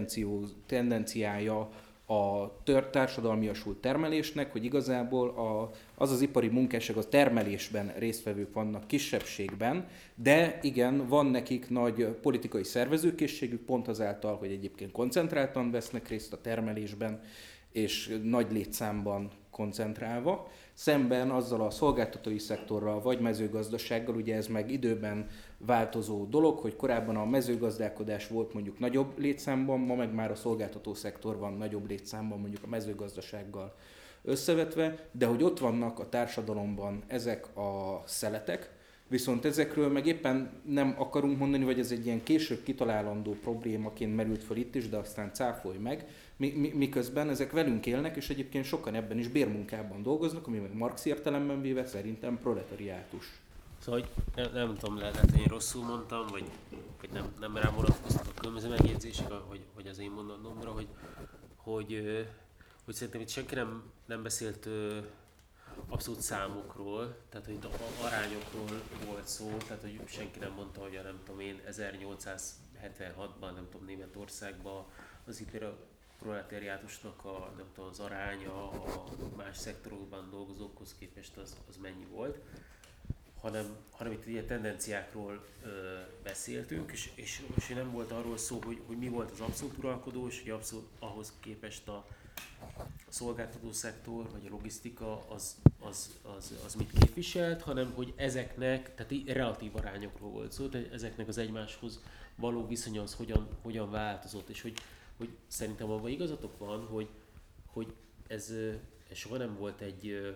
tendenciája a tör, társadalmiasult termelésnek, hogy igazából a, az az ipari munkásság, a termelésben résztvevők vannak kisebbségben, de igen, van nekik nagy politikai szervezőkészségük, pont azáltal, hogy egyébként koncentráltan vesznek részt a termelésben, és nagy létszámban koncentrálva, szemben azzal a szolgáltatói szektorral vagy mezőgazdasággal, ugye ez meg időben változó dolog, hogy korábban a mezőgazdálkodás volt mondjuk nagyobb létszámban, ma meg már a szolgáltató szektor van nagyobb létszámban mondjuk a mezőgazdasággal összevetve, de hogy ott vannak a társadalomban ezek a szeletek, viszont ezekről meg éppen nem akarunk mondani, vagy ez egy ilyen később kitalálandó problémaként merült fel itt is, de aztán cáfolj meg, mi, mi, miközben ezek velünk élnek, és egyébként sokan ebben is bérmunkában dolgoznak, ami meg Marx értelemben véve szerintem proletariátus. Szóval, hogy nem, nem tudom, lehet, hogy én rosszul mondtam, vagy, vagy nem, nem rám vonatkoztak a különböző megjegyzések, hogy, hogy az én mondatomra, hogy, hogy, hogy szerintem itt senki nem, nem beszélt abszolút számokról, tehát hogy itt arányokról volt szó, tehát hogy senki nem mondta, hogy a nem tudom én ezernyolcszázhetvenhatban, nem tudom Németországban az ipari proletariátusnak a, nem tudom, az aránya a más szektorokban dolgozókhoz képest az, az mennyi volt, hanem, hanem itt ilyen tendenciákról ö, beszéltünk, és, és, és nem volt arról szó, hogy, hogy mi volt az abszolút uralkodó, és hogy abszolút ahhoz képest a a szolgáltató szektor, vagy a logisztika az, az, az, az mit képviselt, hanem hogy ezeknek, tehát relatív arányokról volt szó, tehát ezeknek az egymáshoz való viszony az hogyan, hogyan változott, és hogy, hogy szerintem abban igazatok van, hogy, hogy ez, ez soha nem volt egy,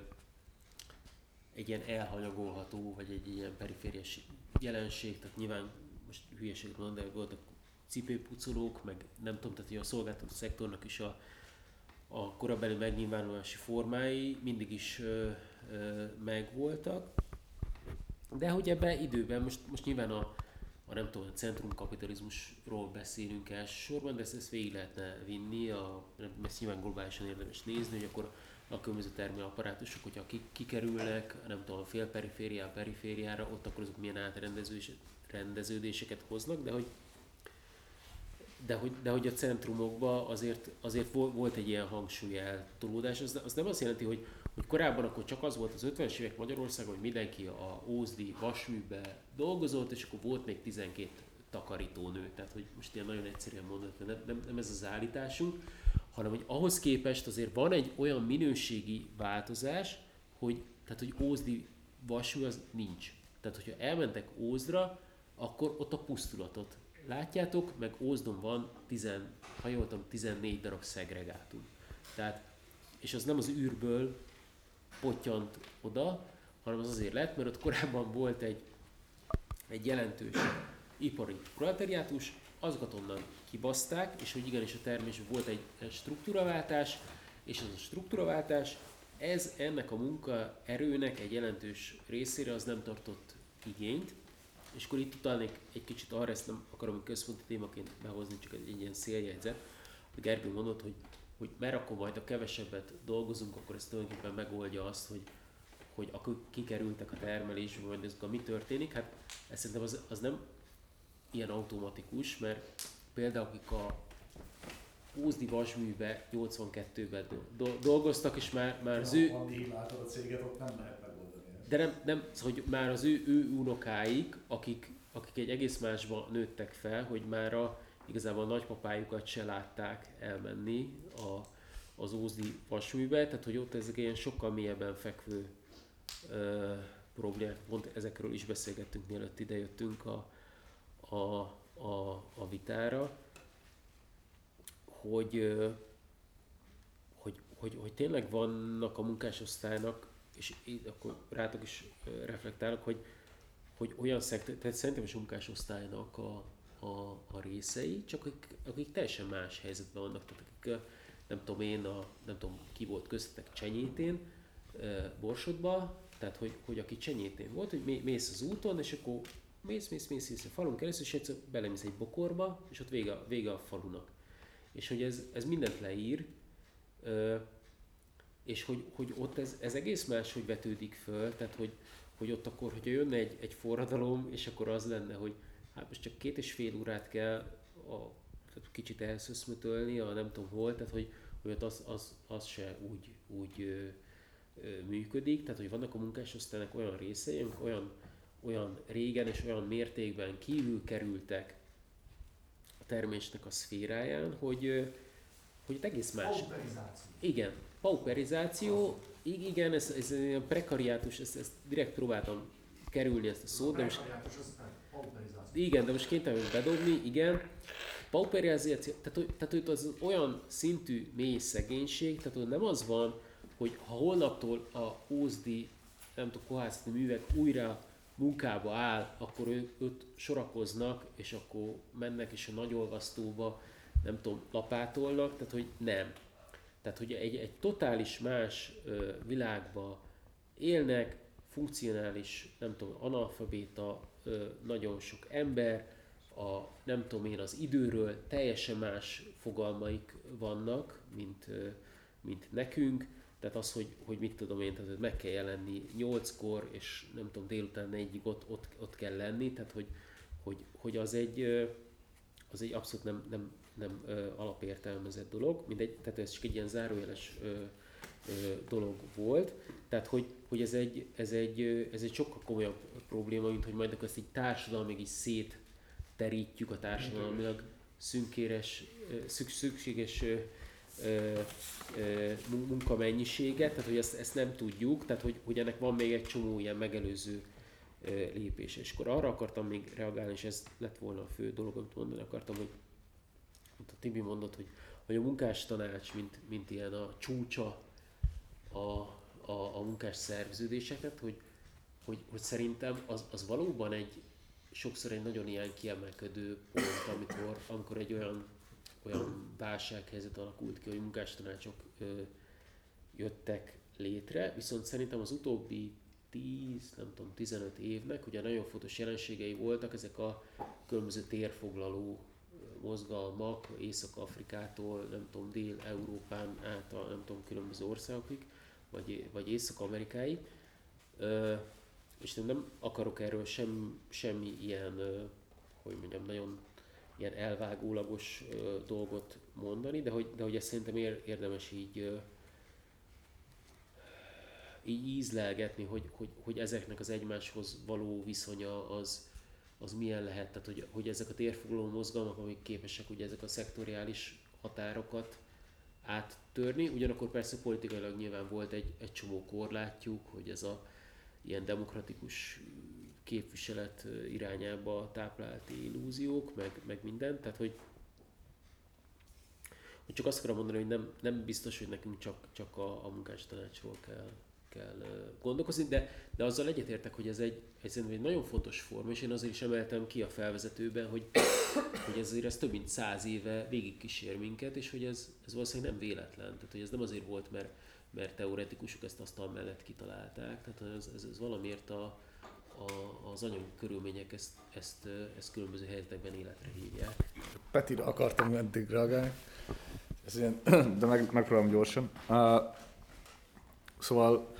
egy ilyen elhanyagolható, vagy egy ilyen perifériás jelenség, tehát nyilván most hülyeséget mondom, de voltak cipőpucolók, meg nem tudom, tehát a szolgáltató szektornak is a a korabeli megnyilvánulási formái mindig is ö, ö, megvoltak, de hogy ebben időben, most, most nyilván a, a nem tudom, a centrumkapitalizmusról beszélünk elsősorban, de ezt, ezt végig lehetne vinni, a, ezt nyilván globálisan érdemes nézni, hogy akkor a különböző termelőapparátusok, hogyha kikerülnek, nem tudom, a félperifériára, perifériára, ott akkor azok milyen átrendeződéseket hoznak, de hogy De hogy, de hogy a centrumokban azért, azért volt egy ilyen hangsúly eltolódás, az, az nem azt jelenti, hogy, hogy korábban akkor csak az volt az ötvenes évek Magyarországon, hogy mindenki a ózdi vasműbe dolgozott, és akkor volt még tizenkét takarítónő. Tehát, hogy most ilyen nagyon egyszerűen mondani, nem, nem, nem ez az állításunk, hanem hogy ahhoz képest azért van egy olyan minőségi változás, hogy, tehát, hogy ózdi vasmű az nincs. Tehát, hogyha elmentek Ózdra, akkor ott a pusztulatot látjátok, meg Ózdon van, tizen, ha jól tudom, tizennégy darab szegregátum. Tehát, és az nem az űrből pottyant oda, hanem az azért lett, mert ott korábban volt egy, egy jelentős ipari proletariátus, azokat onnan kibaszták, és hogy igenis a termésben volt egy, egy struktúraváltás, és ez a struktúraváltás, ez ennek a munkaerőnek egy jelentős részére az nem tartott igényt, és akkor itt utalnék egy kicsit arra, ezt nem akarom központi témaként behozni, csak egy, egy ilyen széljegyzet. A Gergő mondott, hogy, hogy mert akkor majd a kevesebbet dolgozunk, akkor ez tulajdonképpen megoldja azt, hogy, hogy akkor kikerültek a termelésből, vagy ez mi történik. Hát ez szerintem az, az nem ilyen automatikus, mert például akik a Ózdi vasműbe nyolcvankettőben do- dolgoztak, és már, már az ő... Ha így látod a céget, ott nem lehet megoldani. De nem, nem, hogy már az ő, ő unokáik, akik, akik egy egész másba nőttek fel, hogy már a, igazából a nagypapájukat se látták elmenni a, az ózdi vasműbe, tehát hogy ott ezek ilyen sokkal mélyebben fekvő ö, problémák, pont ezekről is beszélgettünk, mielőtt idejöttünk a, a, a, a vitára, hogy, ö, hogy, hogy, hogy tényleg vannak a munkásosztálynak, és így akkor rátok is reflektálok, hogy, hogy olyan szektor, tehát szerintem is munkásosztálynak a, a, a részei, csak akik, akik teljesen más helyzetben vannak. Tehát akik, nem tudom én, a, nem tudom ki volt köztetek Csenyétén, Borsodba, tehát hogy, hogy aki Csenyétén volt, hogy mész az úton, és akkor mész, mész, mész, mész a falun keresztül, és egyszer belemész egy bokorba, és ott vége, vége a falunak. És hogy ez, ez mindent leír, és hogy, hogy ott ez, ez egész máshogy vetődik föl, tehát hogy, hogy ott akkor, hogyha jönne egy, egy forradalom, és akkor az lenne, hogy hát most csak két és fél órát kell a, kicsit elszöszmötölni, a nem tudom hol, tehát hogy, hogy ott az, az, az se úgy, úgy ö, ö, működik, tehát hogy vannak a munkásosztálynak olyan részei, amik olyan, olyan régen és olyan mértékben kívül kerültek a termésnek a szféráján, hogy, hogy egész más. Pauperizáció. Igen, pauperizáció, igen, ez, ez ilyen prekariátus, ezt, ezt direkt próbáltam kerülni ezt a szót, de most... Igen, de most kénytelen bedobni, igen. Pauperizáció, tehát, tehát hogy az olyan szintű mély szegénység, tehát hogy nem az van, hogy ha holnaptól a ózdi, nem tudom, kohászati művek újra munkába áll, akkor ők őt sorakoznak, és akkor mennek és a nagyolvasztóba, nem tudom, lapátolnak, tehát hogy nem. Tehát, hogy egy, egy totális más ö, világba élnek, funkcionális, nem tudom, analfabéta, ö, nagyon sok ember, a, nem tudom én, az időről teljesen más fogalmaik vannak, mint, ö, mint nekünk. Tehát az, hogy, hogy mit tudom én, tehát meg kell jelenni nyolckor, és nem tudom, délután négyig ott, ott, ott kell lenni, tehát hogy, hogy, hogy az egy, az egy abszolút nem, nem, nem ö, alapértelmezett dolog, mindegy, tehát ez csak egy ilyen zárójeles ö, ö, dolog volt, tehát hogy, hogy ez, egy, ez, egy, ez egy sokkal komolyabb probléma, mint hogy majd akkor ezt így társadalmilag is szétterítjük a társadalmilag szünkéres, szük, szükséges ö, ö, ö, munkamennyiséget, tehát hogy ezt, ezt nem tudjuk, tehát hogy, hogy ennek van még egy csomó ilyen megelőző ö, lépés. És akkor arra akartam még reagálni, és ez lett volna a fő dolog, amit mondani akartam, hogy mint a Tibi mondott, hogy, hogy a munkástanács, mint, mint ilyen a csúcsa a, a, a munkás szerveződéseket, hogy, hogy, hogy szerintem az, az valóban egy sokszor egy nagyon ilyen kiemelkedő pont, amikor, amikor egy olyan, olyan válsághelyzet alakult ki, hogy munkástanácsok ö, jöttek létre, viszont szerintem az utóbbi tíz, nem tudom, tizenöt évnek ugye nagyon fontos jelenségei voltak ezek a különböző térfoglaló mozgalmak Észak-Afrikától, nem tudom, Dél-Európán át a nem tudom, különböző országokig, vagy, vagy Észak-Amerikáig. Ö, és nem akarok erről sem, semmi ilyen, ö, hogy mondjam, nagyon ilyen elvágólagos ö, dolgot mondani, de hogy, de hogy ezt szerintem ér, érdemes így, ö, így ízlelgetni, hogy, hogy, hogy ezeknek az egymáshoz való viszonya az, az milyen lehet, tehát hogy, hogy ezek a térfoglaló mozgalmak, amik képesek ugye ezek a szektoriális határokat áttörni, ugyanakkor persze politikailag nyilván volt egy, egy csomó korlátjuk, hogy ez a ilyen demokratikus képviselet irányába táplált illúziók, meg, meg minden, tehát hogy, hogy csak azt akarom mondani, hogy nem, nem biztos, hogy nekünk csak, csak a, a munkástanácsról kell kell gondolkozni, de, de azzal egyetértek, hogy ez egy, ez egy nagyon fontos forma, és én azért is emeltem ki a felvezetőben, hogy, hogy ez azért ez több mint száz éve végigkísér minket, és hogy ez, ez valószínűleg nem véletlen, tehát hogy ez nem azért volt, mert, mert teoretikusok ezt asztal mellett kitalálták, tehát ez, ez, ez valamiért a, a, az anyagi körülmények ezt, ezt, ezt különböző helyzetekben életre hívják. Petire akartam eddig reagálni, ez ilyen, de meg, megpróbálom gyorsan. Uh, szóval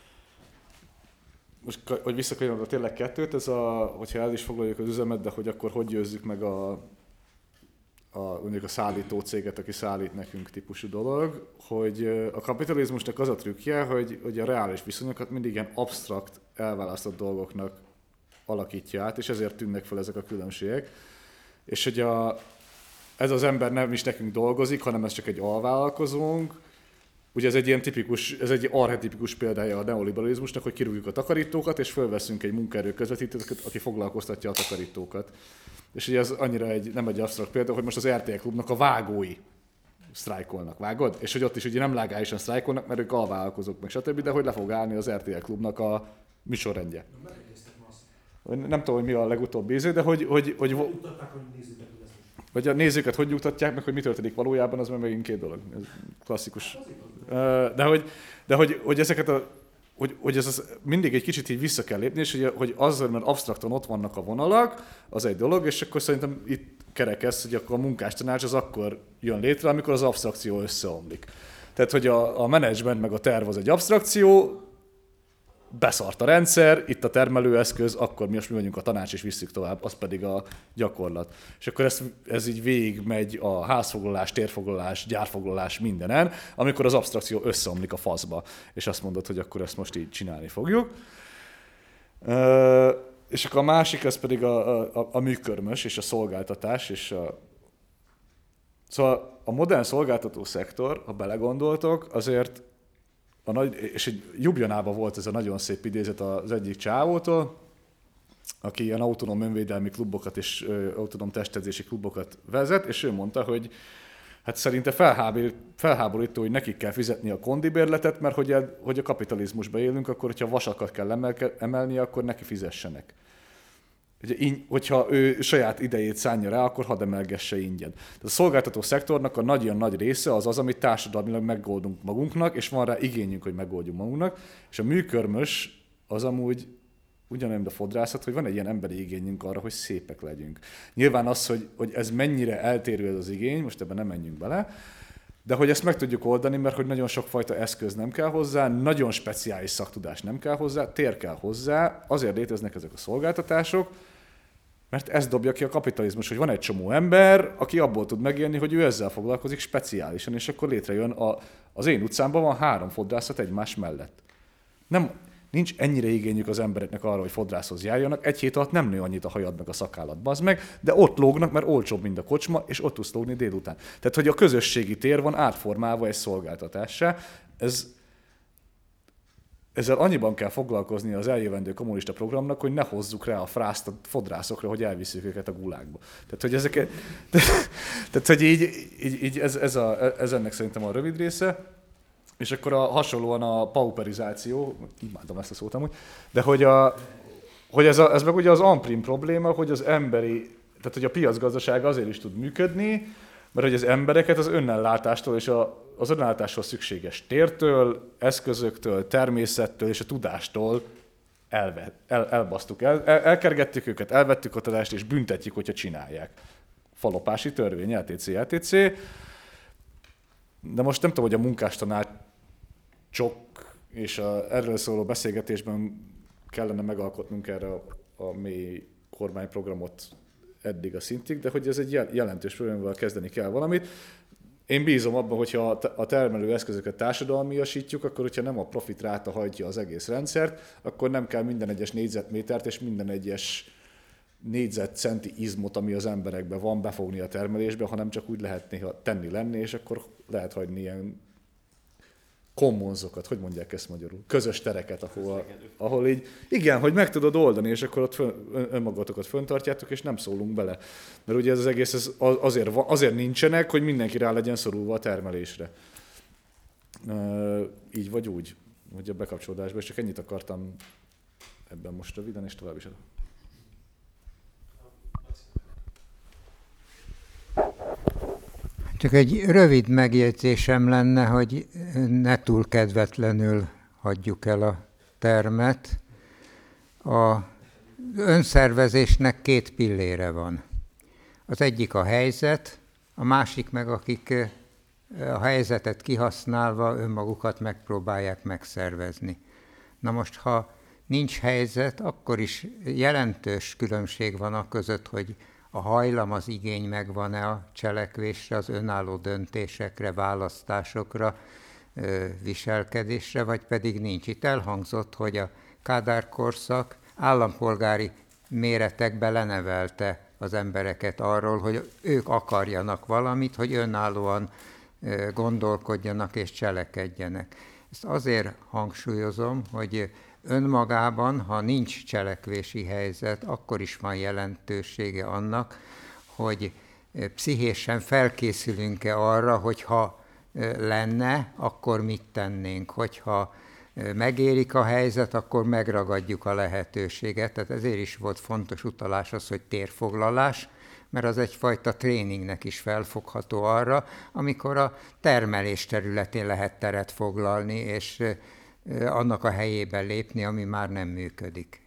most, hogy visszakanyarodva tényleg kettőt, ez a, hogyha el is foglaljuk az üzemet, de hogy akkor hogy győzzük meg a, a, mondjuk a szállító céget, aki szállít nekünk típusú dolog, hogy a kapitalizmusnak az a trükkje, hogy, hogy a reális viszonyokat mindig ilyen absztrakt, elválasztott dolgoknak alakítja át, és ezért tűnnek fel ezek a különbségek. És hogy a, ez az ember nem is nekünk dolgozik, hanem ez csak egy alvállalkozónk. Ugye ez egy ilyen tipikus, ez egy archetipikus példája a neoliberalizmusnak, hogy kirúgjuk a takarítókat, és fölveszünk egy munkaerő közvetítőt, aki foglalkoztatja a takarítókat. És ugye ez annyira egy, nem egy absztrakt példa, hogy most az er té el klubnak a vágói sztrájkolnak, vágod? És hogy ott is ugye nem legálisan sztrájkolnak, mert ők alvállalkozók, meg stb., de hogy le fog állni az er té el klubnak a műsorrendje. nem tudom, hogy mi a legutóbbi íző, de hogy, hogy, hogy, hogy, vagy a nézőket hogy nyugtatják meg, hogy mi történik valójában, az már megint két dolog. Ez klasszikus. De hogy, de hogy, hogy ezeket a Hogy, hogy ez az mindig egy kicsit így vissza kell lépni, és hogy, hogy azzal, mert absztraktan ott vannak a vonalak, az egy dolog, és akkor szerintem itt kerekesz, hogy akkor a munkástanács az akkor jön létre, amikor az absztrakció összeomlik. Tehát, hogy a, a menedzsment meg a terv az egy absztrakció, beszart a rendszer, itt a termelőeszköz, akkor mi most mi vagyunk a tanács, és visszük tovább, az pedig a gyakorlat. És akkor ez, ez így végig megy a házfoglalás, térfoglalás, gyárfoglalás mindenen, amikor az absztrakció összeomlik a faszba, és azt mondod, hogy akkor ezt most így csinálni fogjuk. És akkor a másik, az pedig a, a, a műkörmös, és a szolgáltatás, és a... Szóval a modern szolgáltató szektor, ha belegondoltok, azért A nagy, és egy Ljubljanában volt ez a nagyon szép idézet az egyik csávótól, aki ilyen autonóm önvédelmi klubokat és ö, autonóm testedzési klubokat vezet, és ő mondta, hogy hát szerinte felháborító, hogy nekik kell fizetni a kondibérletet, mert hogy a, hogy a kapitalizmusban élünk, akkor hogyha vasakat kell emelke, emelni, akkor neki fizessenek. Hogyha ő saját idejét szánja rá, akkor hadd emelgesse ingyen. Tehát a szolgáltató szektornak a nagyon nagy része az az, amit társadalmilag megoldunk magunknak, és van rá igényünk, hogy megoldjunk magunknak, és a műkörmös az amúgy ugyanolyan, mint a fodrászat, hogy van egy ilyen emberi igényünk arra, hogy szépek legyünk. Nyilván az, hogy, hogy ez mennyire eltérő ez az igény, most ebben nem menjünk bele, de hogy ezt meg tudjuk oldani, mert hogy nagyon sokfajta eszköz nem kell hozzá, nagyon speciális szaktudás nem kell hozzá, tér kell hozzá, azért léteznek ezek a szolgáltatások, mert ez dobja ki a kapitalizmus, hogy van egy csomó ember, aki abból tud megélni, hogy ő ezzel foglalkozik speciálisan, és akkor létrejön a, az én utcámban van három fodrászat egymás mellett. Nem, nincs ennyire igényük az embereknek arra, hogy fodrászhoz járjanak, egy hét alatt nem nő annyit a hajad meg a szakállat, bazd meg, de ott lógnak, mert olcsóbb, mint a kocsma, és ott tudsz lógni délután. Tehát, hogy a közösségi tér van átformálva egy szolgáltatássá, ez Ezzel annyiban kell foglalkozni az eljövendő kommunista programnak, hogy ne hozzuk rá a frászt a fodrászokra, hogy elviszük őket a gulákba. Tehát, hogy ezeket, tehát, hogy így, így, így ez, ez, a, ez ennek szerintem a rövid része, és akkor a, hasonlóan a pauperizáció, imádom ezt a szót amúgy, de hogy, a, hogy ez, a, ez meg ugye az amprim probléma, hogy az emberi, tehát hogy a piacgazdaság azért is tud működni, mert hogy az embereket az önellátástól és a, az önellátáshoz szükséges tértől, eszközöktől, természettől és a tudástól elve, el, elbasztuk, el, el, elkergettük őket, elvettük a tudást és büntetjük, hogyha csinálják. Falopási törvény, el té cé, el té cé. De most nem tudom, hogy a munkástanácsok és a, erről szóló beszélgetésben kellene megalkotnunk erre a, a mély kormányprogramot eddig a szintig, de hogy ez egy jelentős problémával kezdeni kell valamit. Én bízom abban, hogyha a termelő eszközöket társadalmiasítjuk, akkor hogyha nem a profit ráta hajtja az egész rendszert, akkor nem kell minden egyes négyzetmétert és minden egyes négyzetcenti izmot, ami az emberekben van, befogni a termelésbe, hanem csak úgy lehet néha tenni lenni, és akkor lehet hagyni ilyen commonsokat, hogy mondják ezt magyarul? Közös tereket, ahol, ahol így, igen, hogy meg tudod oldani, és akkor ott fön, önmagatokat föntartjátok, és nem szólunk bele. Mert ugye ez az egész ez azért, azért nincsenek, hogy mindenki rá legyen szorulva a termelésre. Így vagy úgy, hogy a bekapcsolódásban, és csak ennyit akartam ebben most röviden, és tovább is adom. Csak egy rövid megjegyzésem lenne, hogy ne túl kedvetlenül hagyjuk el a termet. Az önszervezésnek két pillére van. Az egyik a helyzet, a másik meg, akik a helyzetet kihasználva önmagukat megpróbálják megszervezni. Na most, ha nincs helyzet, akkor is jelentős különbség van a között, hogy a hajlam, az igény megvan-e a cselekvésre, az önálló döntésekre, választásokra, viselkedésre, vagy pedig nincs. Itt elhangzott, hogy a Kádár korszak állampolgári méretekbe lenevelte az embereket arról, hogy ők akarjanak valamit, hogy önállóan gondolkodjanak és cselekedjenek. Ezt azért hangsúlyozom, hogy önmagában, ha nincs cselekvési helyzet, akkor is van jelentősége annak, hogy pszichésen felkészülünk-e arra, hogy ha lenne, akkor mit tennénk, hogyha megérik a helyzet, akkor megragadjuk a lehetőséget. Tehát ezért is volt fontos utalás az, hogy térfoglalás, mert az egyfajta tréningnek is felfogható arra, amikor a termelés területén lehet teret foglalni, és annak a helyében lépni, ami már nem működik.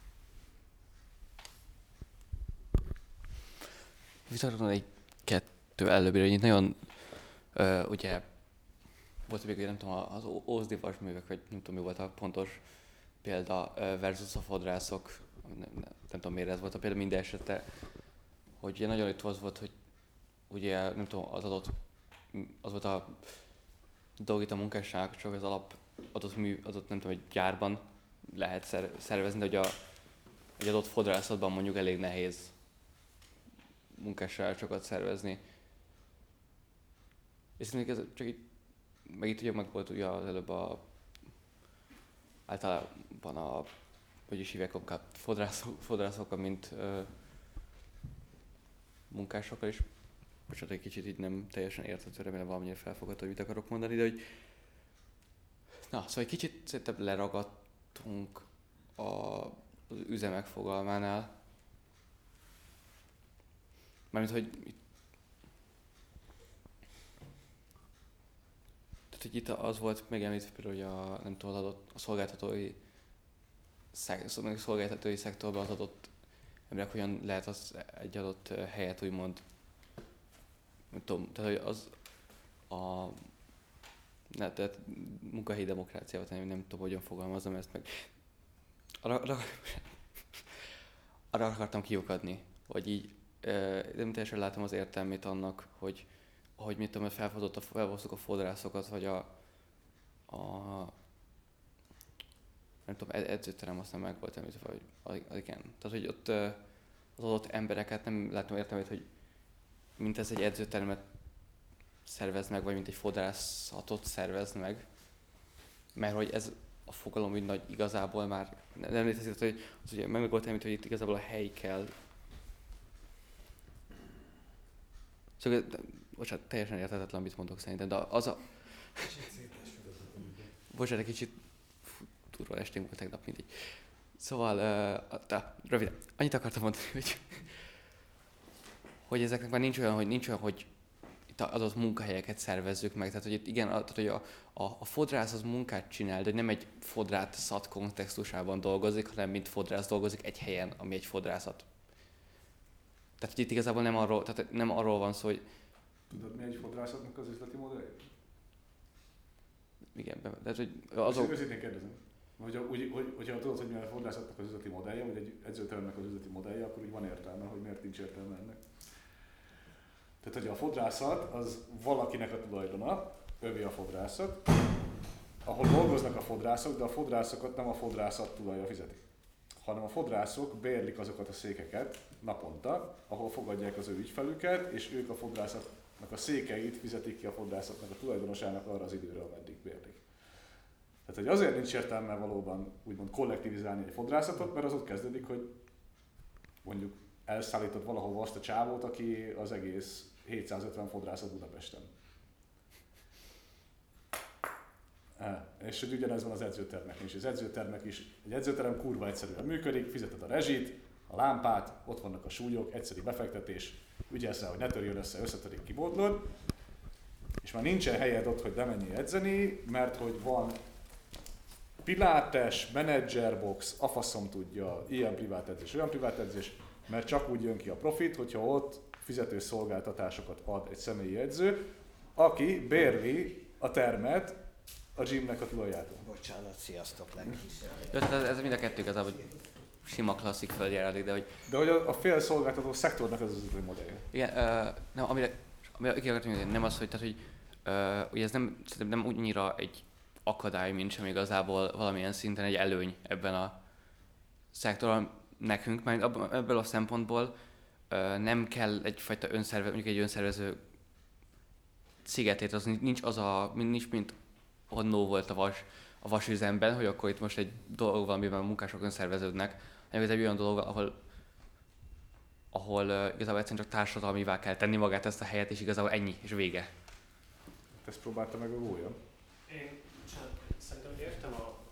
Visszatadom egy kettő előbbire, hogy itt nagyon, ö, ugye, volt még, nem tudom, az Ózdivas művek, vagy nem tudom, mi volt a pontos példa versus a fodrászok, nem, nem, nem tudom miért ez volt a példa minden esetre, hogy ugye nagyon itt az volt, hogy ugye nem tudom, az adott, az volt a dolog itt a munkásság, csak az alap adott mű, adott nem tudom, hogy gyárban lehet szervezni, de hogy a, egy adott fodrászatban mondjuk elég nehéz munkásságokat szervezni. És szerintem ez csak így, meg itt ugye meg volt ugye az előbb a, általában a, hogy is hívják a fodrászok, fodrászokkal, mint ö, munkásokkal is. Bocsánat, egy kicsit így nem teljesen érthető, remélem valamennyire felfogható, hogy mit akarok mondani, de hogy na, szóval egy kicsit szerintem leragadtunk a, az üzemek fogalmánál. Mármint, hogy itt, tehát, hogy itt az volt megemlítve például, hogy a, nem tudom, az adott, a szolgáltatói, szek, szolgáltatói szektorban az adott emberek hogyan lehet az egy adott helyet úgymond, nem tudom, tehát hogy az a ne, tehát munkahelyi demokráciával, nem, nem tudom, hogyan fogalmazom ezt meg. Arra, arra, arra akartam kiukadni, hogy így nem teljesen látom az értelmét annak, hogy ahogy mit tudom, felhozott a, felhoztuk a fodrászokat, vagy a, a nem tudom, edzőterem aztán meg volt említve, vagy az, igen. Tehát, hogy ott az adott embereket nem látom értelmét, hogy mint ez egy edzőteremet szervez meg, vagy mint egy fodrászatot szervez meg. Mert hogy ez a fogalom úgy nagy igazából már nem létezik, hogy az ugye meg volt említve, hogy itt igazából a hely kell. Szóval, bocsánat, teljesen érthetetlen, amit mondok szerintem, de az a... bocsánat, egy kicsit durva estén volt tegnap, mindig. Szóval, uh, de, röviden, annyit akartam mondani, hogy, hogy ezeknek már nincs olyan, hogy nincs olyan, hogy itt az adott munkahelyeket szervezzük meg, tehát hogy itt igen, tehát, hogy a, a, a fodrász az munkát csinál, de nem egy fodrászat kontextusában dolgozik, hanem mint fodrász dolgozik egy helyen, ami egy fodrászat. Tehát hogy itt igazából nem arról, tehát nem arról van szó, hogy... Tudod, mi egy fodrászatnak az üzleti modellje? Igen, be, tehát hogy azok... Őszintén kérdezem. Hogy, úgy, hogy, hogyha tudod, hogy mi a fodrászatnak az üzleti modellje, vagy egy edzőteremnek az üzleti modellje, akkor úgy van értelme, hogy miért nincs értelme ennek. Tehát, hogy a fodrászat az valakinek a tulajdona, övé a fodrászat, ahol dolgoznak a fodrászok, de a fodrászokat nem a fodrászat tulajja fizeti, hanem a fodrászok bérlik azokat a székeket naponta, ahol fogadják az ő ügyfelüket, és ők a fodrászatnak a székeit fizetik ki a fodrászatnak a tulajdonosának arra az időre, ameddig bérlik. Tehát, hogy azért nincs értelme valóban úgymond kollektivizálni egy fodrászatot, mert az ott kezdődik, hogy mondjuk elszállítod valahova azt a csávót, aki az egész hétszázötven fodrászat Budapesten. E, és hogy ugyanez van az edzőtermek is. Az edzőtermek is, egy edzőterem kurva egyszerűen működik, fizeted a rezsit, a lámpát, ott vannak a súlyok, egyszerű befektetés, ügyelsz rá, hogy ne törjön össze, összetörik, kibótlod, és már nincsen helyed ott, hogy bemenjél edzeni, mert hogy van pilates, menedzserbox, a faszom tudja, ilyen privát edzés, olyan privát edzés, mert csak úgy jön ki a profit, hogyha ott fizető szolgáltatásokat ad egy személyi edző, aki bérli a termet a gymnek a tulajától. Bocsánat, sziasztok, legkisebb. Jó, tehát ez, ez mind a kettő igazából, hogy sima klasszik földjáradik, de hogy... De hogy a, a fél szolgáltató szektornak ez az üzleti modellje. Igen, uh, nem, amire, amire ki akartam mondani, nem az, hogy, tehát, hogy uh, ugye ez nem, szerintem nem annyira egy akadály, mint sem igazából valamilyen szinten egy előny ebben a szektorban nekünk, mert ebből a szempontból uh, nem kell egyfajta önszervező, mondjuk egy önszervező szigetét, az nincs az a, nincs mint annó volt a vas, a vasüzemben, hogy akkor itt most egy dolog van, amiben a munkások önszerveződnek, hanem ez egy olyan dolog, ahol ahol uh, igazából egyszerűen csak társadalmivá kell tenni magát ezt a helyet, és igazából ennyi, és vége. Ezt próbálta meg a gólya? Én csak szerintem értem a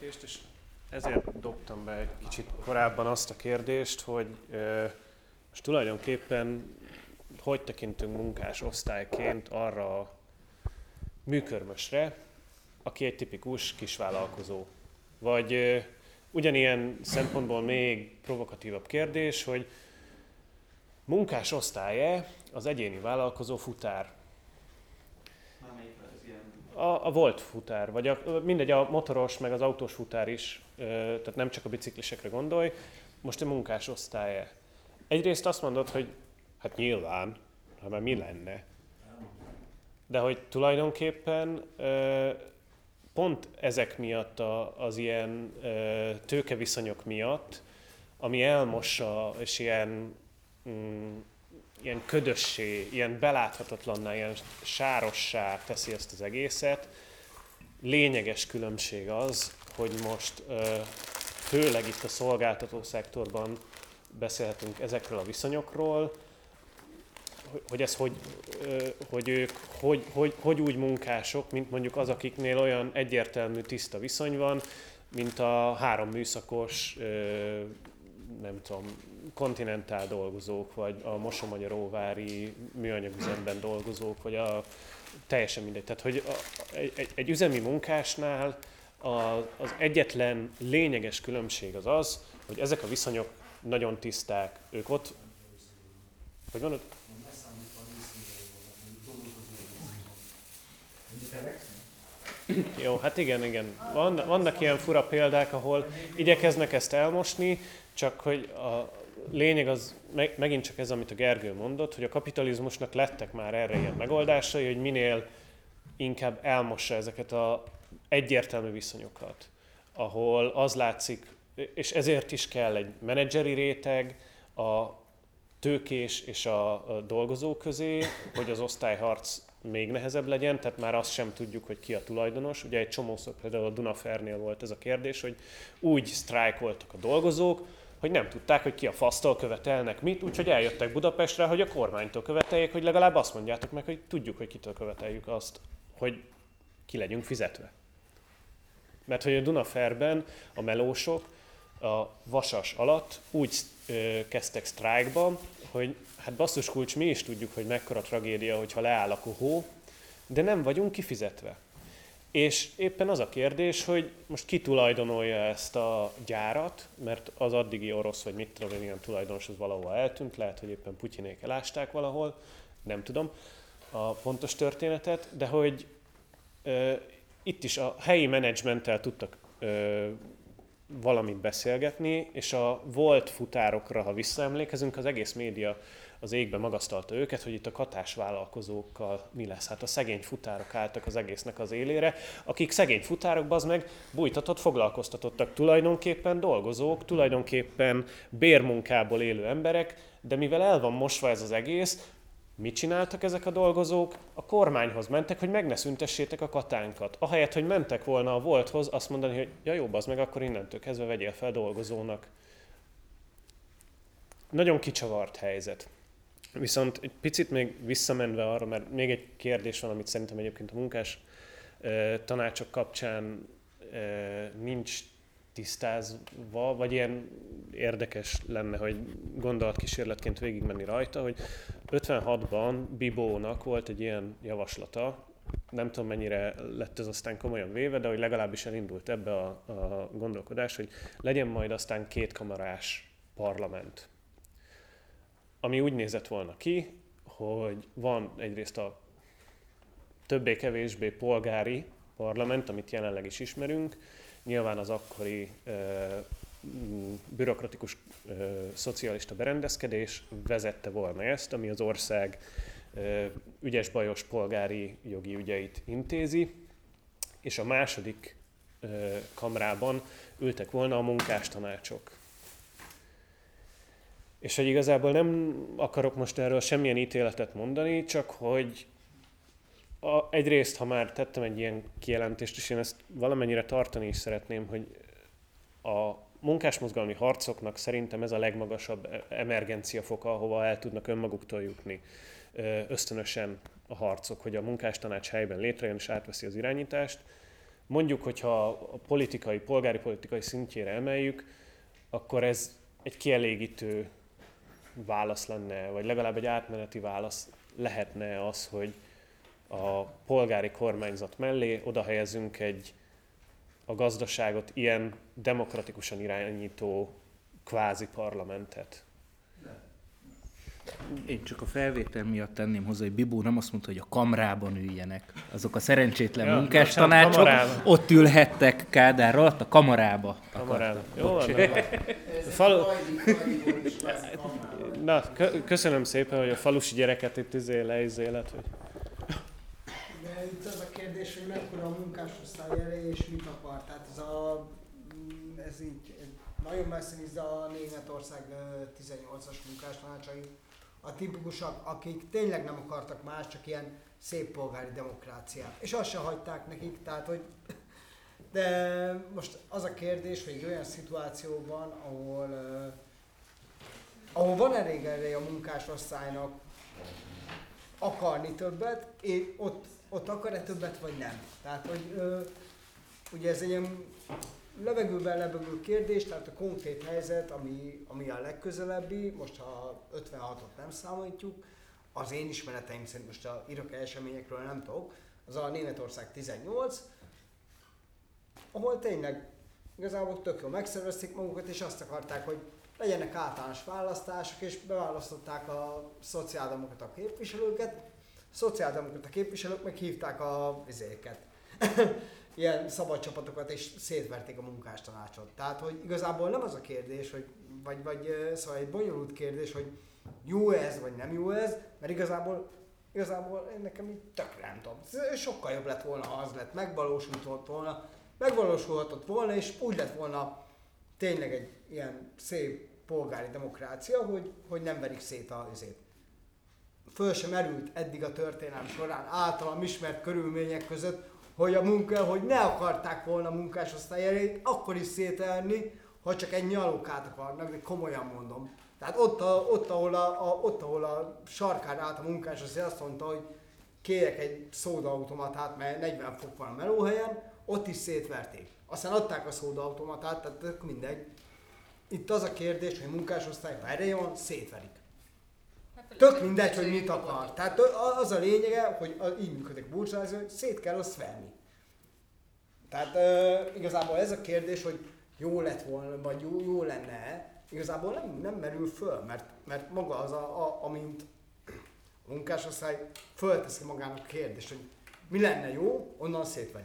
kijelentést, és ezért dobtam be egy kicsit korábban azt a kérdést, hogy most tulajdonképpen hogy tekintünk munkás osztályként arra a műkörmösre, aki egy tipikus kisvállalkozó. Vagy ugyanilyen szempontból még provokatívabb kérdés, hogy munkás osztálye az egyéni vállalkozó futár. A, a volt futár, vagy a, mindegy, a motoros, meg az autós futár is, tehát nem csak a biciklisekre gondolj, most a munkás osztálya. Egyrészt azt mondod, hogy hát nyilván, hát már mi lenne. De hogy tulajdonképpen pont ezek miatt az ilyen tőkeviszonyok miatt, ami elmossa, és ilyen, mm, ilyen ködössé, ilyen beláthatatlanná, ilyen sárossá teszi ezt az egészet, lényeges különbség az, hogy most főleg itt a szolgáltató szektorban beszélhetünk ezekről a viszonyokról, hogy ez hogy, hogy ők hogy, hogy, hogy úgy munkások, mint mondjuk az, akiknél olyan egyértelmű, tiszta viszony van, mint a három műszakos, nem tudom, kontinentál dolgozók, vagy a Mosonmagyaróvári műanyagüzemben dolgozók, vagy a teljesen mindegy. Tehát, hogy a, egy, egy üzemi munkásnál a, az egyetlen lényeges különbség az az, hogy ezek a viszonyok nagyon tiszták. Ők ott... Hogy mondod? Jó, hát igen, igen. Van, vannak ilyen fura példák, ahol igyekeznek ezt elmosni, csak hogy a lényeg az meg, megint csak ez, amit a Gergő mondott, hogy a kapitalizmusnak lettek már erre ilyen megoldásai, hogy minél inkább elmossa ezeket az egyértelmű viszonyokat, ahol az látszik, és ezért is kell egy menedzseri réteg a tőkés és a, a dolgozó közé, hogy az osztályharc még nehezebb legyen, tehát már azt sem tudjuk, hogy ki a tulajdonos. Ugye egy csomószor például a Dunafernél volt ez a kérdés, hogy úgy sztrájkoltak a dolgozók, hogy nem tudták, hogy ki a fasztól követelnek mit, úgyhogy eljöttek Budapestre, hogy a kormánytól követeljék, hogy legalább azt mondjátok meg, hogy tudjuk, hogy kitől követeljük azt, hogy ki legyünk fizetve. Mert hogy a Dunaferben a melósok a vasas alatt úgy ö, kezdtek sztrájkba, hogy hát basszus kulcs, mi is tudjuk, hogy mekkora tragédia, hogyha leáll a kohó, de nem vagyunk kifizetve. És éppen az a kérdés, hogy most ki tulajdonolja ezt a gyárat, mert az addigi orosz, vagy mit tudom én, ilyen tulajdonos az valahol eltűnt, lehet, hogy éppen Putyinék elásták valahol, nem tudom a pontos történetet, de hogy ö, itt is a helyi menedzsmenttel tudtak ö, valamit beszélgetni, és a volt futárokra, ha visszaemlékezünk, az egész média az égbe magasztalta őket, hogy itt a katás vállalkozókkal mi lesz. Hát a szegény futárok álltak az egésznek az élére, akik szegény futárok, az meg bújtatott, foglalkoztatottak, tulajdonképpen dolgozók, tulajdonképpen bérmunkából élő emberek, de mivel el van mosva ez az egész, mit csináltak ezek a dolgozók? A kormányhoz mentek, hogy meg ne szüntessétek a katánkat. Ahelyett, hogy mentek volna a volthoz, azt mondani, hogy ja jó, az meg akkor innentől kezdve vegyél fel dolgozónak. Nagyon kicsavart helyzet. Viszont egy picit még visszamenve arra, mert még egy kérdés van, amit szerintem egyébként a munkás e, tanácsok kapcsán e, nincs tisztázva, vagy ilyen érdekes lenne, hogy gondolatkísérletként végigmenni rajta, hogy ötvenhatban Bibónak volt egy ilyen javaslata, nem tudom mennyire lett ez aztán komolyan véve, de hogy legalábbis elindult ebbe a, a gondolkodás, hogy legyen majd aztán kétkamarás parlament. Ami úgy nézett volna ki, hogy van egyrészt a többé-kevésbé polgári parlament, amit jelenleg is ismerünk, nyilván az akkori uh, bürokratikus uh, szocialista berendezkedés vezette volna ezt, ami az ország uh, ügyes-bajos polgári jogi ügyeit intézi, és a második uh, kamrában ültek volna a munkástanácsok. És hogy igazából nem akarok most erről semmilyen ítéletet mondani, csak hogy a, egyrészt, ha már tettem egy ilyen kijelentést, és én ezt valamennyire tartani is szeretném, hogy a munkásmozgalmi harcoknak szerintem ez a legmagasabb emergenciafoka, ahova el tudnak önmaguktól jutni ösztönösen a harcok, hogy a munkástanács helyben létrejön és átveszi az irányítást. mondjuk, hogyha a politikai, polgári politikai szintjére emeljük, akkor ez egy kielégítő válasz lenne, vagy legalább egy átmeneti válasz lehetne az, hogy a polgári kormányzat mellé oda helyezünk egy a gazdaságot ilyen demokratikusan irányító kvázi parlamentet. Én csak a felvétel miatt tenném hozzá, hogy Bibó nem azt mondta, hogy a kamrában üljenek. Azok a szerencsétlen ja, munkástanácsok ott ülhettek Kádár alatt, a kamarába. Kamarába. Jó van. Falu... Na, köszönöm szépen, hogy a falusi gyereket itt izé leizélet, hogy... De itt az a kérdés, hogy mekkora a munkásosztály ereje és mit akar. Tehát ez a... Ez így nagyon messze néz a Németország tizennyolcas munkástanácsai. A tipikusak, akik tényleg nem akartak más, csak ilyen szép polgári demokráciát. És azt se hagyták nekik, tehát hogy... De most az a kérdés, hogy egy olyan szituációban, ahol, uh, ahol van elég ereje a munkásosztálynak akarni többet, és ott, ott akar-e többet, vagy nem. Tehát, hogy uh, ugye ez egy ilyen levegőben lebegő kérdés, tehát a konkrét helyzet, ami, ami a legközelebbi, most ha ötvenhatot nem számítjuk, az én ismereteim szerint most a iraki eseményekről nem tudok, az a Németország tizennyolc, ahol tényleg igazából tök jól megszervezték magukat, és azt akarták, hogy legyenek általános választások, és beválasztották a szociáldemokrata képviselőket, a szociáldemokrata képviselők meg hívták a vizéket. Ilyen szabad csapatokat, és szétverték a munkástanácsot. Tehát, hogy igazából nem az a kérdés, hogy, vagy, vagy szóval egy bonyolult kérdés, hogy jó ez, vagy nem jó ez, mert igazából, igazából én nekem így tökre nem tudom. Sokkal jobb lett volna, ha az lett, megvalósulhatott volna, megvalósulhatott volna, és úgy lett volna tényleg egy ilyen szép polgári demokrácia, hogy, hogy nem verik szét a izét. Föl sem merült eddig a történelem során általam ismert körülmények között, hogy a munka, hogy ne akarták volna a munkásosztály erejét, akkor is szételni, ha csak egy nyalókát akarnak, de komolyan mondom. Tehát ott, a, ott, ahol, a, a, ott, ahol a sarkán állt a munkásosztály, azt mondta, hogy kérek egy szódaautomatát, mert negyven fok van a melóhelyen, ott is szétverték. Aztán adták a szódaautomatát, tehát mindegy. Itt az a kérdés, hogy a munkásosztály, ha ereje van, szétverik. Tök mindegy, hogy mit akar. Tehát az a lényege, hogy így működik a burzsázia, hogy szét kell azt verni. Tehát uh, igazából ez a kérdés, hogy jó lett volna, vagy jó, jó lenne, igazából nem, nem merül föl, mert, mert maga az, a, a, amint a munkásosztály fölteszi magának a kérdést, hogy mi lenne jó, onnan szétveri.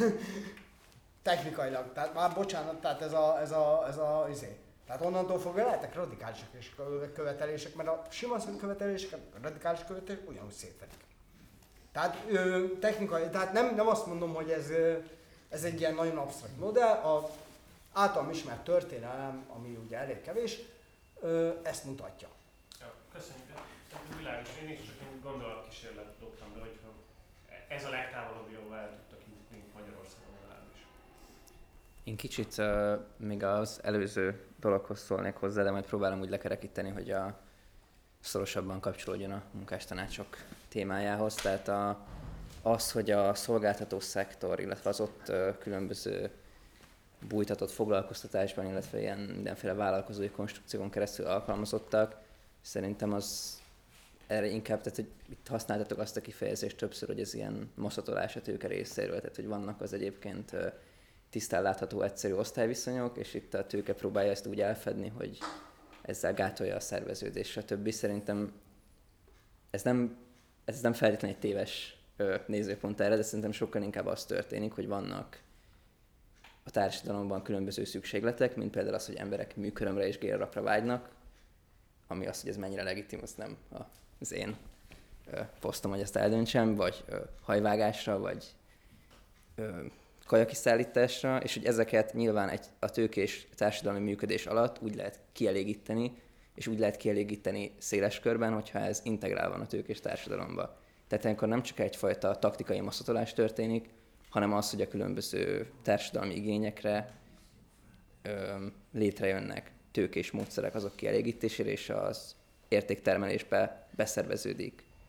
Technikailag, tehát már bocsánat, tehát ez a, ez a, ez a izé. Tehát onnantól fogva lehetek radikálisak és követelések, mert a sima követeléseket, a radikális követelések ugyanúgy szétverik. Tehát ö, technikai, tehát nem, nem azt mondom, hogy ez, ez egy ilyen nagyon absztrakt modell, a általam ismert történelem, ami ugye elég kevés, ö, ezt mutatja. Ja, köszönjük. Világos, én is csak egy gondolatkísérlet dobtam be, hogy ez a legtávolabb jóval el tudtak jutni Magyarországon legalábbis. Én kicsit uh, még az előző dologhoz szólnék hozzá, de majd próbálom úgy lekerekíteni, hogy a szorosabban kapcsolódjon a munkástanácsok témájához. Tehát a, az, hogy a szolgáltató szektor, illetve az ott uh, különböző bújtatott foglalkoztatásban, illetve ilyen mindenféle vállalkozói konstrukción keresztül alkalmazottak, szerintem az erre inkább, tehát hogy itt használtatok azt a kifejezést többször, hogy ez ilyen maszatolás a tőke részéről, tehát hogy vannak az egyébként uh, tisztán látható egyszerű osztályviszonyok, és itt a tőke próbálja ezt úgy elfedni, hogy ezzel gátolja a szerveződést, stb. Szerintem ez nem, ez nem feltétlenül egy téves ö, nézőpont erre, de szerintem sokkal inkább az történik, hogy vannak a társadalomban különböző szükségletek, mint például az, hogy emberek műkörömre és gélrapra vágynak, ami az, hogy ez mennyire legitim, az nem az én ö, posztom, hogy ezt eldöntsem, vagy ö, hajvágásra, vagy ö, kajakiszállításra, és hogy ezeket nyilván egy, a tőkés társadalmi működés alatt úgy lehet kielégíteni, és úgy lehet kielégíteni széles körben, hogyha ez integrál van a tőkés társadalomba. Tehát ilyenkor nem csak egyfajta taktikai maszatolás történik, hanem az, hogy a különböző társadalmi igényekre ö, létrejönnek tőkés módszerek azok kielégítésére, és az értéktermelésbe beszerveződik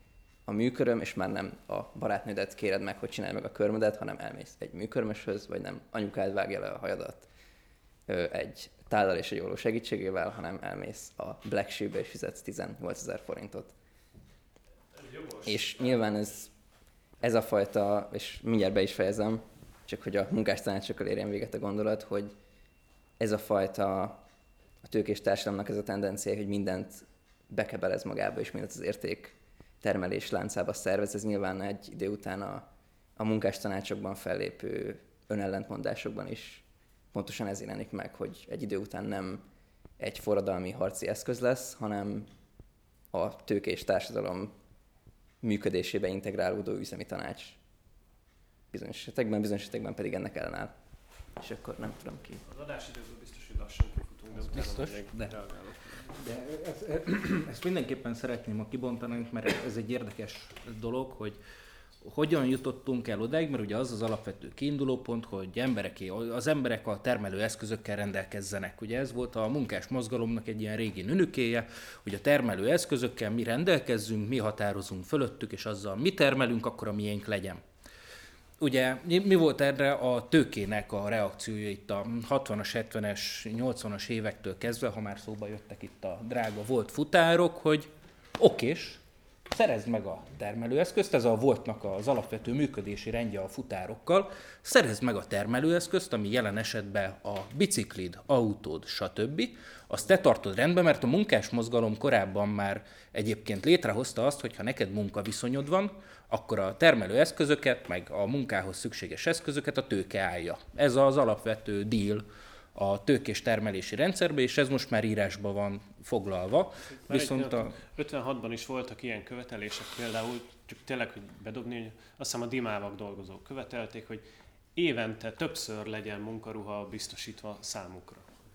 a műköröm, és már nem a barátnődet kéred meg, hogy csinálj meg a körmödet, hanem elmész egy műkörmöshöz, vagy nem anyukád vágja le a hajadat egy tállal és egy óló segítségével, hanem elmész a Black Sheep-be és fizetsz tizennyolcezer forintot. És nyilván ez, ez a fajta, és mindjárt be is fejezem, csak hogy a munkástanácsokkal érjen véget a gondolat, hogy ez a fajta, a tőkés társadalomnak ez a tendencia, hogy mindent bekebelez magába, és mindent az érték termelés láncába szervez, ez nyilván egy idő után a, a munkástanácsokban fellépő önellentmondásokban is pontosan ez jelenik meg, hogy egy idő után nem egy forradalmi harci eszköz lesz, hanem a tőkés társadalom működésébe integrálódó üzemi tanács. Bizonyos esetekben, bizonyos esetekben pedig ennek ellenáll. És akkor nem tudom ki. Az adásidőből biztos, hogy lassan kifutunk, de utána biztos, még de, reagálok. de ezt, ezt mindenképpen szeretném, ha kibontanánk, mert ez egy érdekes dolog, hogy hogyan jutottunk el odáig, mert ugye az az alapvető kiindulópont, hogy embereké, az emberek a termelő eszközökkel rendelkezzenek. Ugye ez volt a munkás mozgalomnak egy ilyen régi nünükéje, hogy a termelő eszközökkel mi rendelkezzünk, mi határozunk fölöttük, és azzal mi termelünk, akkor a miénk legyen. Ugye mi volt erre a tőkének a reakciója itt a hatvanas, hetvenes, nyolcvanas évektől kezdve, ha már szóba jöttek itt a drága volt futárok, hogy okés, szerezd meg a termelőeszközt, ez a voltnak az alapvető működési rendje a futárokkal, szerezd meg a termelőeszközt, ami jelen esetben a biciklid, autód, stb. Azt te tartod rendben, mert a munkásmozgalom korábban már egyébként létrehozta azt, hogy ha neked munkaviszonyod van, akkor a termelőeszközöket, meg a munkához szükséges eszközöket a tőke állja. Ez az alapvető deal a tőkés termelési rendszerbe, és ez most már írásban van foglalva. Már Viszont a... ötvenhatban is voltak ilyen követelések, például csak tényleg, hogy bedobni, hogy azt hiszem a Dimávak dolgozók követelték, hogy évente többször legyen munkaruha biztosítva számukra.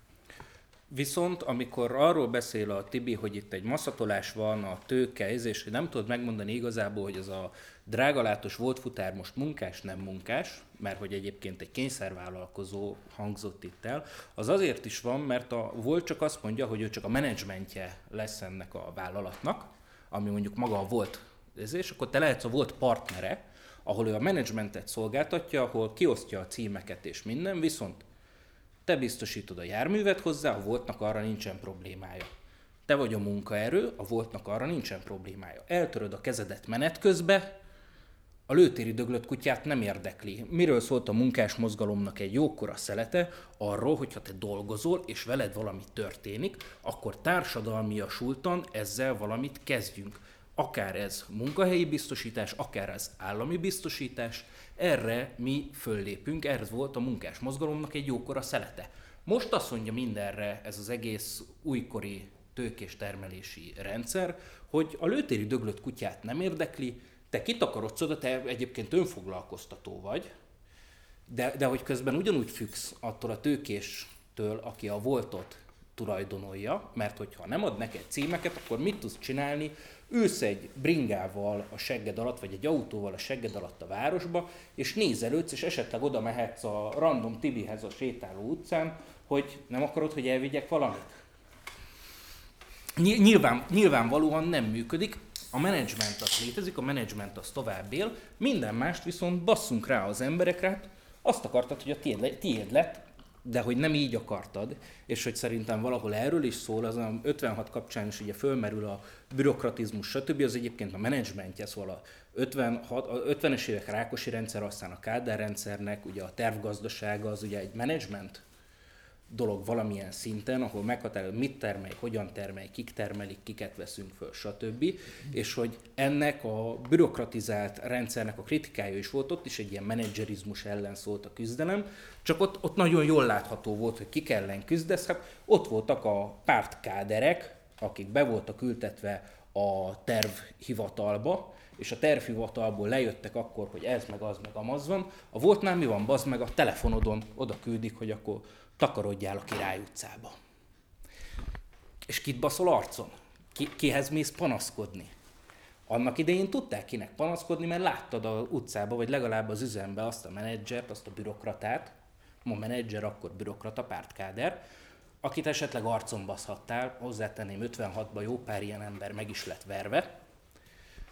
Viszont amikor arról beszél a Tibi, hogy itt egy maszatolás van, a tőke, és hogy nem tudod megmondani igazából, hogy az a drágalátos volt futár most munkás, nem munkás, mert hogy egyébként egy kényszervállalkozó hangzott itt el, az azért is van, mert a volt csak azt mondja, hogy ő csak a menedzsmentje lesz ennek a vállalatnak, ami mondjuk maga a volt, és akkor te lehetsz a volt partnere, ahol ő a menedzsmentet szolgáltatja, ahol kiosztja a címeket és minden, viszont te biztosítod a járművet hozzá, a voltnak arra nincsen problémája. Te vagy a munkaerő, a voltnak arra nincsen problémája. Eltöröd a kezedet menet közbe, a lőtéri döglött kutyát nem érdekli. Miről szólt a munkás mozgalomnak egy jókora szelete? Arról, hogyha te dolgozol, és veled valami történik, akkor társadalmiasultan ezzel valamit kezdjünk. Akár ez munkahelyi biztosítás, akár ez állami biztosítás, erre mi föllépünk, ez volt a munkás mozgalomnak egy jókora szelete. Most azt mondja mindenre ez az egész újkori tőkés termelési rendszer, hogy a lőtéri döglött kutyát nem érdekli, te kitakarodsz oda, te egyébként önfoglalkoztató vagy, de, de hogy közben ugyanúgy függsz attól a tőkéstől, aki a voltot tulajdonolja, mert hogyha nem ad neked címeket, akkor mit tudsz csinálni? Ülsz egy bringával a segged alatt, vagy egy autóval a segged alatt a városba, és nézelődsz, és esetleg oda mehetsz a random Tibihez a sétáló utcán, hogy nem akarod, hogy elvigyek valamit? Nyilván, nyilvánvalóan nem működik, a menedzsment az létezik, a menedzsment az tovább él, minden mást viszont basszunk rá az emberekre, azt akartad, hogy a tiéd, tiéd lett, de hogy nem így akartad, és hogy szerintem valahol erről is szól, az a ötvenhat kapcsán is ugye fölmerül a bürokratizmus, stb. Az egyébként a menedzsmentje, szóval a ötvenhat, a ötvenes évek Rákosi rendszer, aztán a Kádár rendszernek, ugye a tervgazdasága az ugye egy menedzsment dolog valamilyen szinten, ahol meghatározod, mit termelj, hogyan termelj, kik termelik, kiket veszünk föl, stb. És hogy ennek a bürokratizált rendszernek a kritikája is volt, ott is egy ilyen menedzserizmus ellen szólt a küzdelem, csak ott, ott nagyon jól látható volt, hogy kik ellen küzdesz, hát ott voltak a pártkáderek, akik be voltak ültetve a tervhivatalba, és a tervhivatalból lejöttek akkor, hogy ez meg az meg amaz van. A voltnál mi van, bazd meg, a telefonodon oda küldik, hogy akkor takarodjál a Király utcába. És kit baszol arcon? Ki, kihez mész panaszkodni? Annak idején tudták kinek panaszkodni, mert láttad az utcába, vagy legalább az üzembe azt a menedzsert, azt a bürokratát, ma menedzser, akkor bürokrata, pártkáder, akit esetleg arcon baszhattál, hozzátenném ötvenhatban jó pár ilyen ember meg is lett verve.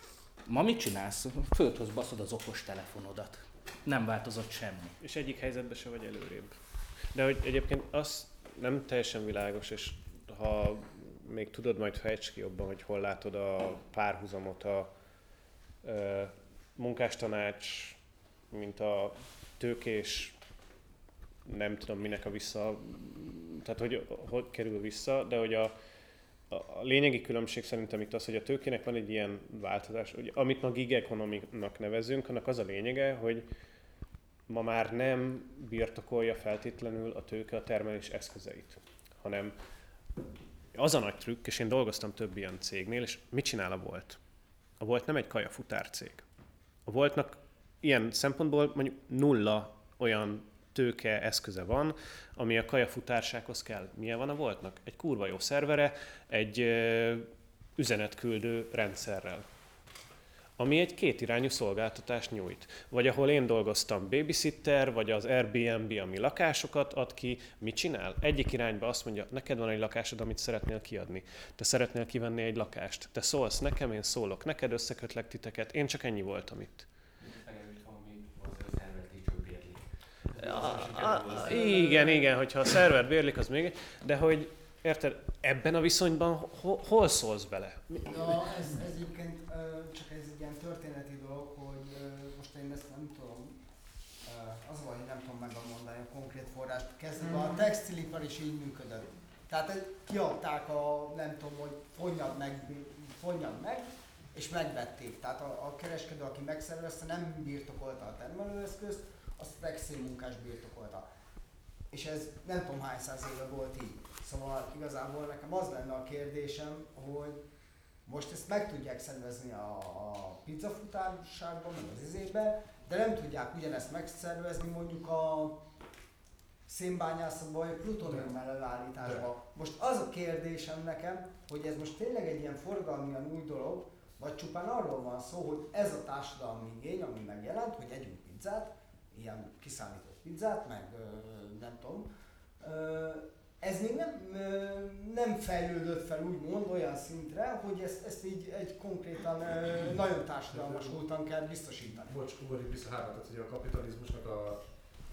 Ma mit csinálsz? Földhöz baszod az okos telefonodat. Nem változott semmi. És egyik helyzetben se vagy előrébb. De hogy egyébként az nem teljesen világos, és ha még tudod, majd fejtsd ki jobban, hogy hol látod a párhuzamot a ö, munkástanács, mint a tőkés, nem tudom minek a vissza, tehát hogy, hogy kerül vissza, de hogy a, a, a lényegi különbség szerintem itt az, hogy a tőkének van egy ilyen változás, hogy amit ma gig economy-nak nevezünk, annak az a lényege, hogy ma már nem birtokolja feltétlenül a tőke a termelés eszközeit, hanem az a nagy trükk, és én dolgoztam több ilyen cégnél, és mit csinál a Volt? A Volt nem egy kajafutár cég. A Voltnak ilyen szempontból mondjuk nulla olyan tőke eszköze van, ami a kajafutársághoz kell. Milyen van a Voltnak? Egy kurva jó szervere, egy ö, üzenetküldő rendszerrel, ami egy kétirányú szolgáltatást nyújt. Vagy ahol én dolgoztam, babysitter, vagy az Airbnb, ami lakásokat ad ki, mit csinál? Egyik irányba azt mondja, neked van egy lakásod, amit szeretnél kiadni. Te szeretnél kivenni egy lakást. Te szólsz nekem, én szólok neked, összekötlek titeket. Én csak ennyi voltam itt. Igen, igen, hogyha a szervert bérlik, az még, de hogy érted, ebben a viszonyban hol, hol szólsz bele? Ja, ez, ez egyébként csak ez egy ilyen történeti dolog, hogy most én ezt nem tudom, az van, hogy nem tudom megmondani a konkrét forrást. Kezdve a textilipar is így működött. Tehát kiadták a, nem tudom, hogy fonjad meg, fonjad meg, és megvették. Tehát a, a kereskedő, aki megszervezte, nem birtokolta a termelőeszközt, azt a textilmunkás birtokolta. És ez nem tudom hány száz éve volt így. Szóval igazából nekem az lenne a kérdésem, hogy most ezt meg tudják szervezni a, a pizzafutárságban, meg az izében, de nem tudják ugyanezt megszervezni mondjuk a szénbányászatban, vagy plutónium előállításban. Most az a kérdésem nekem, hogy ez most tényleg egy ilyen forgalmian új dolog, vagy csupán arról van szó, hogy ez a társadalmi igény, ami megjelent, hogy együnk pizzát, ilyen kiszállított pizzát, meg ö, nem tudom, ö, ez még nem, ö, nem fejlődött fel úgymond olyan szintre, hogy ezt, ezt így egy konkrétan ö, nagyon társadalmas úton kell biztosítani. Bocs, ugorjuk vissza hátra, hogy a kapitalizmusnak a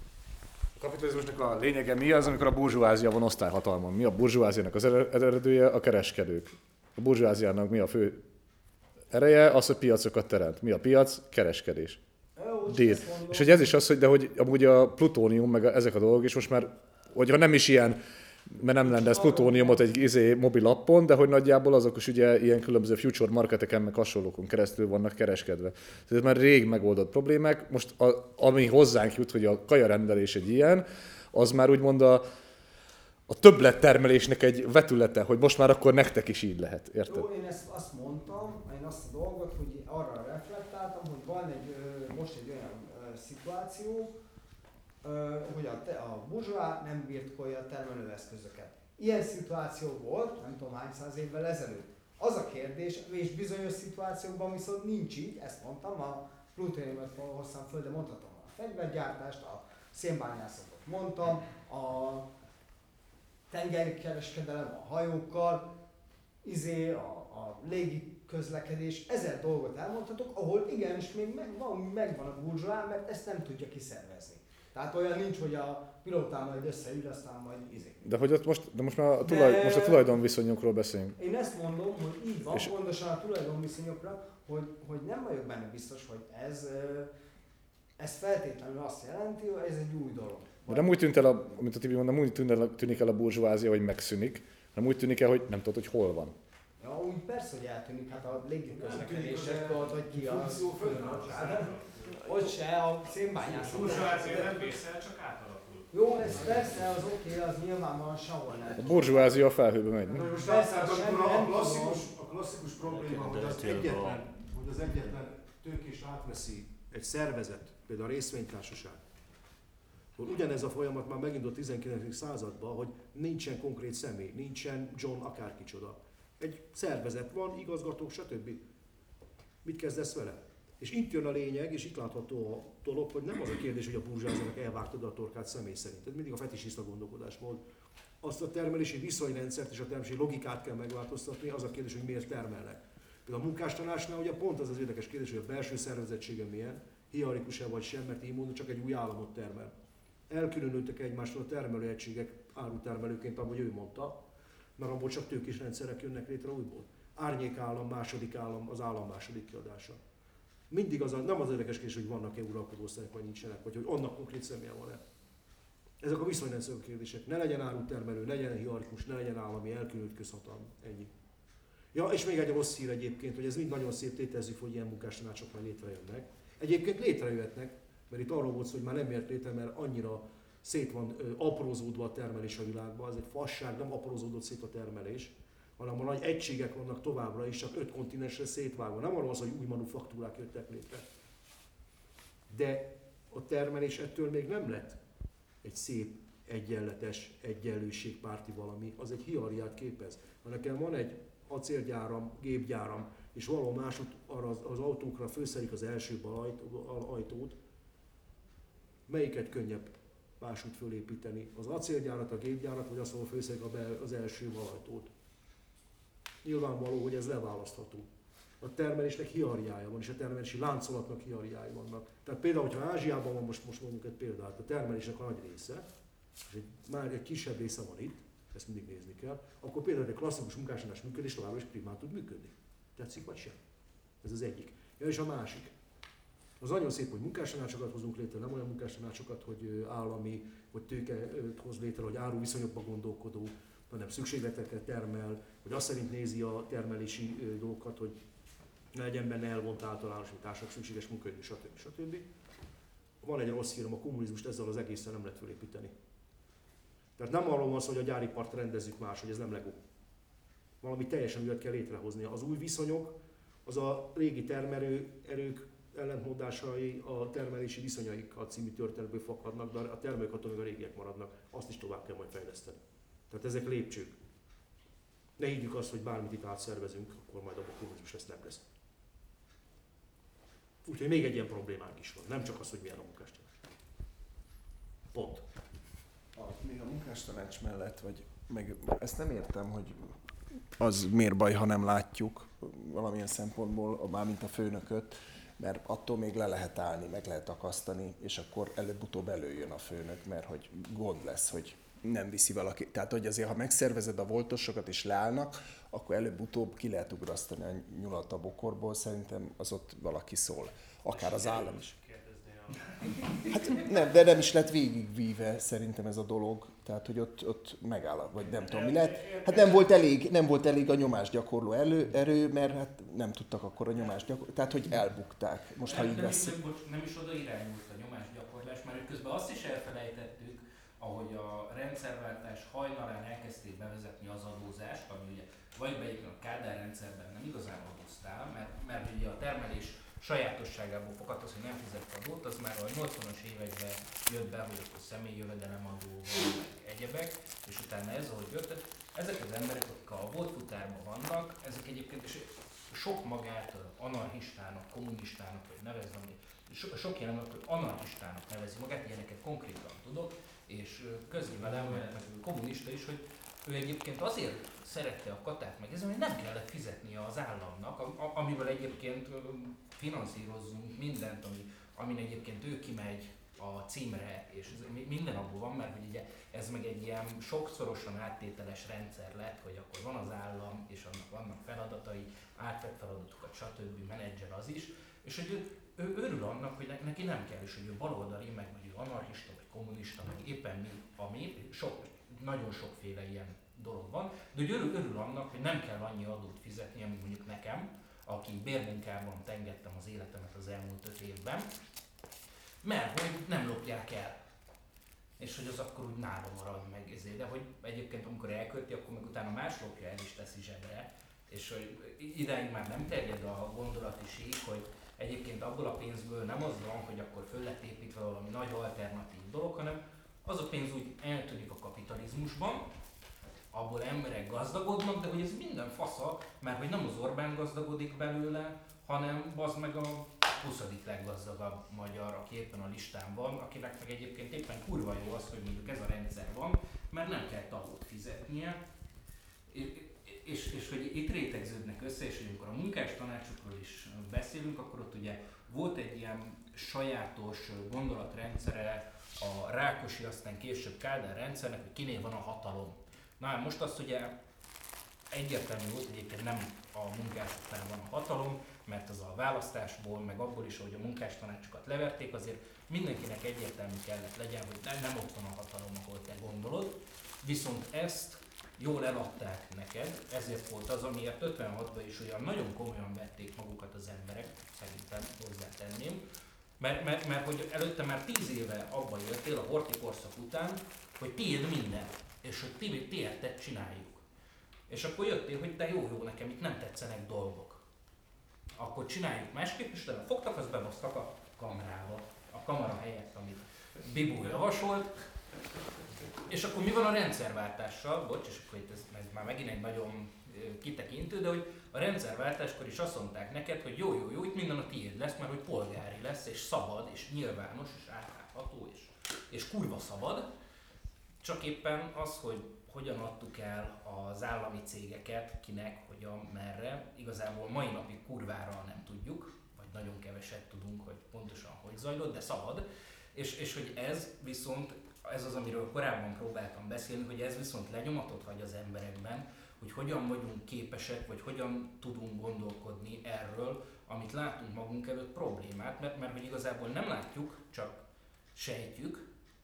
A kapitalizmusnak a lényege mi az, amikor a burzsóázia van osztályhatalmon? Mi a burzsóáziának az eredője? A kereskedők. A burzsóáziának mi a fő ereje? Az, hogy piacokat teremt. Mi a piac? Kereskedés. Deal. És hogy ez is az, hogy, de hogy amúgy a plutónium, meg a, ezek a dolgok is most már, hogyha nem is ilyen, mert nem lenne ez plutóniumot egy izé, mobil appon, de hogy nagyjából azok is ugye ilyen különböző future marketeken, meg hasonlókon keresztül vannak kereskedve. Tehát ez már rég megoldott problémák. Most a, ami hozzánk jut, hogy a kajarendelés egy ilyen, az már úgymond a, a többlettermelésnek egy vetülete, hogy most már akkor nektek is így lehet, érted? Jó, én ezt azt mondtam, én azt a dolgot, hogy arra reflektáltam, hogy van egy, most egy olyan szituáció, hogy a, a burzsóá nem birtokolja a termelőeszközöket. Ilyen szituáció volt, nem tudom hány száz évvel ezelőtt. Az a kérdés, és bizonyos szituációkban viszont nincs így, ezt mondtam, a plutóniumot hoztam föl, de mondhatom a fegyvergyártást, a szénbányászatot mondtam, a tengeri kereskedelem, a hajókkal, izé, a, a légi közlekedés, ezer dolgot elmondhatok, ahol igenis még meg, van, megvan a burzsóá, mert ezt nem tudja kiszervezni. Tehát olyan nincs, hogy a pilótán majd összeül, aztán majd izé. De hogy ott most, de most már a, tulaj, de most a tulajdonviszonyokról beszélünk. Én ezt mondom, hogy így van, és pontosan a tulajdonviszonyokra, hogy, hogy nem vagyok benne biztos, hogy ez, ez feltétlenül azt jelenti, hogy ez egy új dolog. De nem úgy tűnt el, a, amit a Tibi mondta, nem úgy tűnik el a burzsóázia, hogy megszűnik, hanem úgy tűnik el, hogy nem tudod, hogy hol van. Ja, úgy persze, hogy eltűnik, hát a légiközlekedések volt, hogy ki a... Ott se, a szénbányászat. A burzsóázia nem vészel, csak átalakul. Jó, ez persze, az oké, okay, az nyilvánvalóan sehol nem. A burzsóázia a felhőbe megy. Na most persze, akkor a klasszikus, a klasszikus probléma, hogy az egyetlen, hogy az egyetlen tőkés átveszi egy szervezet, például a részvénytársaság. Ugyanez a folyamat már megint a tizenkilencedik században, hogy nincsen konkrét személy, nincsen John akárkicsoda. Egy szervezet van, igazgatók, stb. Mit kezdesz vele? És itt jön a lényeg, és itt látható a dolog, hogy nem az a kérdés, hogy a burzsóáziának elvágtad a torkát személy szerint. Ez mindig a fetisista gondolkodásmód. Azt a termelési viszonyrendszert és a termelési logikát kell megváltoztatni, az a kérdés, hogy miért termelnek. Például a munkástanácsnál ugye pont az az érdekes kérdés, hogy a belső szervezettsége milyen, hierarchikus-e vagy sem, mert így módon csak egy új államot termel. Elkülönültek egymástól a termelőegységek árutermelőként, ahogy ő mondta, mert abból csak tőkés rendszerek jönnek létre újból. Árnyékállam, második állam, az állam második kiadása. Mindig az a, nem az érdekes kérdés, hogy vannak-e uralkodóosztályok, vagy nincsenek, vagy hogy annak konkrét személye van-e. Ezek a viszonyrendszerű kérdések. Ne legyen árutermelő, ne legyen hierarchikus, ne legyen állami, elkülönült közhatalom. Ennyi. Ja, és még egy rossz hír egyébként, hogy ez mind nagyon szép, létezik, hogy ilyen munkástanácsok már létrejönnek. Egyébként létrejöhetnek, mert itt arról volt szó, hogy már nem ért létre, mert annyira szét van ö, aprózódva a termelés a világban. Ez egy fasság, nem aprózódott szét a termelés, hanem a nagy egységek vannak továbbra is, csak öt kontinensre szétvágva. Nem arról az, hogy új manufaktúrák jöttek létre. De a termelés ettől még nem lett egy szép, egyenletes, egyenlőségpárti valami, az egy hierarchiát képez. Ha nekem van egy acélgyáram, gépgyáram, és valahol másod arra az, az autókra főszerik az első ajtót, melyiket könnyebb máshogy fölépíteni? Az acélgyárat, a gépgyárat, vagy azt, ahol főszerik az első ajtót? Nyilvánvaló, hogy ez leválasztható. A termelésnek hierarchiája van, és a termelési láncolatnak hierarchiái vannak. Tehát például, hogyha Ázsiában van, most, most mondjuk egy példát, a termelésnek a nagy része, és egy, már egy kisebb része van itt, ezt mindig nézni kell, akkor például egy klasszikus munkástanács működés továbbra is primán tud működni. Tetszik vagy sem? Ez az egyik. Ja, és a másik. Az nagyon szép, hogy munkástanácsokat hozunk létre, nem olyan munkástanácsokat, hogy állami, vagy tőke hoz létre, hogy áruviszonyokban gondolkodó, hanem szükségleteket termel, hogy azt szerint nézi a termelési dolgokat, hogy ne legyen benne elvont általánosítások, szükséges munkaidő, stb. stb. Van egy rossz hírem, a kommunizmust ezzel az egészen nem lehet fölépíteni. Tehát nem arról van szó, hogy a gyáripart rendezzük más, hogy ez nem Lego. Valami teljesen újat kell létrehozni. Az új viszonyok, az a régi termelő erők ellentmondásai a termelési viszonyaik a című történetből fakadnak, de a termelők attól még a régiek maradnak. Azt is tovább kell majd fejleszteni. Tehát ezek lépcsők. Ne higgyük azt, hogy bármit itt átszervezünk, akkor majd abban kommunizmus lesz, nem lesz. Úgyhogy még egy ilyen problémánk is van. Nem csak az, hogy milyen a munkástanács. Pont. A, még a munkástanács mellett, vagy meg ezt nem értem, hogy az miért baj, ha nem látjuk valamilyen szempontból, mármint a főnököt, mert attól még le lehet állni, meg lehet akasztani, és akkor előbb-utóbb előjön a főnök, mert hogy gond lesz, hogy nem viszi valaki. Tehát, hogy azért, ha megszervezed a voltosokat és leállnak, akkor előbb-utóbb ki lehet ugrasztani a nyulat a bokorból, szerintem az ott valaki szól. Akár az állam is. Hát nem, de nem is lett végigvíve szerintem ez a dolog. Tehát, hogy ott, ott megáll, vagy nem tudom mi lett. Hát nem volt elég, nem volt elég a nyomásgyakorló elő, erő, mert hát nem tudtak akkor a nyomásgyakorló. Tehát, hogy elbukták. Most, ha így lesz. Nem, nem is oda irányult a nyomásgyakorlás, mert közben azt is elfelejtettük, ahogy a rendszerváltás hajnalán elkezdték bevezetni az adózást, ami ugye vagy beépül a Kádár rendszerben nem igazán adóztál, mert, mert ugye a termelés sajátosságából fakad az, hogy nem fizett adót, az már a nyolcvanas években jött be, hogy akkor személyi jövedelemadó vagy egyebek, és utána ez, ahogy jött, ezek az emberek, akik a voltfutárban vannak, ezek egyébként is sok magát anarchistának, kommunistának, vagy nevezem, so, sok ilyen ember, hogy anarchistának nevezi magát, ilyeneket konkrétan tudok, és közli velem, meg kommunista is, hogy ő egyébként azért szerette a katát meg, ez, hogy nem kellett fizetnie az államnak, amivel egyébként finanszírozzunk mindent, ami, amin egyébként ő kimegy a címre, és minden abból van, mert hogy ugye ez meg egy ilyen sokszorosan áttételes rendszer lett, hogy akkor van az állam, és annak vannak feladatai, átvett feladatokat, stb. Menedzser az is, és hogy ő, ő örül annak, hogy neki nem kell, és hogy ő baloldali, meg vagy ő anarchista, vagy kommunista, meg éppen mi, ami, sok, nagyon sokféle ilyen dolog van, de hogy örül, örül annak, hogy nem kell annyi adót fizetni, mint mondjuk nekem, aki bérmunkában tengettem az életemet az elmúlt öt évben, mert hogy nem lopják el. És hogy az akkor úgy nálam marad meg ezért, de hogy egyébként amikor elkölti, akkor meg utána más lopja el is teszi zsebre, és hogy idáig már nem terjed a gondolati sík, hogy egyébként abból a pénzből nem az van, hogy akkor föl lett építve valami nagy alternatív dolog, hanem az a pénz úgy eltűnik a kapitalizmusban, abból emberek gazdagodnak, de hogy ez minden fasza, mert hogy nem az Orbán gazdagodik belőle, hanem az meg a huszadik leggazdagabb magyar, aki éppen a listán van, akinek meg egyébként éppen kurva jó az, hogy mondjuk ez a rendszer van, mert nem kell adót fizetnie. és, és hogy itt rétegződnek össze, és hogy amikor a munkás tanácsokról is beszélünk, akkor ott ugye volt egy ilyen sajátos gondolatrendszere a Rákosi, aztán később Kádár rendszernek, hogy kinél van a hatalom. Na most azt ugye egyértelmű volt, hogy egyébként nem a munkásoknál van a hatalom, mert az a választásból, meg abból is, hogy a munkástanácsokat leverték, azért mindenkinek egyértelmű kellett legyen, hogy nem, nem ott van a hatalom, ahol te gondolod. Viszont ezt jól eladták neked, ezért volt az, amiért ötvenhatban is olyan nagyon komolyan vették magukat az emberek, szerintem hozzátenném, mert, mert, mert hogy előtte már tíz éve abban éltél a Horthy korszak után, hogy tiéd minden, és hogy ti, ti érted csináljuk. És akkor jöttél, hogy te jó-jó, nekem itt nem tetszenek dolgok. Akkor csináljuk másképp, és utána fogtak, azt bebasztak a kamerába, a kamera helyett, amit Bibó javasolt. És akkor mi van a rendszerváltással? Bocs, és akkor itt ez, ez már megint egy nagyon kitekintő, de hogy a rendszerváltáskor is azt mondták neked, hogy jó, jó, jó, itt minden a tiéd lesz, mert hogy polgári lesz, és szabad, és nyilvános, és átlátható, és, és kurva szabad. Csak éppen az, hogy hogyan adtuk el az állami cégeket, kinek, hogyan, merre, igazából mai napig kurvára nem tudjuk, vagy nagyon keveset tudunk, hogy pontosan hogy zajlott, de szabad. És, és hogy ez viszont, ez az, amiről korábban próbáltam beszélni, hogy ez viszont lenyomatot hagy az emberekben, hogy hogyan vagyunk képesek, vagy hogyan tudunk gondolkodni erről, amit látunk magunk előtt problémát, mert, mert hogy igazából nem látjuk, csak sejtjük,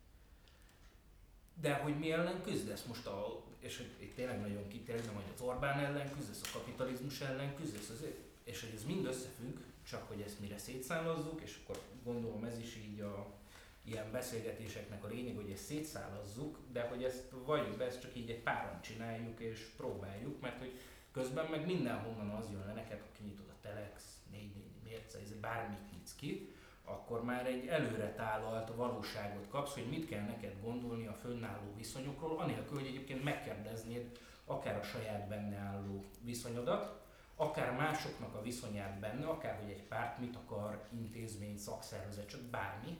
de hogy mi ellen küzdesz most, a, és hogy itt tényleg nagyon kitérem, hogy az Orbán ellen küzdesz, a kapitalizmus ellen küzdesz, azért, és hogy ez mind összefügg, csak hogy ezt mire szétszállazzuk, és akkor gondolom ez is így a ilyen beszélgetéseknek a lényeg, hogy ezt szétszállazzuk, de hogy ezt valljuk be, ezt csak így egy páran csináljuk és próbáljuk, mert hogy közben meg mindenhonnan az jön le neked, ha kinyitod a Telex, négy négy mérce, ez bármit nyitsz ki, akkor már egy előre tálalt valóságot kapsz, hogy mit kell neked gondolni a fönnálló viszonyokról, anélkül, hogy egyébként megkérdeznéd akár a saját benne álló viszonyodat, akár másoknak a viszonyát benne, akár hogy egy párt mit akar, intézmény, szakszervezet, csak bármi.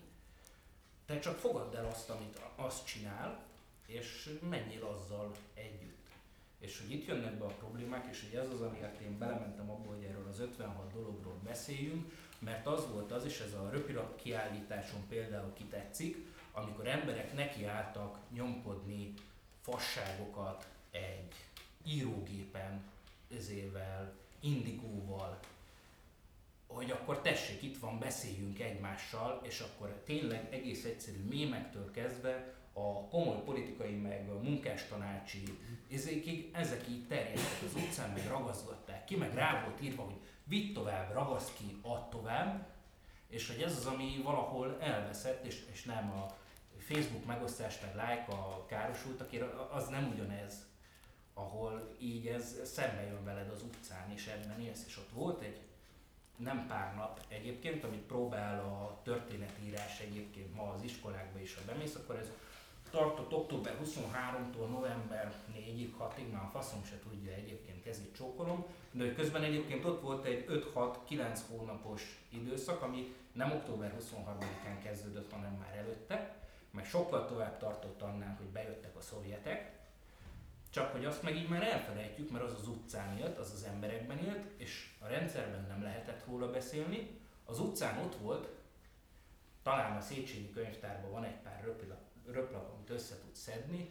Te csak fogadd el azt, amit azt csinál, és menjél azzal együtt. És hogy itt jönnek be a problémák, és hogy ez az, amiért én belementem abba, hogy erről az ötvenhat dologról beszéljünk, mert az volt az, és ez a röpirap kiállításon például kitetszik, amikor emberek nekiálltak nyomkodni fasságokat egy írógépen, ezével, indigóval, hogy akkor tessék, itt van, beszéljünk egymással, és akkor tényleg egész egyszerű mémektől kezdve a komoly politikai meg a munkástanácsi izékig, ezek így terjedtek az utcán, meg ragaszgatták ki, meg rá volt írva, hogy vidd tovább, ragaszt ki, add tovább, és hogy ez az, ami valahol elveszett, és, és nem a Facebook megosztás, meg like a károsultakért, az nem ugyanez, ahol így ez szembe jön veled az utcán, és ebben élsz, és ott volt egy nem pár nap egyébként, amit próbál a történetírás egyébként ma az iskolákba is, ha bemész, akkor ez tartott október huszonharmadikától november négyedikéig, hatig, már a faszom se tudja egyébként, kezét csókolom, de hogy közben egyébként ott volt egy öt-hat-kilenc hónapos időszak, ami nem október huszonharmadikán kezdődött, hanem már előtte, meg sokkal tovább tartott annál, hogy bejöttek a szovjetek, csak hogy azt meg így már elfelejtjük, mert az az utcán élt, az az emberekben élt, és a rendszerben nem lehetett róla beszélni. Az utcán ott volt, talán a Széchenyi könyvtárban van egy pár röplap, röplap, amit össze tudsz szedni,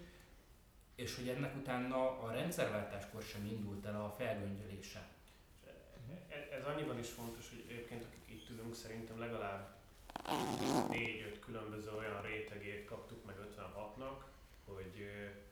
és hogy ennek utána a rendszerváltáskor sem indult el a felgöngyölése. Ez annyiban is fontos, hogy egyébként akik itt ülünk, szerintem legalább négy-öt különböző olyan rétegét kaptuk meg ötvenhatnak, hogy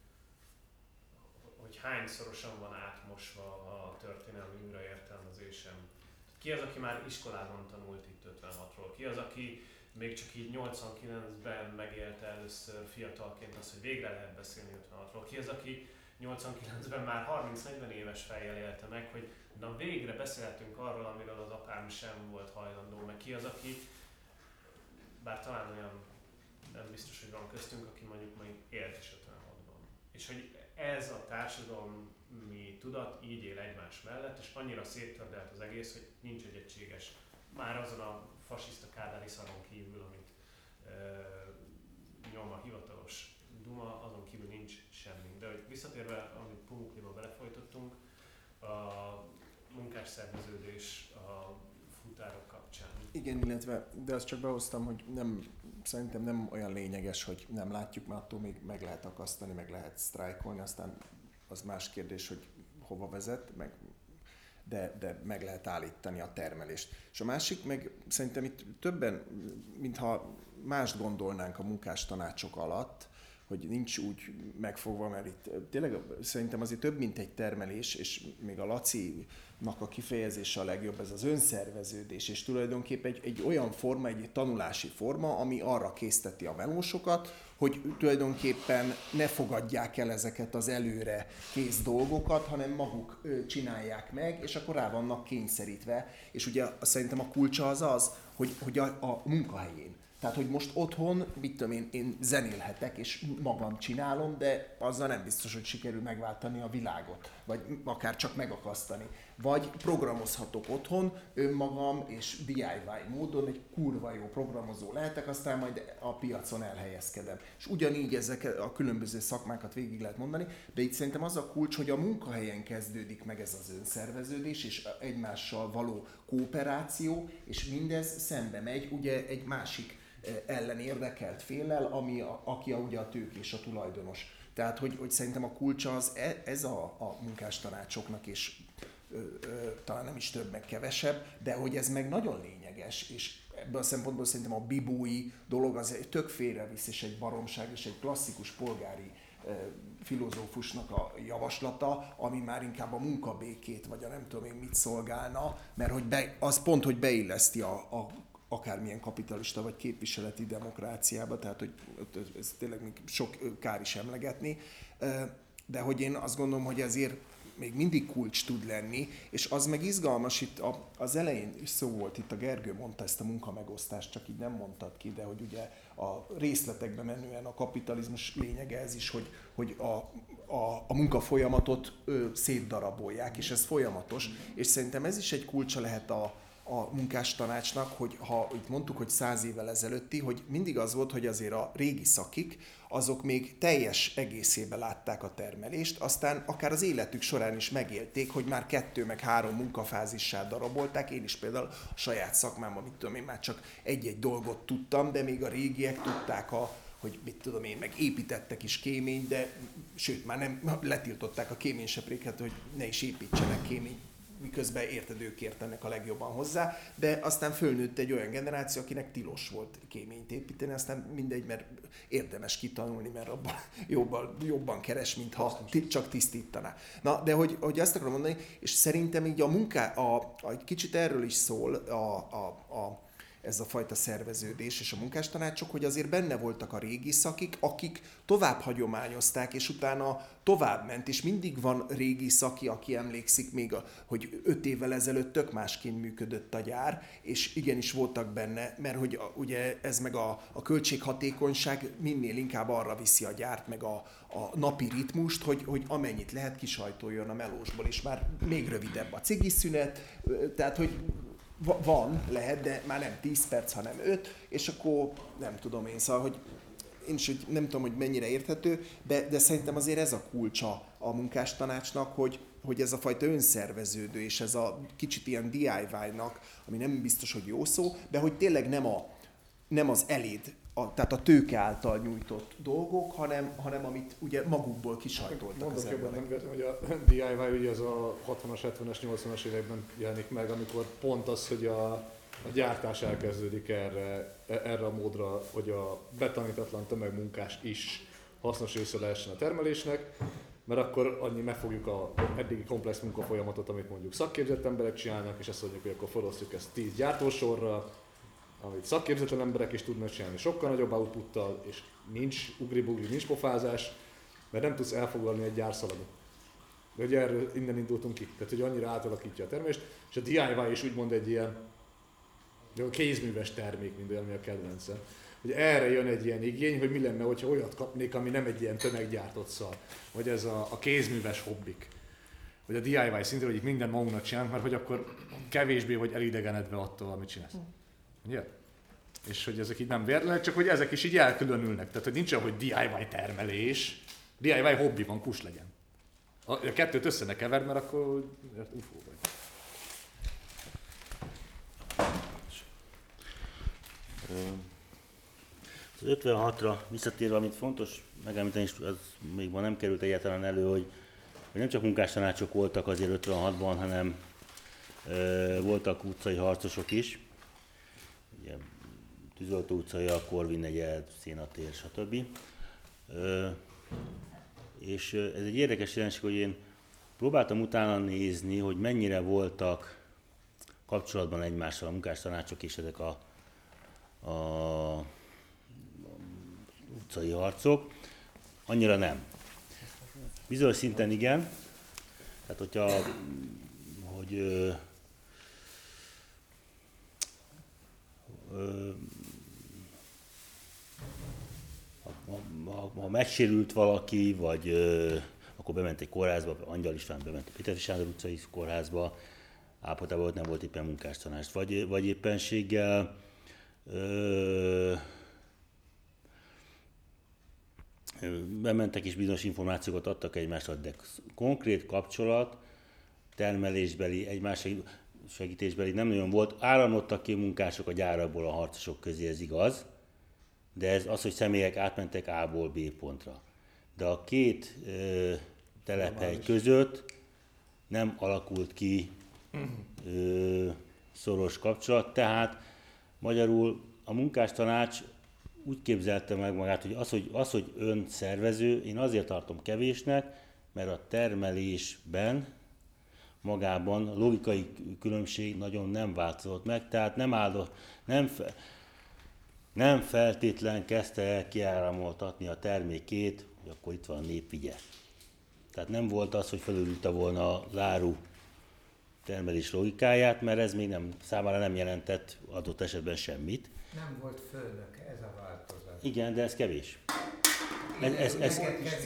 hogy hányszorosan van átmosva a történelmi újraértelmezésem. Ki az, aki már iskolában tanult itt ötvenhatról? Ki az, aki még csak így nyolcvankilencben megélte először fiatalként azt, hogy végre lehet beszélni ötvenhatról? Ki az, aki nyolcvankilencben már harminc-negyven éves fejjel élte meg, hogy na végre beszélhetünk arról, amiről az apám sem volt hajlandó, meg ki az, aki, bár talán olyan nem biztos, hogy van köztünk, aki mondjuk majd élt is ötvenhatban. És hogy ez a társadalmi tudat így él egymás mellett, és annyira széttördelt az egész, hogy nincs egy egységes, már azon a fasiszta kádári szaron kívül, amit e, nyom a hivatalos Duma, azon kívül nincs semmi. De hogy visszatérve, amit Pumukliba belefolytottunk, a munkásszerveződés a futárok kapcsán. Igen, illetve, de azt csak behoztam, hogy nem, szerintem nem olyan lényeges, hogy nem látjuk, mert attól még meg lehet akasztani, meg lehet sztrájkolni, aztán az más kérdés, hogy hova vezet, meg, de, de meg lehet állítani a termelést. És a másik, meg szerintem itt többen, mintha mást gondolnánk a munkástanácsok alatt, hogy nincs úgy megfogva, mert itt tényleg szerintem azért több, mint egy termelés, és még a Lacinak a kifejezése a legjobb, ez az önszerveződés, és tulajdonképpen egy, egy olyan forma, egy tanulási forma, ami arra készteti a melósokat, hogy tulajdonképpen ne fogadják el ezeket az előre kész dolgokat, hanem maguk csinálják meg, és akkor rá vannak kényszerítve. És ugye szerintem a kulcsa az az, hogy, hogy a, a munkahelyén. Tehát, hogy most otthon, mit tudom én, én zenélhetek, és magam csinálom, de azzal nem biztos, hogy sikerül megváltani a világot, vagy akár csak megakasztani. Vagy programozhatok otthon önmagam, és dé i vaj módon egy kurva jó programozó lehetek, aztán majd a piacon elhelyezkedem. És ugyanígy ezek a különböző szakmákat végig lehet mondani, de itt szerintem az a kulcs, hogy a munkahelyen kezdődik meg ez az önszerveződés, és egymással való kooperáció, és mindez szembe megy ugye egy másik ellen érdekelt féllel, ami a, aki a, ugye a tőkés, a tulajdonos. Tehát, hogy, hogy szerintem a kulcsa az e, ez a, a munkástanácsoknak, és ö, ö, talán nem is több, meg kevesebb, de hogy ez meg nagyon lényeges, és ebből a szempontból szerintem a bibói dolog az egy tök félrevisz, és egy baromság, és egy klasszikus polgári ö, filozófusnak a javaslata, ami már inkább a munkabékét, vagy a nem tudom én mit szolgálna, mert hogy be, az pont, hogy beilleszti a, a akármilyen kapitalista vagy képviseleti demokráciába, tehát hogy ez tényleg még sok kár is emlegetni, de hogy én azt gondolom, hogy ezért még mindig kulcs tud lenni, és az meg izgalmas, itt az elején is szó volt, itt a Gergő mondta ezt a munkamegosztást, csak így nem mondtad ki, de hogy ugye a részletekbe menően a kapitalizmus lényege ez is, hogy, hogy a, a, a munkafolyamatot ö, szétdarabolják, és ez folyamatos, és szerintem ez is egy kulcsa lehet a a munkástanácsnak, hogy ha itt mondtuk, hogy száz évvel ezelőtti, hogy mindig az volt, hogy azért a régi szakik, azok még teljes egészében látták a termelést, aztán akár az életük során is megélték, hogy már kettő meg három munkafázissá darabolták. Én is például a saját szakmámban, mit tudom én, már csak egy-egy dolgot tudtam, de még a régiek tudták, a, hogy mit tudom én, meg építettek is kéményt, de sőt, már nem letiltották a kéménysepréket, hogy ne is építsenek kéményt, miközben érted, ők értenek a legjobban hozzá, de aztán fölnőtt egy olyan generáció, akinek tilos volt kéményt építeni, aztán mindegy, mert érdemes kitanulni, mert abban jobban, jobban keres, mintha csak tisztítaná. Na, de hogy, hogy azt akarom mondani, és szerintem így a munká, a, a, egy kicsit erről is szól a, a, a ez a fajta szerveződés és a munkástanácsok, hogy azért benne voltak a régi szakik, akik tovább hagyományozták, és utána tovább ment, és mindig van régi szaki, aki emlékszik még, a, hogy öt évvel ezelőtt tök másként működött a gyár, és igenis voltak benne, mert hogy a, ugye ez meg a, a költséghatékonyság minél inkább arra viszi a gyárt, meg a, a napi ritmust, hogy, hogy amennyit lehet kisajtoljon a melósból, és már még rövidebb a cigiszünet, tehát hogy van, lehet, de már nem tíz perc, hanem öt, és akkor nem tudom én, szóval, hogy én is hogy nem tudom, hogy mennyire érthető, de, de szerintem azért ez a kulcsa a munkástanácsnak, hogy, hogy ez a fajta önszerveződő, és ez a kicsit ilyen dé i vaj-nak, ami nem biztos, hogy jó szó, de hogy tényleg nem, a, nem az eléd, a, tehát a tőke által nyújtott dolgok, hanem, hanem amit ugye magukból kisajtoltak az emberek. Mondok jobban, hogy a dé i vaj ugye az a hatvanas, hetvenes, nyolcvanas években jelenik meg, amikor pont az, hogy a, a gyártás elkezdődik erre, erre a módra, hogy a betanítatlan tömegmunkás is hasznos része lehessen a termelésnek, mert akkor annyi megfogjuk a eddigi komplex munkafolyamatot, amit mondjuk szakképzett emberek csinálnak, és azt mondjuk, hogy akkor forosztjuk ezt tíz gyártósorra, amit szakképzetlen emberek is tudnak csinálni sokkal nagyobb outputtal, és nincs ugri-bugri, nincs pofázás, mert nem tudsz elfoglalni egy gyárszalagot. De ugye erről innen indultunk ki, tehát hogy annyira átalakítja a termelést, és a dé i vaj is úgymond egy ilyen kézműves termék, mint olyan, ami a kedvencem. Hogy erre jön egy ilyen igény, hogy mi lenne, hogyha olyat kapnék, ami nem egy ilyen tömeggyártott szar, vagy ez a, a kézműves hobbik. Vagy a dé i vaj szintén, hogy itt minden magunknak csinálunk, mert hogy akkor kevésbé vagy elidegenedve attól, amit csinálsz. Ugye? És hogy ezek így nem véletlenek, csak hogy ezek is így elkülönülnek. Tehát, hogy nincs olyan, hogy dé i vaj termelés, dé i vaj hobbi van, kus legyen. A, a kettőt össze ne keverd, mert akkor ufó vagy. Az ötvenhatra visszatérve, amit fontos megemlíteni, és az még ma nem került egyáltalán elő, hogy, hogy nem csak munkástanácsok voltak azért ötvenhatban, hanem ö, voltak utcai harcosok is. Ugye, Tűzoltó utcai, a Korvin negyed, Szénatér, stb. Ö, és ez egy érdekes jelenség, hogy én próbáltam utána nézni, hogy mennyire voltak kapcsolatban egymással a munkástanácsok és ezek a, a utcai harcok. Annyira nem. Bizonyos szinten igen. Tehát, hogyha, hogy ö, ö, ha, ha, ha megsérült valaki, vagy ö, akkor bement egy kórházba, Angyal István bement a Péter Sándor utcai kórházba, állapotában ott nem volt éppen munkástanács, vagy, vagy éppenséggel ö, bementek és bizonyos információkat adtak egymásra, de konkrét kapcsolat, termelésbeli, egymás segítésbeli nem nagyon volt. Áramlottak ki munkások a gyárakból a harcosok közé, ez igaz, de ez az, hogy személyek átmentek A-ból B pontra. De a két ö, telephely között nem alakult ki ö, szoros kapcsolat, tehát magyarul a munkástanács úgy képzelte meg magát, hogy az, hogy az, hogy ön szervező, én azért tartom kevésnek, mert a termelésben magában a logikai különbség nagyon nem változott meg, tehát nem, áldott, nem, fe, nem feltétlen kezdte el kiáramoltatni a termékét, hogy akkor itt van a nép vigye. Tehát nem volt az, hogy felülülte volna az áru termelés logikáját, mert ez még nem, számára nem jelentett adott esetben semmit. Nem volt főnök, ez a változás. Igen, de ez kevés. Ez, ez, ez,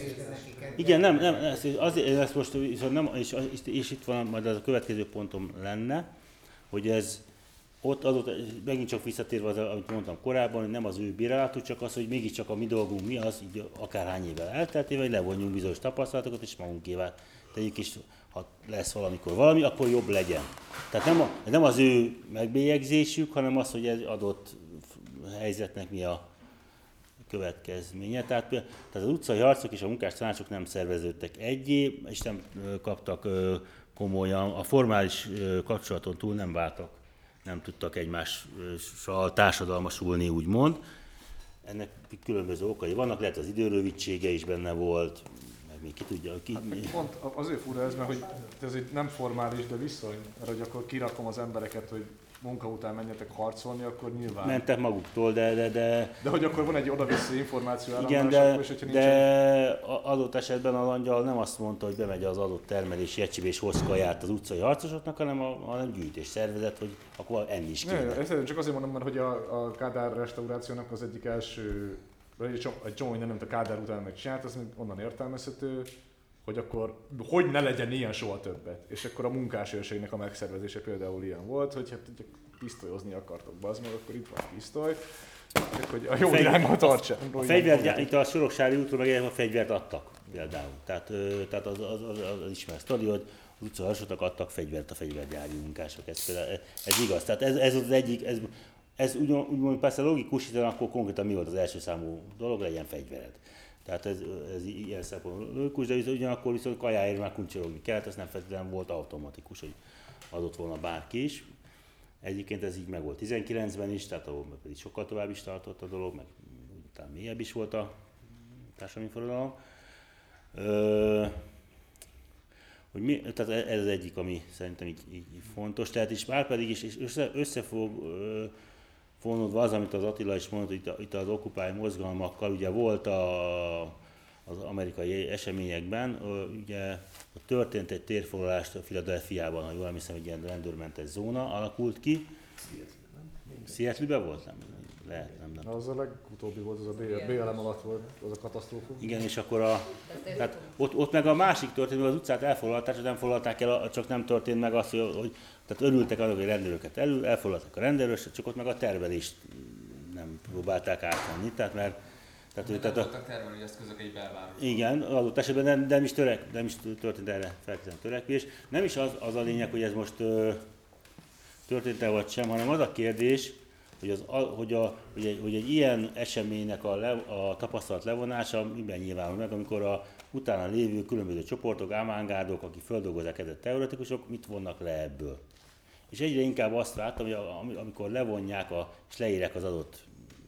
igen, nem, nem, ez, azért, ez most, nem, és, és itt van, majd az a következő pontom lenne, hogy ez ott adott, megint csak visszatérve az, amit mondtam korábban, hogy nem az ő bírálatuk, csak az, hogy mégiscsak a mi dolgunk mi az, így akárhány évvel elteltével, hogy levonjunk bizonyos tapasztalatokat, és magunkével tegyük is, ha lesz valamikor valami, akkor jobb legyen. Tehát nem, a, nem az ő megbélyegzésük, hanem az, hogy ez adott helyzetnek mi a következménye. Tehát, tehát az utcai harcok és a munkástanácsok nem szerveződtek egyé, és nem kaptak komolyan, a formális kapcsolaton túl nem váltak, nem tudtak egymással társadalmasulni, úgymond. Ennek különböző okai vannak, lehet az időrövidsége is benne volt, meg még ki tudja. Ki... Hát pont azért fura ez, mert hogy ez egy nem formális, de viszony, mert hogy akkor kirakom az embereket, hogy munka után menjetek harcolni, akkor nyilván... Mentek maguktól, de... De, de, de hogy akkor van egy oda-vissza információ áramlás, igen, de, akkor is, hogyha de nincsen... adott esetben az Angyal nem azt mondta, hogy bemegy az adott termelési egységbe és hoz kaját az utcai harcosoknak, hanem, a, hanem gyűjtés szervezet, hogy akkor enni is kéne. Ne, csak azért mondom, mert hogy a, a Kádár restaurációnak az egyik első, egy csomó, egy csomó minden, amit a Kádár után megcsinált, az még onnan értelmezhető, hogy akkor hogy ne legyen ilyen soha többet. És akkor a munkásőrségnek a megszervezése például ilyen volt, hogy hát ugye pisztolyozni akartok, bazd meg, akkor itt van pisztoly, csak hogy a jó irányba tartsa. A fegyvert, itt a Soroksári útról meg a fegyvert adtak például. Tehát, tehát az, az, az, az ismert sztori, hogy az utcai harcosoknak adtak fegyvert a fegyvergyári munkások. Ez, például, ez igaz. Tehát ez, ez az egyik, ez, ez úgymond persze logikus, hiszen akkor konkrétan mi volt az első számú dolog, legyen fegyvered. Tehát ez, ez ilyen szempontból logikus, de ugyanakkor viszont kajáért már kuncsorogni kellett, ez nem feltétlenül volt automatikus, hogy adott volna bárki is. Egyébként ez így meg volt tizenkilencben is, tehát ahol pedig sokkal tovább is tartott a dolog, meg utána mélyebb is volt a társadalmi forradalom. Ö, hogy mi, tehát ez az egyik, ami szerintem így, így fontos, tehát is már pedig is és össze, összefog fonódva az, amit az Attila is mondott, itt, itt az Occupy mozgalmakkal, ugye volt a, az amerikai eseményekben, ugye történt egy térfoglalás a Philadelphiában, ha jól emlékszem, egy ilyen rendőrmentes zóna alakult ki. Seattle-ben volt? Nem, lehet, nem, nem. Az a legutóbbi volt, az a bé el em alatt volt, az a katasztrófa. Igen, és akkor a, tehát ott, ott meg a másik történt, az utcát elfoglalták, csak nem foglalták el, csak nem történt meg az, hogy tehát örültek annak, hogy rendőröket elő, elfoglaltak a rendőröket, csak ott meg a tervelést nem próbálták átvenni, tehát mert Tehát, Tehát tehát voltak termelői eszközök egy belvárosban. igen, adott esetben nem, nem, is törek, nem is történt erre feltétlenül törekvés. Nem is az, az a lényeg, hogy ez most ö, történt-e vagy sem, hanem az a kérdés, hogy, az, a, hogy, a, hogy, egy, hogy egy ilyen eseménynek a, le, a tapasztalat levonása miben nyilvánul meg, amikor a utána lévő különböző csoportok, avantgárdok, akik földolgozzák ezeket teoretikusok, mit vonnak le ebből. És egyre inkább azt láttam, hogy amikor levonják a, és leírják az adott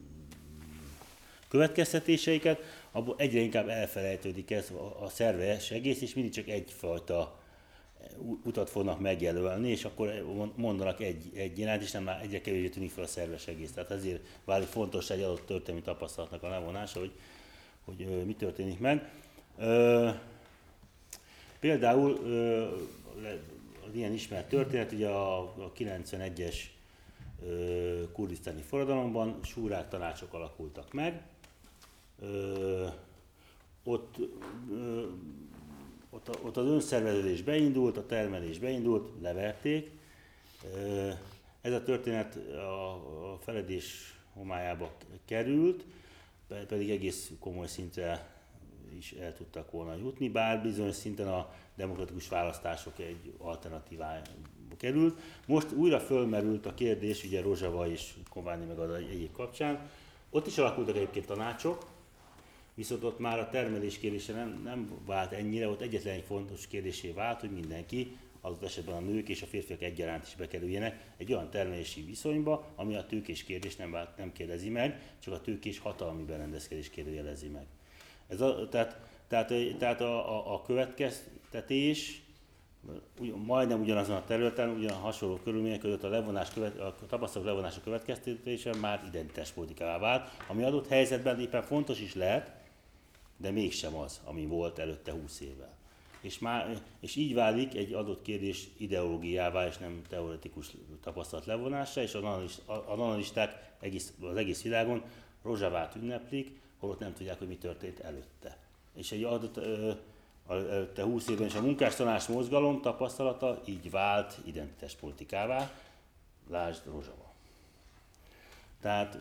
következtetéseiket, abból egyre inkább elfelejtődik ez a, a szerves egész, és mindig csak egyfajta utat fognak megjelölni, és akkor mondanak egy, egy irányt, és nem egyre kevésbé tűnik fel a szerves egész. Tehát ezért válik fontos egy adott történelmi tapasztalatnak a levonása, hogy, hogy ö, mi történik meg. Ö, például ö, az ilyen ismert történet, ugye a, a kilencvenegyes ö, kurdisztáni forradalomban súrák tanácsok alakultak meg. Ö, ott ö, Ott, ott az önszerveződés beindult, a termelés beindult, leverték. Ez a történet a, a feledés homályába került, pedig egész komoly szintre is el tudtak volna jutni, bár bizonyos szinten a demokratikus választások egy alternatívába került. Most újra fölmerült a kérdés, ugye Rozsava és Kováni meg az egyik kapcsán. Ott is alakultak egyébként tanácsok, viszont ott már a termelés kérdése nem, nem vált ennyire, ott egyetlen egy fontos kérdésé vált, hogy mindenki, adott esetben a nők és a férfiak egyaránt is bekerüljenek egy olyan termelési viszonyba, ami a tőkés kérdés nem, vált, nem kérdezi meg, csak a tőkés hatalmi berendezkedés kérdőjelezi meg. Ez a, tehát tehát, tehát a, a, a következtetés majdnem ugyanazon a területen, ugyan hasonló körülmények között a, levonás követ, a tapasztalat levonása következtetése már identitáspolitikává vált, ami adott helyzetben éppen fontos is lehet, de mégsem az, ami volt előtte húsz évvel. És, már, és így válik egy adott kérdés ideológiává, és nem teoretikus tapasztalat levonásra, és az analisták egész, az egész világon Rozsavát ünneplik, holott nem tudják, hogy mi történt előtte. És egy adott ö, előtte húsz évben is a munkástanács mozgalom tapasztalata így vált identitáspolitikává, lásd Rozsava. Tehát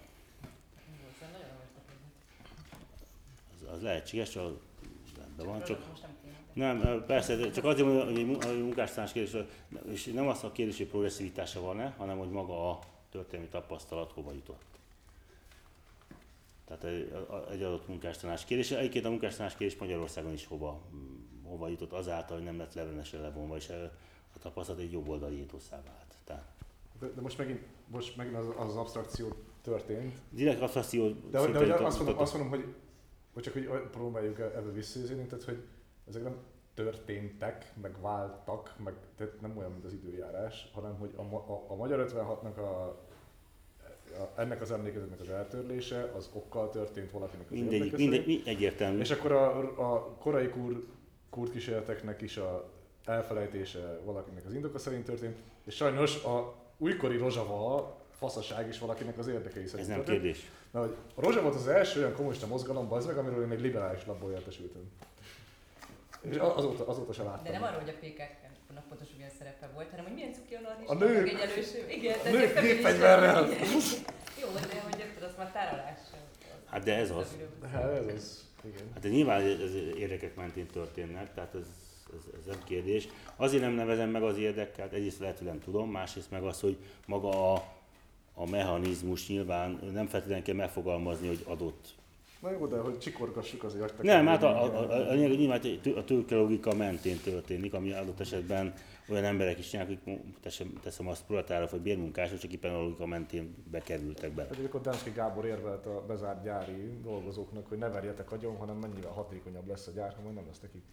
az, az lehetséges, csak rendben van, csak nem, persze, csak azért mondom, hogy a munkástanács kérdés, és nem az a kérdés, hogy progresszivitása van-e, hanem hogy maga a történelmi tapasztalat hova jutott. Tehát egy adott munkástanács kérdés. Egyébként a munkástanács kérdés Magyarországon is hova, hova jutott azáltal, hogy nem lett levelenesen levonva, és a tapasztalat egy jobboldali étosszá vált. Tehát. De, de most megint, most megint az, az abstrakció történt. Direkt abstrakció. De, de, de azt, mondom, azt mondom, hogy, hogy csak hogy próbáljuk ebbe visszajözni, tehát hogy ezek nem történtek, meg váltak, meg tehát nem olyan, mint az időjárás, hanem hogy a, a, a Magyar ötvenhatnak a ennek az emlékezetnek az eltörlése, az okkal történt valakinek az mindegy, mindegy, egyértelmű. És akkor a, a korai kur, kurd kísérleteknek is a elfelejtése valakinek az indoka szerint történt, és sajnos a újkori Rozsava faszaság is valakinek az érdekei szerint. Ez nem történt. kérdés. Na, hogy a Rozsava volt az első olyan kommunista mozgalom, az meg, amiről én egy liberális labból értesültem. És azóta, azóta se láttam. De nem arról, hogy a pé ká ká-nak pontosan milyen szerepe volt, hanem hogy milyen cuki a nők, egyenlőség. Igen, a nők gépfegyverrel. Jó, de hogy érted, az már tárolás. Hát de ez az. Hát ez az, igen. Hát de nyilván ez érdekek mentén történnek, tehát ez, ez, ez nem kérdés. Azért nem nevezem meg az érdekeket, egyrészt lehet, hogy nem tudom, másrészt meg az, hogy maga a, a mechanizmus nyilván nem feltétlenül kell megfogalmazni, hogy adott. Na jó, de hogy csikorgassuk azért azt. Nem, hát a, a, a, a, nyilván a tőkelogika mentén történik, ami adott esetben olyan emberek is csinálnak, hogy teszem, teszem azt proletárok vagy bérmunkások, csak éppen a logika mentén bekerültek be. Hát akkor Demszki Gábor érvelt a bezárt gyári dolgozóknak, hogy ne verjetek agyon, hanem mennyivel hatékonyabb lesz a gyár, majd nem lesz nekik.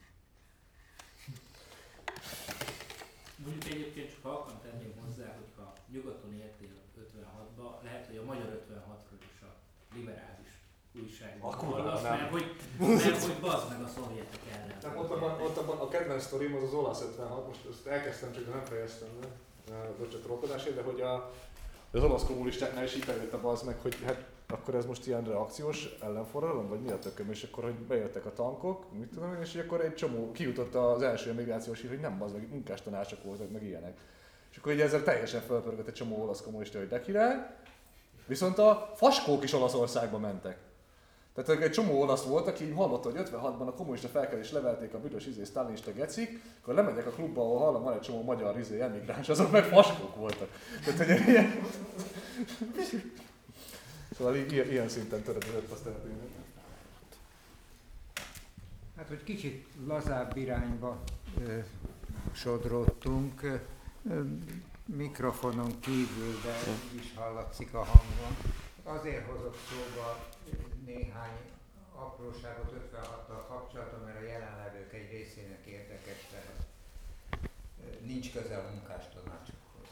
Mondjuk egyébként csak halkan tenném hozzá, hogyha nyugaton értél ötvenhatba, lehet, hogy a magyar ötvenhatról is a liberális újságban hallasz, mert hogy, mert hogy bazd meg a szovjetek ellen. Nem, ott, abban, ott abban a kedvenc sztorim az az olasz ötvenhat, most ezt elkezdtem, csak nem fejeztem be, bocsánat trollkodásért, de hogy a, az olasz kommunistáknál is így bejött a bazd meg, hogy hát akkor ez most ilyen reakciós ellenforradalom, vagy mi a tököm, és akkor hogy bejöttek a tankok, mit tudom én, és akkor egy csomó kijutott az első emigrációs hír, hogy nem bazd meg, munkástanácsok voltak, meg ilyenek. És akkor ugye ezzel teljesen felpörgött egy csomó olasz kommunista, hogy de király, viszont a faskók is Olaszországba mentek. Tehát egy csomó olasz volt, aki hallotta, hogy ötvenhatban a kommunista felkelés levelték a büdös izé sztálinista gecik, akkor lemegyek a klubba, ahol hallom, van egy csomó magyar izé emigráns, azok meg faskók voltak. Tehát, hogy ilyen... Szóval ilyen, ilyen szinten töredezett azt történet. Hát, hogy kicsit lazább irányba ö, sodródtunk, ö, mikrofonon kívül, de is hallatszik a hangon. Azért hozok szóba néhány apróságot ötvenhattal kapcsolatban, mert a jelenlevők egy részének érdekes, tehát nincs köze a munkástanácsokhoz.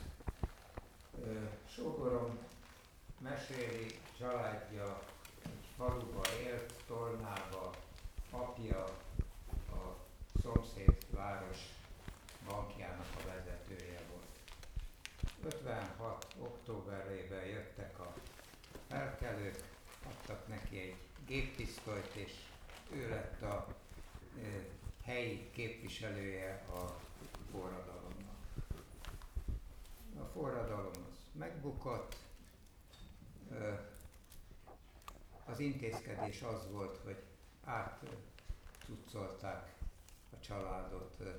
Sógorom meséli, családja egy faluba élt, Tolnába, apja a szomszéd város bankjának a vezetője volt. ötvenhat októberében jöttek a felkelők, adtak neki egy géppisztolyt, és ő lett a e, helyi képviselője a forradalomnak. A forradalom az megbukott, e, az intézkedés az volt, hogy átcuccolták a családot e,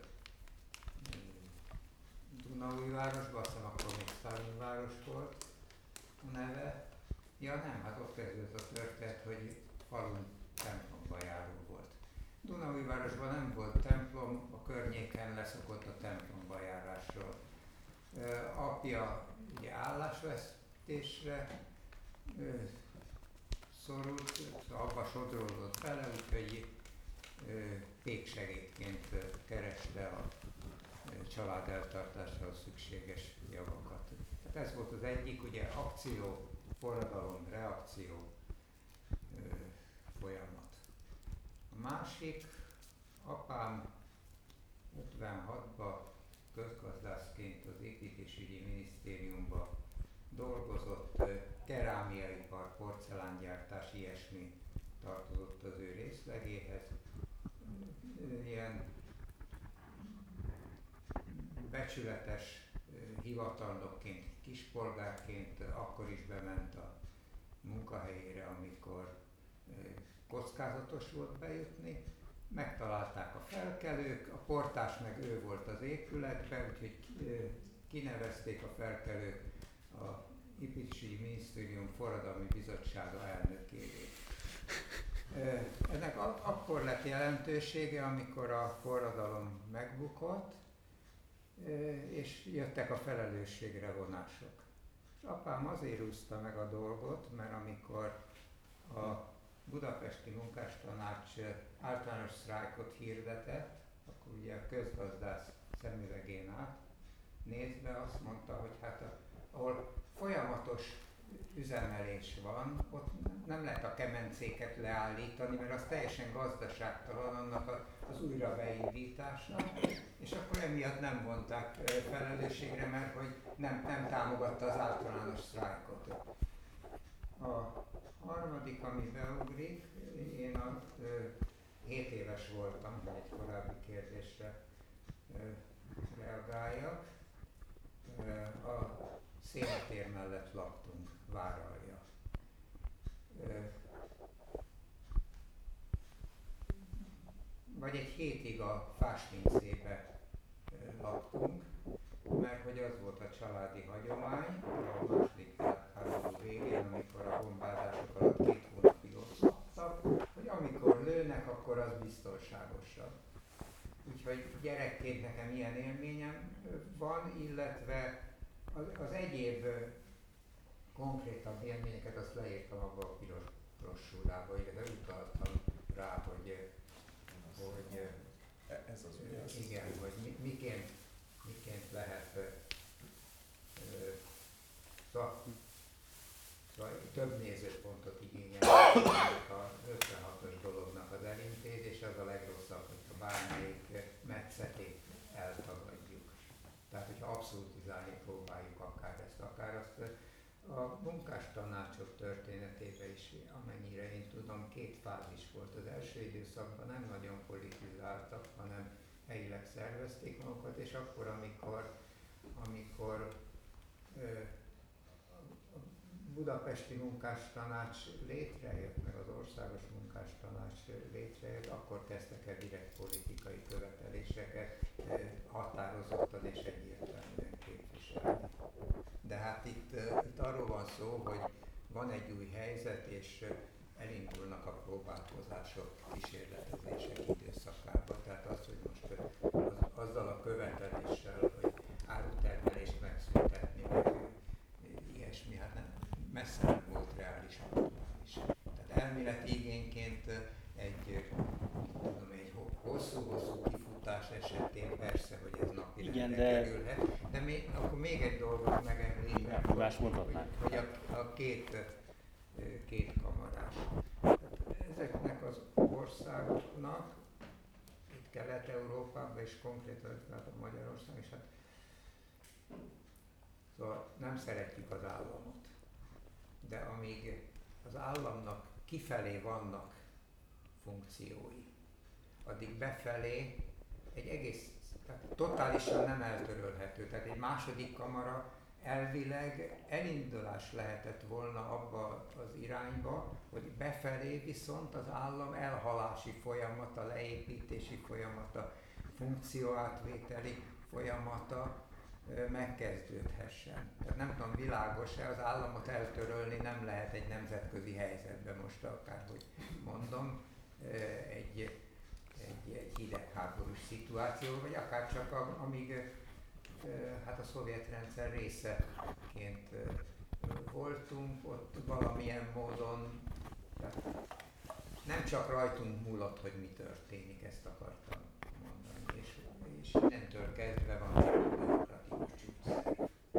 Dunaújvárosba, azt hiszem akkor még Szárnyváros volt a neve. Ja nem, hát ott kezdődött a történet, hogy falun templomba járó volt. Dunaújvárosban nem volt templom, a környéken leszokott a templomba járásról. Uh, apja ugye állásvesztésre uh, szorult, abba sodródott bele, úgyhogy uh, péksegédként uh, kereste a uh, család eltartásához szükséges javakat. Tehát ez volt az egyik, ugye akció, forradalom, reakció ö, folyamat. A másik, apám ötvenhatban közgazdászként az építésügyi minisztériumban dolgozott, ö, kerámiaipar, porcelángyártás, ilyesmi tartozott az ő részlegéhez. Ilyen becsületes hivatalnokként, kispolgárként akkor is bement a munkahelyére, amikor kockázatos volt bejutni. Megtalálták a felkelők, a portás meg ő volt az épületben, úgyhogy kinevezték a felkelők a építésügyi minisztérium forradalmi bizottsága elnökévé. Ennek akkor lett jelentősége, amikor a forradalom megbukott, és jöttek a felelősségre vonások. És apám azért úszta meg a dolgot, mert amikor a Budapesti Munkástanács általános sztrájkot hirdetett, akkor ugye a közgazdász szemüvegén át nézve azt mondta, hogy hát a, ahol folyamatos üzemelés van, ott nem lehet a kemencéket leállítani, mert az teljesen gazdaságtalan annak az újra beindítása, és akkor emiatt nem vonták felelősségre, mert hogy nem, nem támogatta az általános sztrájkot. A harmadik, ami beugrik, én a hét éves voltam, hogy egy korábbi kérdésre ö, reagáljak. Ö, a Szénatér mellett laktunk, Váralja. Ö, vagy egy hétig a Fáspincébe laktunk, mert hogy az volt a családi hagyomány, a második világháború végén, amikor a bombázások alatt két hónapig ott laktak, hogy amikor lőnek, akkor az biztonságosabb. Úgyhogy gyerekként nekem ilyen élményem van, illetve az, az egyéb konkrétabb élményeket azt leírtam abba a piros brossúrába, illetve utaltam rá, hogy, hogy ez az ugye? Igen, hogy mi, miként, miként lehet ö, ö, szóval, szóval több nézőpontot igényel a ötvenhatos dolognak az elintézés, az a legrosszabb, hogyha bármelyik metszetét eltagadjuk. Tehát, hogyha abszolutizálni próbáljuk akár ezt, akár azt. A munkástanácsok történetében is, amennyire én tudom, két fázis volt. Az első időszakban nem nagyon politizáltak, hanem helyileg szervezték magukat, és akkor, amikor, amikor ö, budapesti munkástanács létrejött, meg az országos munkástanács létrejött, akkor kezdtek el direkt politikai követeléseket határozottan és egyértelműen képviselni. De hát itt, itt arról van szó, hogy van egy új helyzet, és elindulnak a próbálkozások, kísérletezések időszakába. Tehát az, hogy most az, azzal a követeléssel, hogy árutermelést megszüntetni, meg ilyesmi, hát nem, messze nem volt reális aktuális. Tehát elméleti igényként egy, tudom, egy hosszú-hosszú kifutás esetén persze, hogy ez napirendre de... kerülhet. De még, akkor még egy dolgot megemlítek, hogy, hogy, hogy a, a két, két kamarás. Ezeknek az országoknak, itt Kelet-Európában és konkrétan a Magyarország, és hát szóval nem szeretjük az államot, de amíg az államnak kifelé vannak funkciói, addig befelé egy egész, tehát totálisan nem eltörölhető. Tehát egy második kamara elvileg elindulás lehetett volna abba az irányba, hogy befelé viszont az állam elhalási folyamata, leépítési folyamata, funkcióátvételi folyamata megkezdődhessen. Tehát nem tudom, világos-e, az államot eltörölni nem lehet egy nemzetközi helyzetben, most akárhogy mondom, egy, egy, egy hidegháborús szituáció, vagy akár csak a, amíg hát a szovjet rendszer részeként voltunk, ott valamilyen módon, nem csak rajtunk múlott, hogy mi történik, ezt akartam mondani, és, és innentől kezdve van egy demokratikus csúszás.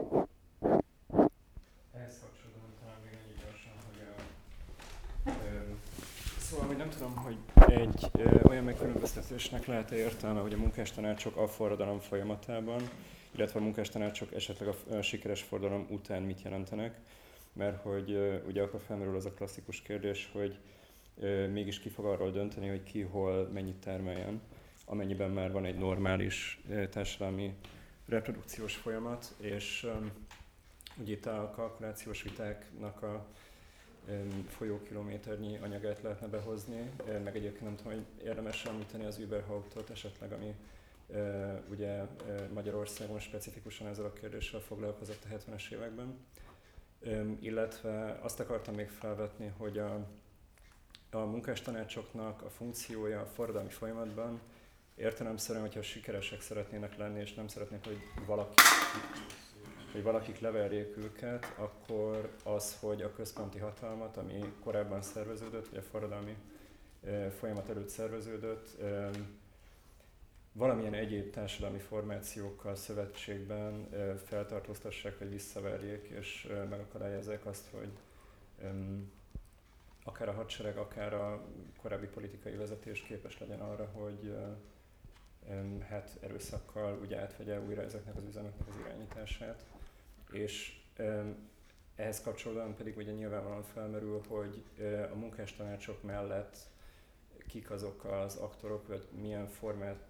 Ehhez kapcsolódóan talán még annyi gyorsan, hogy a... Ö, szóval, hogy nem tudom, hogy egy ö, olyan megkülönböztetésnek lehet-e értelme, hogy a munkástanácsok a forradalom folyamatában, illetve a munkástanácsok esetleg a, a sikeres forradalom után mit jelentenek, mert hogy ö, ugye akkor felmerül az a klasszikus kérdés, hogy ö, mégis ki fog arról dönteni, hogy ki hol mennyit termeljen, amennyiben már van egy normális ö, társadalmi reprodukciós folyamat, és ö, ugye itt a kalkulációs vitáknak a ö, folyókilométernyi anyagát lehetne behozni, ö, meg egyébként nem tudom, hogy érdemes említeni az Überhauptot esetleg, ami Uh, ugye uh, Magyarországon specifikusan ezzel a kérdéssel foglalkozott a hetvenes években. Um, illetve azt akartam még felvetni, hogy a, a munkástanácsoknak a funkciója a forradalmi folyamatban értelemszerűen, hogyha sikeresek szeretnének lenni, és nem szeretnék, hogy valaki, hogy valakik leverjék őket, akkor az, hogy a központi hatalmat, ami korábban szerveződött, vagy a forradalmi uh, folyamat előtt szerveződött, um, valamilyen egyéb társadalmi formációkkal szövetségben feltartóztassák, vagy visszaverjék, és megakadályozzák azt, hogy um, akár a hadsereg, akár a korábbi politikai vezetés képes legyen arra, hogy um, hát erőszakkal ugye átvegye újra ezeknek az üzemeknek az irányítását. És um, ehhez kapcsolódóan pedig ugye nyilvánvalóan felmerül, hogy uh, a munkástanácsok mellett kik azok az aktorok, vagy milyen formát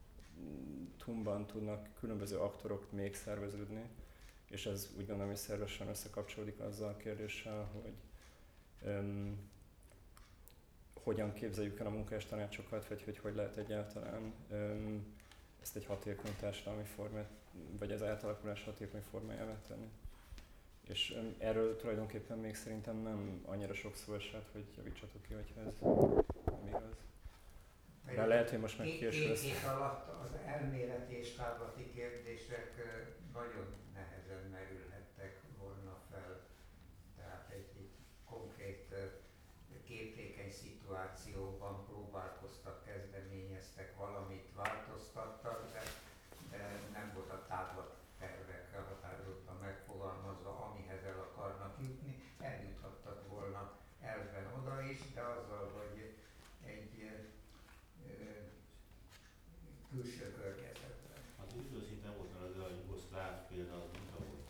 tumban tudnak különböző aktorok még szerveződni, és ez úgy gondolom, hogy szervesen összekapcsolódik azzal a kérdéssel, hogy um, hogyan képzeljük el a munkástanácsokat, vagy hogy hogy lehet egyáltalán um, ezt egy hatékony társadalmi formát, vagy az átalakulás hatékony formájává tenni. És um, erről tulajdonképpen még szerintem nem annyira sok szó esett, hogy javítsatok ki, hogyha ez nem igaz. De lehet, hogy most meg késő lesz. Két hét alatt az elméleti és távlati kérdések nagyon nehezen merülhettek volna fel. Tehát egy, egy konkrét képlékeny szituációban próbálkoztak, kezdeményeztek, valamit változtattak, de, de nem volt a távlattervekkel határozottan megfogalmazva, amihez el akarnak jutni. Eljuthattak volna elven oda is, de azzal, hogy egy külső környezetben. Az úgy szinte volt, mert az a jugoszláv példa az minta volt.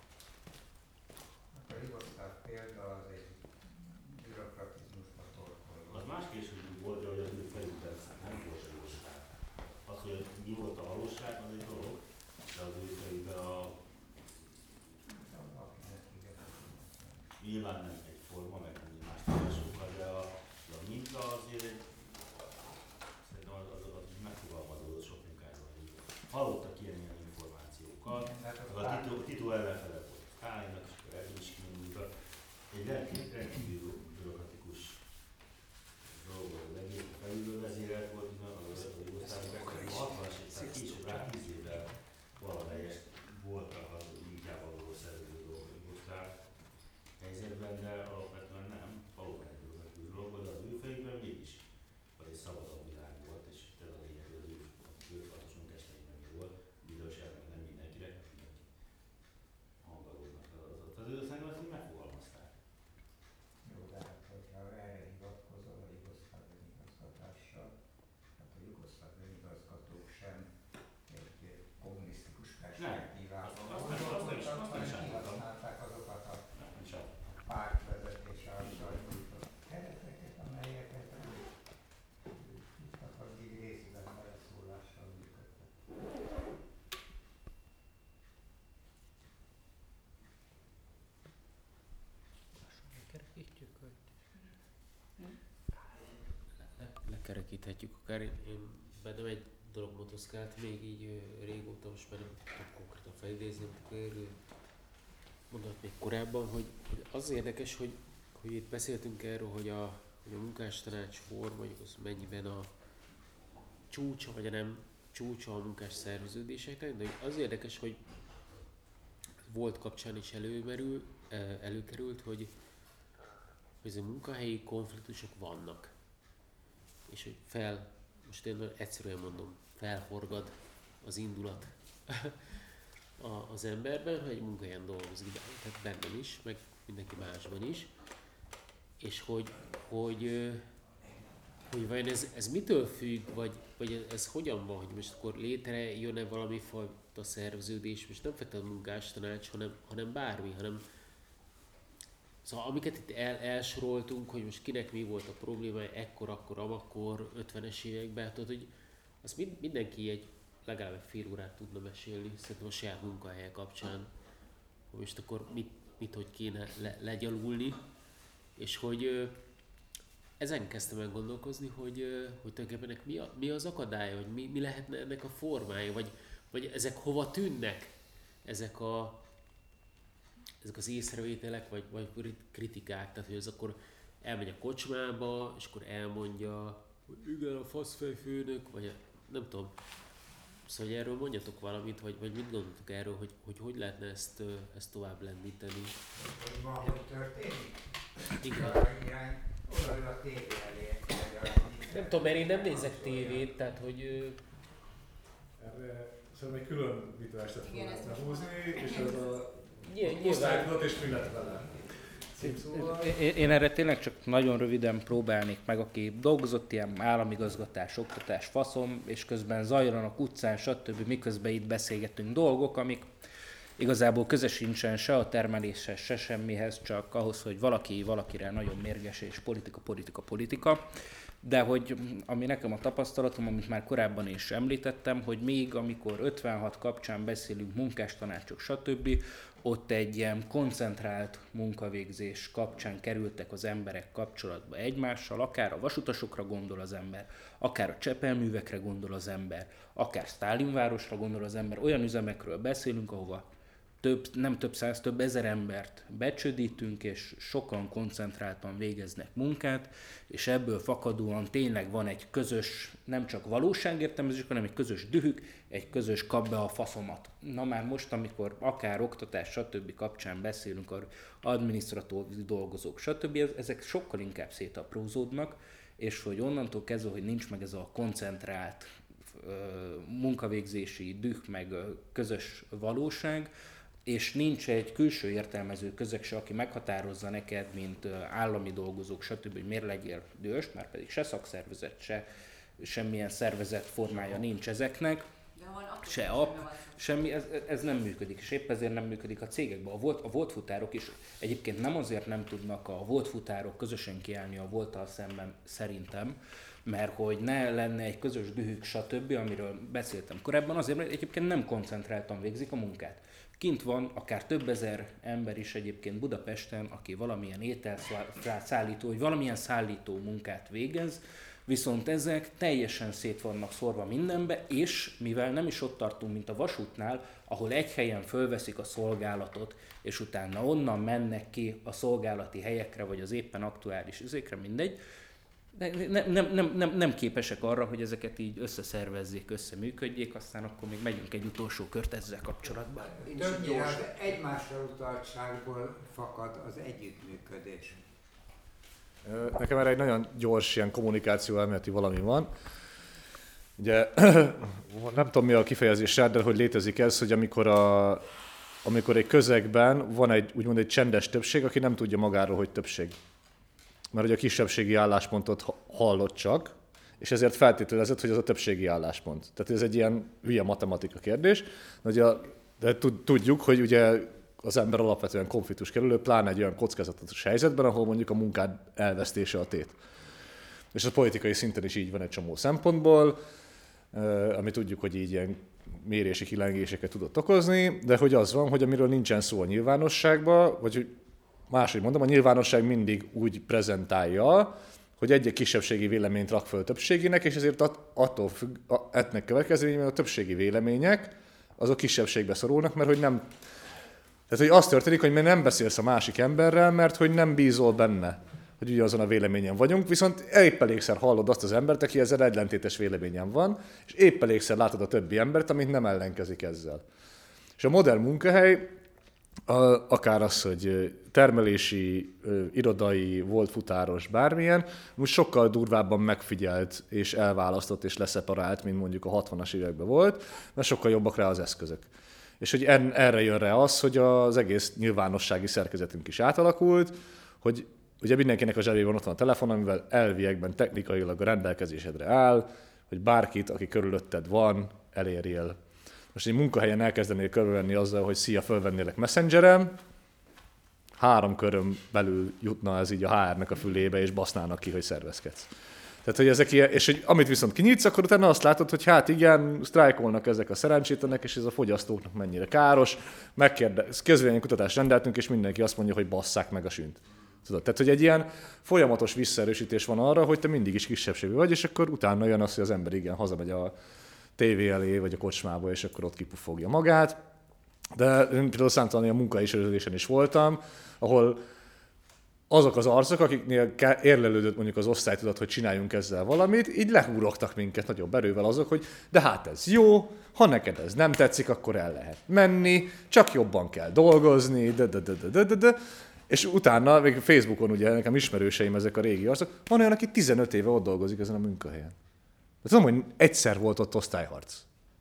A jugoszláv példa az egy bürokratizmusba torkoló. Az más később volt, hogy az ő felülten nem volt a jugoszláv. Az, hogy mi volt a valóság, az egy dolog, de az ő felülten a... nyilván nem egyforma, meg nem más tudásokkal, de a, a minta azért egy, szerintem az, az, az megfogalmazódott sok munkában. Hallottak ilyen, ilyen információkat, a Tito, Tito ellenfele volt Stálinnak, és akkor ebből is kiindult. Egy rendkívül, rendkívül bürokratikus dolog volt az egész, felülről vezérelt volt, az jugoszlávok, a hatvanas évek később rá tíz évvel valamelyest voltak az Lígyával való szerződő dolgok jugoszláv helyzetben, de alapvetően nem, valóban egy bürokratikus dolog volt, de az ő fejükben mégis vagy egy szabadabb világ volt, és ez a lényeg, hogy az ő bürokratikus munkásságban volt, bizonyos elmek nem mindenkire, mindenki hangalódnak az az ő szerintem azt így megfogalmazták. Jó, de hát hogyha erre hivatkozol a jugoszláv önigazgatással, hát a jugoszláv önigazgatók sem egy kommunisztikus perspektívában kihasználták azokat a pártvezetés által nyújtott kereteket, amelyeket gyakorlatilag részben beleszólással működtek. Lekerekíthetjük akár. Én bennem egy dolog motoszkált még így ö, régóta, most már nem tudom konkrétan felidézni, amikor mondott még korábban, hogy, hogy az érdekes, hogy, hogy itt beszéltünk erről, hogy a, hogy a munkástanács forma, mondjuk az mennyiben a csúcsa, vagy a nem csúcsa a munkás szerveződéseknek, de az érdekes, hogy volt kapcsán is előmerül, előkerült, hogy, hogy ez a munkahelyi konfliktusok vannak. És hogy fel, most én egyszerűen mondom, felhorgad az indulat a, az emberben, hogy egy munkahelyen dolgozik, tehát bennem is, meg mindenki másban is. És hogy, hogy, hogy vajon ez, ez mitől függ, vagy, vagy ez hogyan van, hogy most akkor létrejön-e valami fajta szerveződés, most nem feltétlenül munkástanács, hanem, hanem bármi, hanem szóval amiket itt el, elsoroltunk, hogy most kinek mi volt a probléma, ekkor, akkor, amakkor, ötvenes években, tudod, hogy azt mind, mindenki egy legalább egy fél órát tudna mesélni, szerintem a saját munkahelye kapcsán, hogy most akkor mit, mit hogy kéne le, legyalulni, és hogy ö, ezen kezdtem el gondolkozni, hogy, ö, hogy tulajdonképpen mi, a, mi az akadálya, hogy mi, mi lehetne ennek a formája, vagy, vagy ezek hova tűnnek, ezek a ezek az észrevételek, vagy, vagy kritikák, tehát hogy az akkor elmegy a kocsmába, és akkor elmondja, hogy igen, a faszfejfőnök, vagy a, nem tudom. Szóval erről mondjatok valamit, vagy, vagy mit gondoltok erről, hogy, hogy hogy lehetne ezt, ezt tovább lendíteni? Hogy van, hogy történik? Igen. Oda a tévé elé. Nem tudom, mert én nem nézek tévét, tehát hogy... Erre szerintem egy külön vitalást lehetne húzni, és ez a nyilván. osztálytudat és mi lett vele. Én, én erre tényleg csak nagyon röviden próbálnék meg, aki dolgozott ilyen államigazgatás, oktatás, faszom, és közben zajlanak utcán, stb. Miközben itt beszélgetünk dolgok, amik igazából köze sincsen se a termeléshez, se semmihez, csak ahhoz, hogy valaki valakire nagyon mérges és politika, politika, politika. De hogy ami nekem a tapasztalatom, amit már korábban is említettem, hogy még amikor ötvenhat kapcsán beszélünk munkástanácsok, stb., ott egy ilyen koncentrált munkavégzés kapcsán kerültek az emberek kapcsolatba egymással, akár a vasutasokra gondol az ember, akár a csepelművekre gondol az ember, akár Sztálinvárosra gondol az ember, olyan üzemekről beszélünk, ahova több, nem több száz, több ezer embert becsődítünk, és sokan koncentráltan végeznek munkát, és ebből fakadóan tényleg van egy közös, nem csak valóságértelmezés, hanem egy közös dühük, egy közös kap be a faszomat. Na már most, amikor akár oktatás, stb. Kapcsán beszélünk, arról adminisztratív dolgozók, stb., ezek sokkal inkább szétaprózódnak, és hogy onnantól kezdve, hogy nincs meg ez a koncentrált munkavégzési düh, meg közös valóság, és nincs egy külső értelmező közeg se, aki meghatározza neked, mint állami dolgozók, stb., hogy miért legyél dühös, már pedig se szakszervezet, se semmilyen szervezet formája nincs ezeknek, se app, semmi, ez, ez nem működik, és épp ezért nem működik a cégekben. A volt, a volt futárok is egyébként nem azért nem tudnak a volt futárok közösen kiállni a volttal szemben szerintem, mert hogy ne lenne egy közös dühük, stb., amiről beszéltem korábban, azért, mert egyébként nem koncentráltan végzik a munkát. Kint van akár több ezer ember is egyébként Budapesten, aki valamilyen ételszállító, vagy valamilyen szállító munkát végez, viszont ezek teljesen szét vannak szórva mindenbe, és mivel nem is ott tartunk, mint a vasútnál, ahol egy helyen fölveszik a szolgálatot, és utána onnan mennek ki a szolgálati helyekre, vagy az éppen aktuális üzékre, mindegy, nem, nem, nem, nem, nem képesek arra, hogy ezeket így összeszervezzék, összeműködjék, aztán akkor még megyünk egy utolsó kört ezzel kapcsolatban. Többnyire az egymásra utaltságból fakad az együttműködés. Nekem erre egy nagyon gyors ilyen kommunikáció elméleti valami van. Ugye nem tudom mi a kifejezés, de hogy létezik ez, hogy amikor, a, amikor egy közegben van egy úgymond egy csendes többség, aki nem tudja magáról, hogy többség. Mert hogy a kisebbségi álláspontot hallott csak, és ezért feltételezett, hogy az a többségi álláspont. Tehát ez egy ilyen hülye matematika kérdés. De, a, de tudjuk, hogy ugye az ember alapvetően konfliktus kerülő, pláne egy olyan kockázatos helyzetben, ahol mondjuk a munkád elvesztése a tét. És a politikai szinten is így van egy csomó szempontból, ami tudjuk, hogy így ilyen mérési kilengéseket tudott okozni, de hogy az van, hogy amiről nincsen szó a nyilvánosságban, vagy hogy máshogy mondom, a nyilvánosság mindig úgy prezentálja, hogy egy-egy kisebbségi véleményt rak föl többségének, és ezért attól függ, ettnek következően, hogy a többségi vélemények azok kisebbségbe szorulnak, mert hogy nem... Tehát, hogy az történik, hogy még nem beszélsz a másik emberrel, mert hogy nem bízol benne, hogy ugyanazon a véleményen vagyunk, viszont épp elégszer hallod azt az embert, aki ezzel ellentétes véleményen van, és épp elégszer látod a többi embert, amit nem ellenkezik ezzel. És a modern munkahely, akár az, hogy termelési, irodai, volt futáros, bármilyen, most sokkal durvábban megfigyelt és elválasztott és leszeparált, mint mondjuk a hatvanas években volt, mert sokkal jobbak rá az eszközök. És hogy erre jön rá az, hogy az egész nyilvánossági szerkezetünk is átalakult, hogy ugye mindenkinek a zsebében ott van a telefon, amivel elviekben technikailag a rendelkezésedre áll, hogy bárkit, aki körülötted van, elérjél. Most egy munkahelyen elkezdenél körülvenni azzal, hogy szia, fölvennélek Messengeren, három körön belül jutna ez így a há er-nek a fülébe, és basznának ki, hogy szervezkedsz. Tehát, hogy ezek ilyen, és hogy amit viszont kinyitsz, akkor utána azt látod, hogy hát igen, sztrájkolnak ezek a szerencsétlenek, és ez a fogyasztóknak mennyire káros. Megkérdez, közvéleménykutatást rendeltünk, és mindenki azt mondja, hogy basszák meg a sünt. Tudod? Tehát, hogy egy ilyen folyamatos visszaerősítés van arra, hogy te mindig is kisebbségű vagy, és akkor utána jön az, hogy az ember igen hazamegy a tévé elé, vagy a kocsmába, és akkor ott kipufogja magát. De én például számtalan a munkaismerődésen is voltam, ahol azok az arcok, akiknél érlelődött mondjuk az osztálytudat, hogy csináljunk ezzel valamit, így lehúrogtak minket nagyobb erővel azok, hogy de hát ez jó, ha neked ez nem tetszik, akkor el lehet menni, csak jobban kell dolgozni, de de de de de de. És utána, még Facebookon ugye nekem ismerőseim ezek a régi arcok, van olyan, aki tizenöt éve ott dolgozik ezen a munkahelyen. De tudom, hogy egyszer volt ott osztályharc,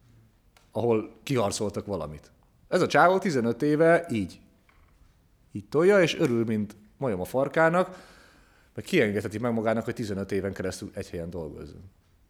ahol kiharcoltak valamit. Ez a csávó tizenöt éve így. Így tolja, és örül, mint majom a farkának, meg kiengedheti meg magának, hogy tizenöt éven keresztül egy helyen dolgozzon.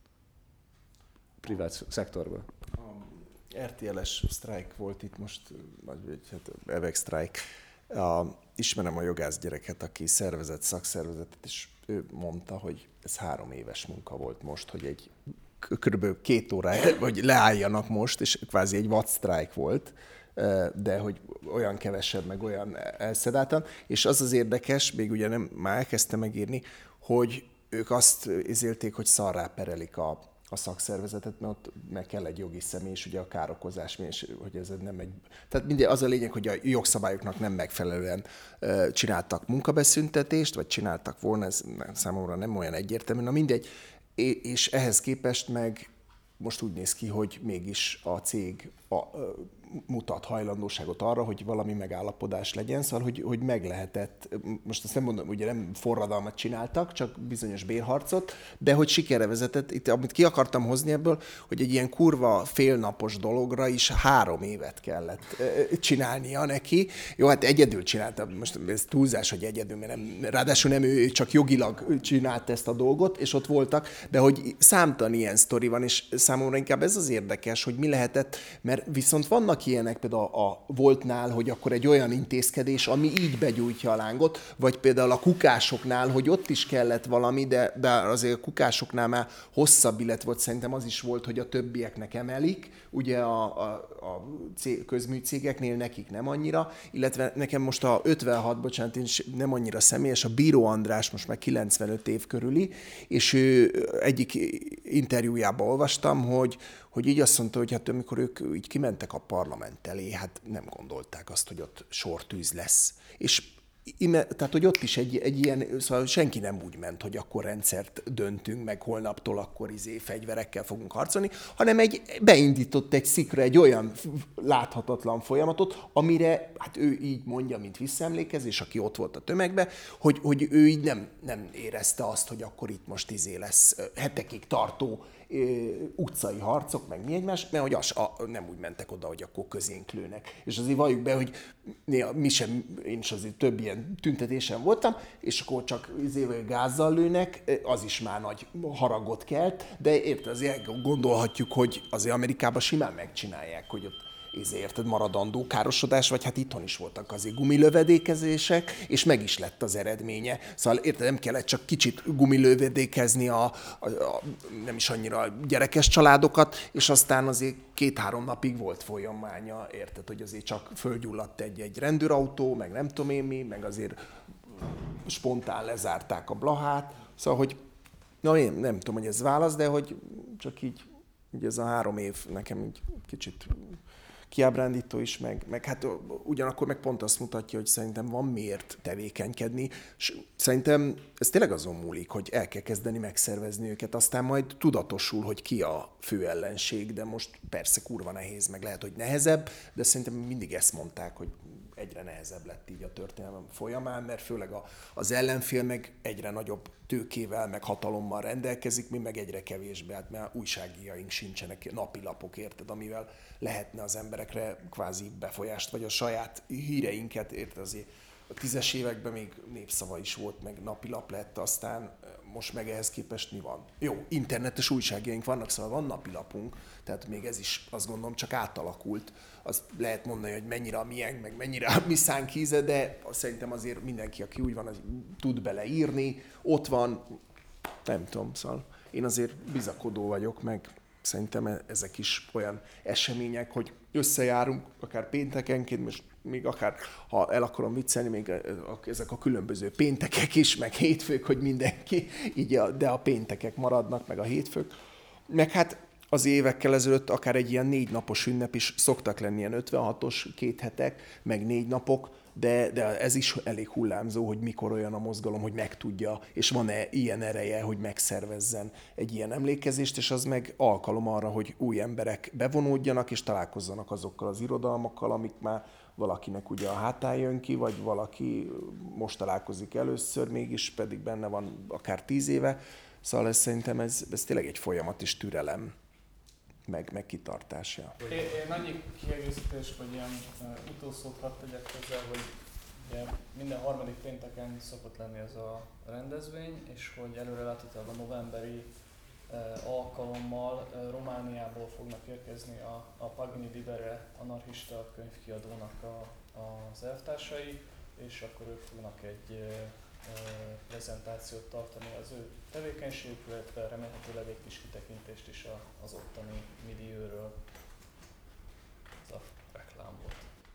Privát szektorban. A er té el-es sztrájk volt itt most, vagy hát evek sztrájk. A, ismerem a jogász gyereket, aki szervezett szakszervezetet, és ő mondta, hogy ez három éves munka volt most, hogy egy körülbelül két órája, hogy leálljanak most, és kvázi egy vadsztrájk volt, de hogy olyan kevesebb, meg olyan elszedáltan. És az az érdekes, még ugye nem, már elkezdte megírni, hogy ők azt izélték, hogy szarrá perelik a, a szakszervezetet, mert ott meg kell egy jogi személy, és ugye a károkozás, és hogy ez nem egy... Tehát mindig az a lényeg, hogy a jogszabályoknak nem megfelelően uh, csináltak munkabeszüntetést, vagy csináltak volna, ez számomra nem olyan egyértelmű, na mindegy, és ehhez képest meg most úgy néz ki, hogy mégis a cég a, a, mutat hajlandóságot arra, hogy valami megállapodás legyen, szóval, hogy, hogy meg lehetett, most azt nem mondom, ugye nem forradalmat csináltak, csak bizonyos bérharcot, de hogy sikerre vezetett. Itt, amit ki akartam hozni ebből, hogy egy ilyen kurva félnapos dologra is három évet kellett csinálnia neki. Jó, hát egyedül csinálta, most ez túlzás, hogy egyedül, mert nem, ráadásul nem ő csak jogilag csinált ezt a dolgot, és ott voltak, de hogy számtalan ilyen sztori van, és számomra inkább ez az érdekes, hogy mi lehetett, mert viszont vannak vannak ilyenek például a, a Voltnál, hogy akkor egy olyan intézkedés, ami így begyújtja a lángot, vagy például a kukásoknál, hogy ott is kellett valami, de, de azért a kukásoknál már hosszabb illet volt, szerintem az is volt, hogy a többieknek emelik, ugye a, a, a cég, közműcégeknél nekik nem annyira, illetve nekem most a ötvenhat, bocsánat, én nem annyira személyes, a Bíró András most már kilencvenöt év körüli, és ő egyik interjújában olvastam, hogy, hogy így azt mondta, hogy hát amikor ők így kimentek a parlament elé, hát nem gondolták azt, hogy ott sortűz lesz. És ime, tehát, hogy ott is egy, egy ilyen, szóval senki nem úgy ment, hogy akkor rendszert döntünk, meg holnaptól akkor izé fegyverekkel fogunk harcolni, hanem egy, beindított egy szikra egy olyan láthatatlan folyamatot, amire, hát ő így mondja, mint visszaemlékezés, aki ott volt a tömegben, hogy, hogy ő így nem, nem érezte azt, hogy akkor itt most izé lesz hetekig tartó utcai harcok, meg mi egymás, mert hogy az, a, nem úgy mentek oda, hogy akkor közénk lőnek. És azért valljuk be, hogy néha, mi sem, én is azért több ilyen tüntetésen voltam, és akkor csak izével gázzal lőnek, az is már nagy haragot kelt, de érted, azért gondolhatjuk, hogy azért Amerikában simán megcsinálják, hogy ott érted, maradandó károsodás, vagy hát itthon is voltak azért gumilövedékezések, és meg is lett az eredménye. Szóval érted, nem kellett csak kicsit gumilövedékezni a, a, a nem is annyira a gyerekes családokat, és aztán azért két-három napig volt folyamánya, érted, hogy azért csak fölgyulladt egy-egy rendőrautó, meg nem tudom én mi, meg azért spontán lezárták a Blahát. Szóval, hogy na én nem tudom, hogy ez válasz, de hogy csak így, így ez a három év nekem így kicsit kiábrándító is, meg, meg hát ugyanakkor meg pont azt mutatja, hogy szerintem van miért tevékenykedni, és szerintem ez tényleg azon múlik, hogy el kell kezdeni megszervezni őket, aztán majd tudatosul, hogy ki a fő ellenség, de most persze kurva nehéz, meg lehet, hogy nehezebb, de szerintem mindig ezt mondták, hogy egyre nehezebb lett így a történelem folyamán, mert főleg a, az ellenfél meg egyre nagyobb tőkével, meg hatalommal rendelkezik, mi meg egyre kevésbé, hát mert újságíróink sincsenek, napilapok, érted, amivel lehetne az emberekre kvázi befolyást, vagy a saját híreinket, érted, azért a tízes években még Népszava is volt, meg napilap lett, aztán most meg ehhez képest mi van? Jó, internetes újságjaink vannak, szóval van napilapunk, tehát még ez is azt gondolom csak átalakult. Azt lehet mondani, hogy mennyire a miénk, meg mennyire a mi szánk íze, de szerintem azért mindenki, aki úgy van, az tud beleírni, ott van, nem tudom, szóval én azért bizakodó vagyok, meg szerintem ezek is olyan események, hogy összejárunk, akár péntekenként, most még akár, ha el akarom viccelni, még ezek a különböző péntekek is, meg hétfők, hogy mindenki, így a, de a péntekek maradnak, meg a hétfők. Meg hát az évekkel ezelőtt akár egy ilyen négy napos ünnep is szoktak lenni, ilyen ötvenhatos két hetek, meg négy napok, de, de ez is elég hullámzó, hogy mikor olyan a mozgalom, hogy megtudja, és van-e ilyen ereje, hogy megszervezzen egy ilyen emlékezést, és az meg alkalom arra, hogy új emberek bevonódjanak, és találkozzanak azokkal az irodalmakkal, amik már valakinek ugye a hátán jön ki, vagy valaki most találkozik először, mégis pedig benne van akár tíz éve. Szóval ez, szerintem ez, ez tényleg egy folyamat és türelem, meg, meg kitartásja. Én, én annyi kiegészítés, vagy ilyen uh, utószót hadd tegyek hozzá, hogy ugye minden harmadik pénteken szokott lenni ez a rendezvény, és hogy előreláthatóan a novemberi uh, alkalommal uh, Romániából fognak érkezni a, a Pagini Libere anarchista könyvkiadónak a, az elvtársai, és akkor ők fognak egy uh, prezentációt tartani az ő tevékenységükről, illetve remélhetőleg egy kis kitekintést is az ottani millióról. Ez a reklám volt.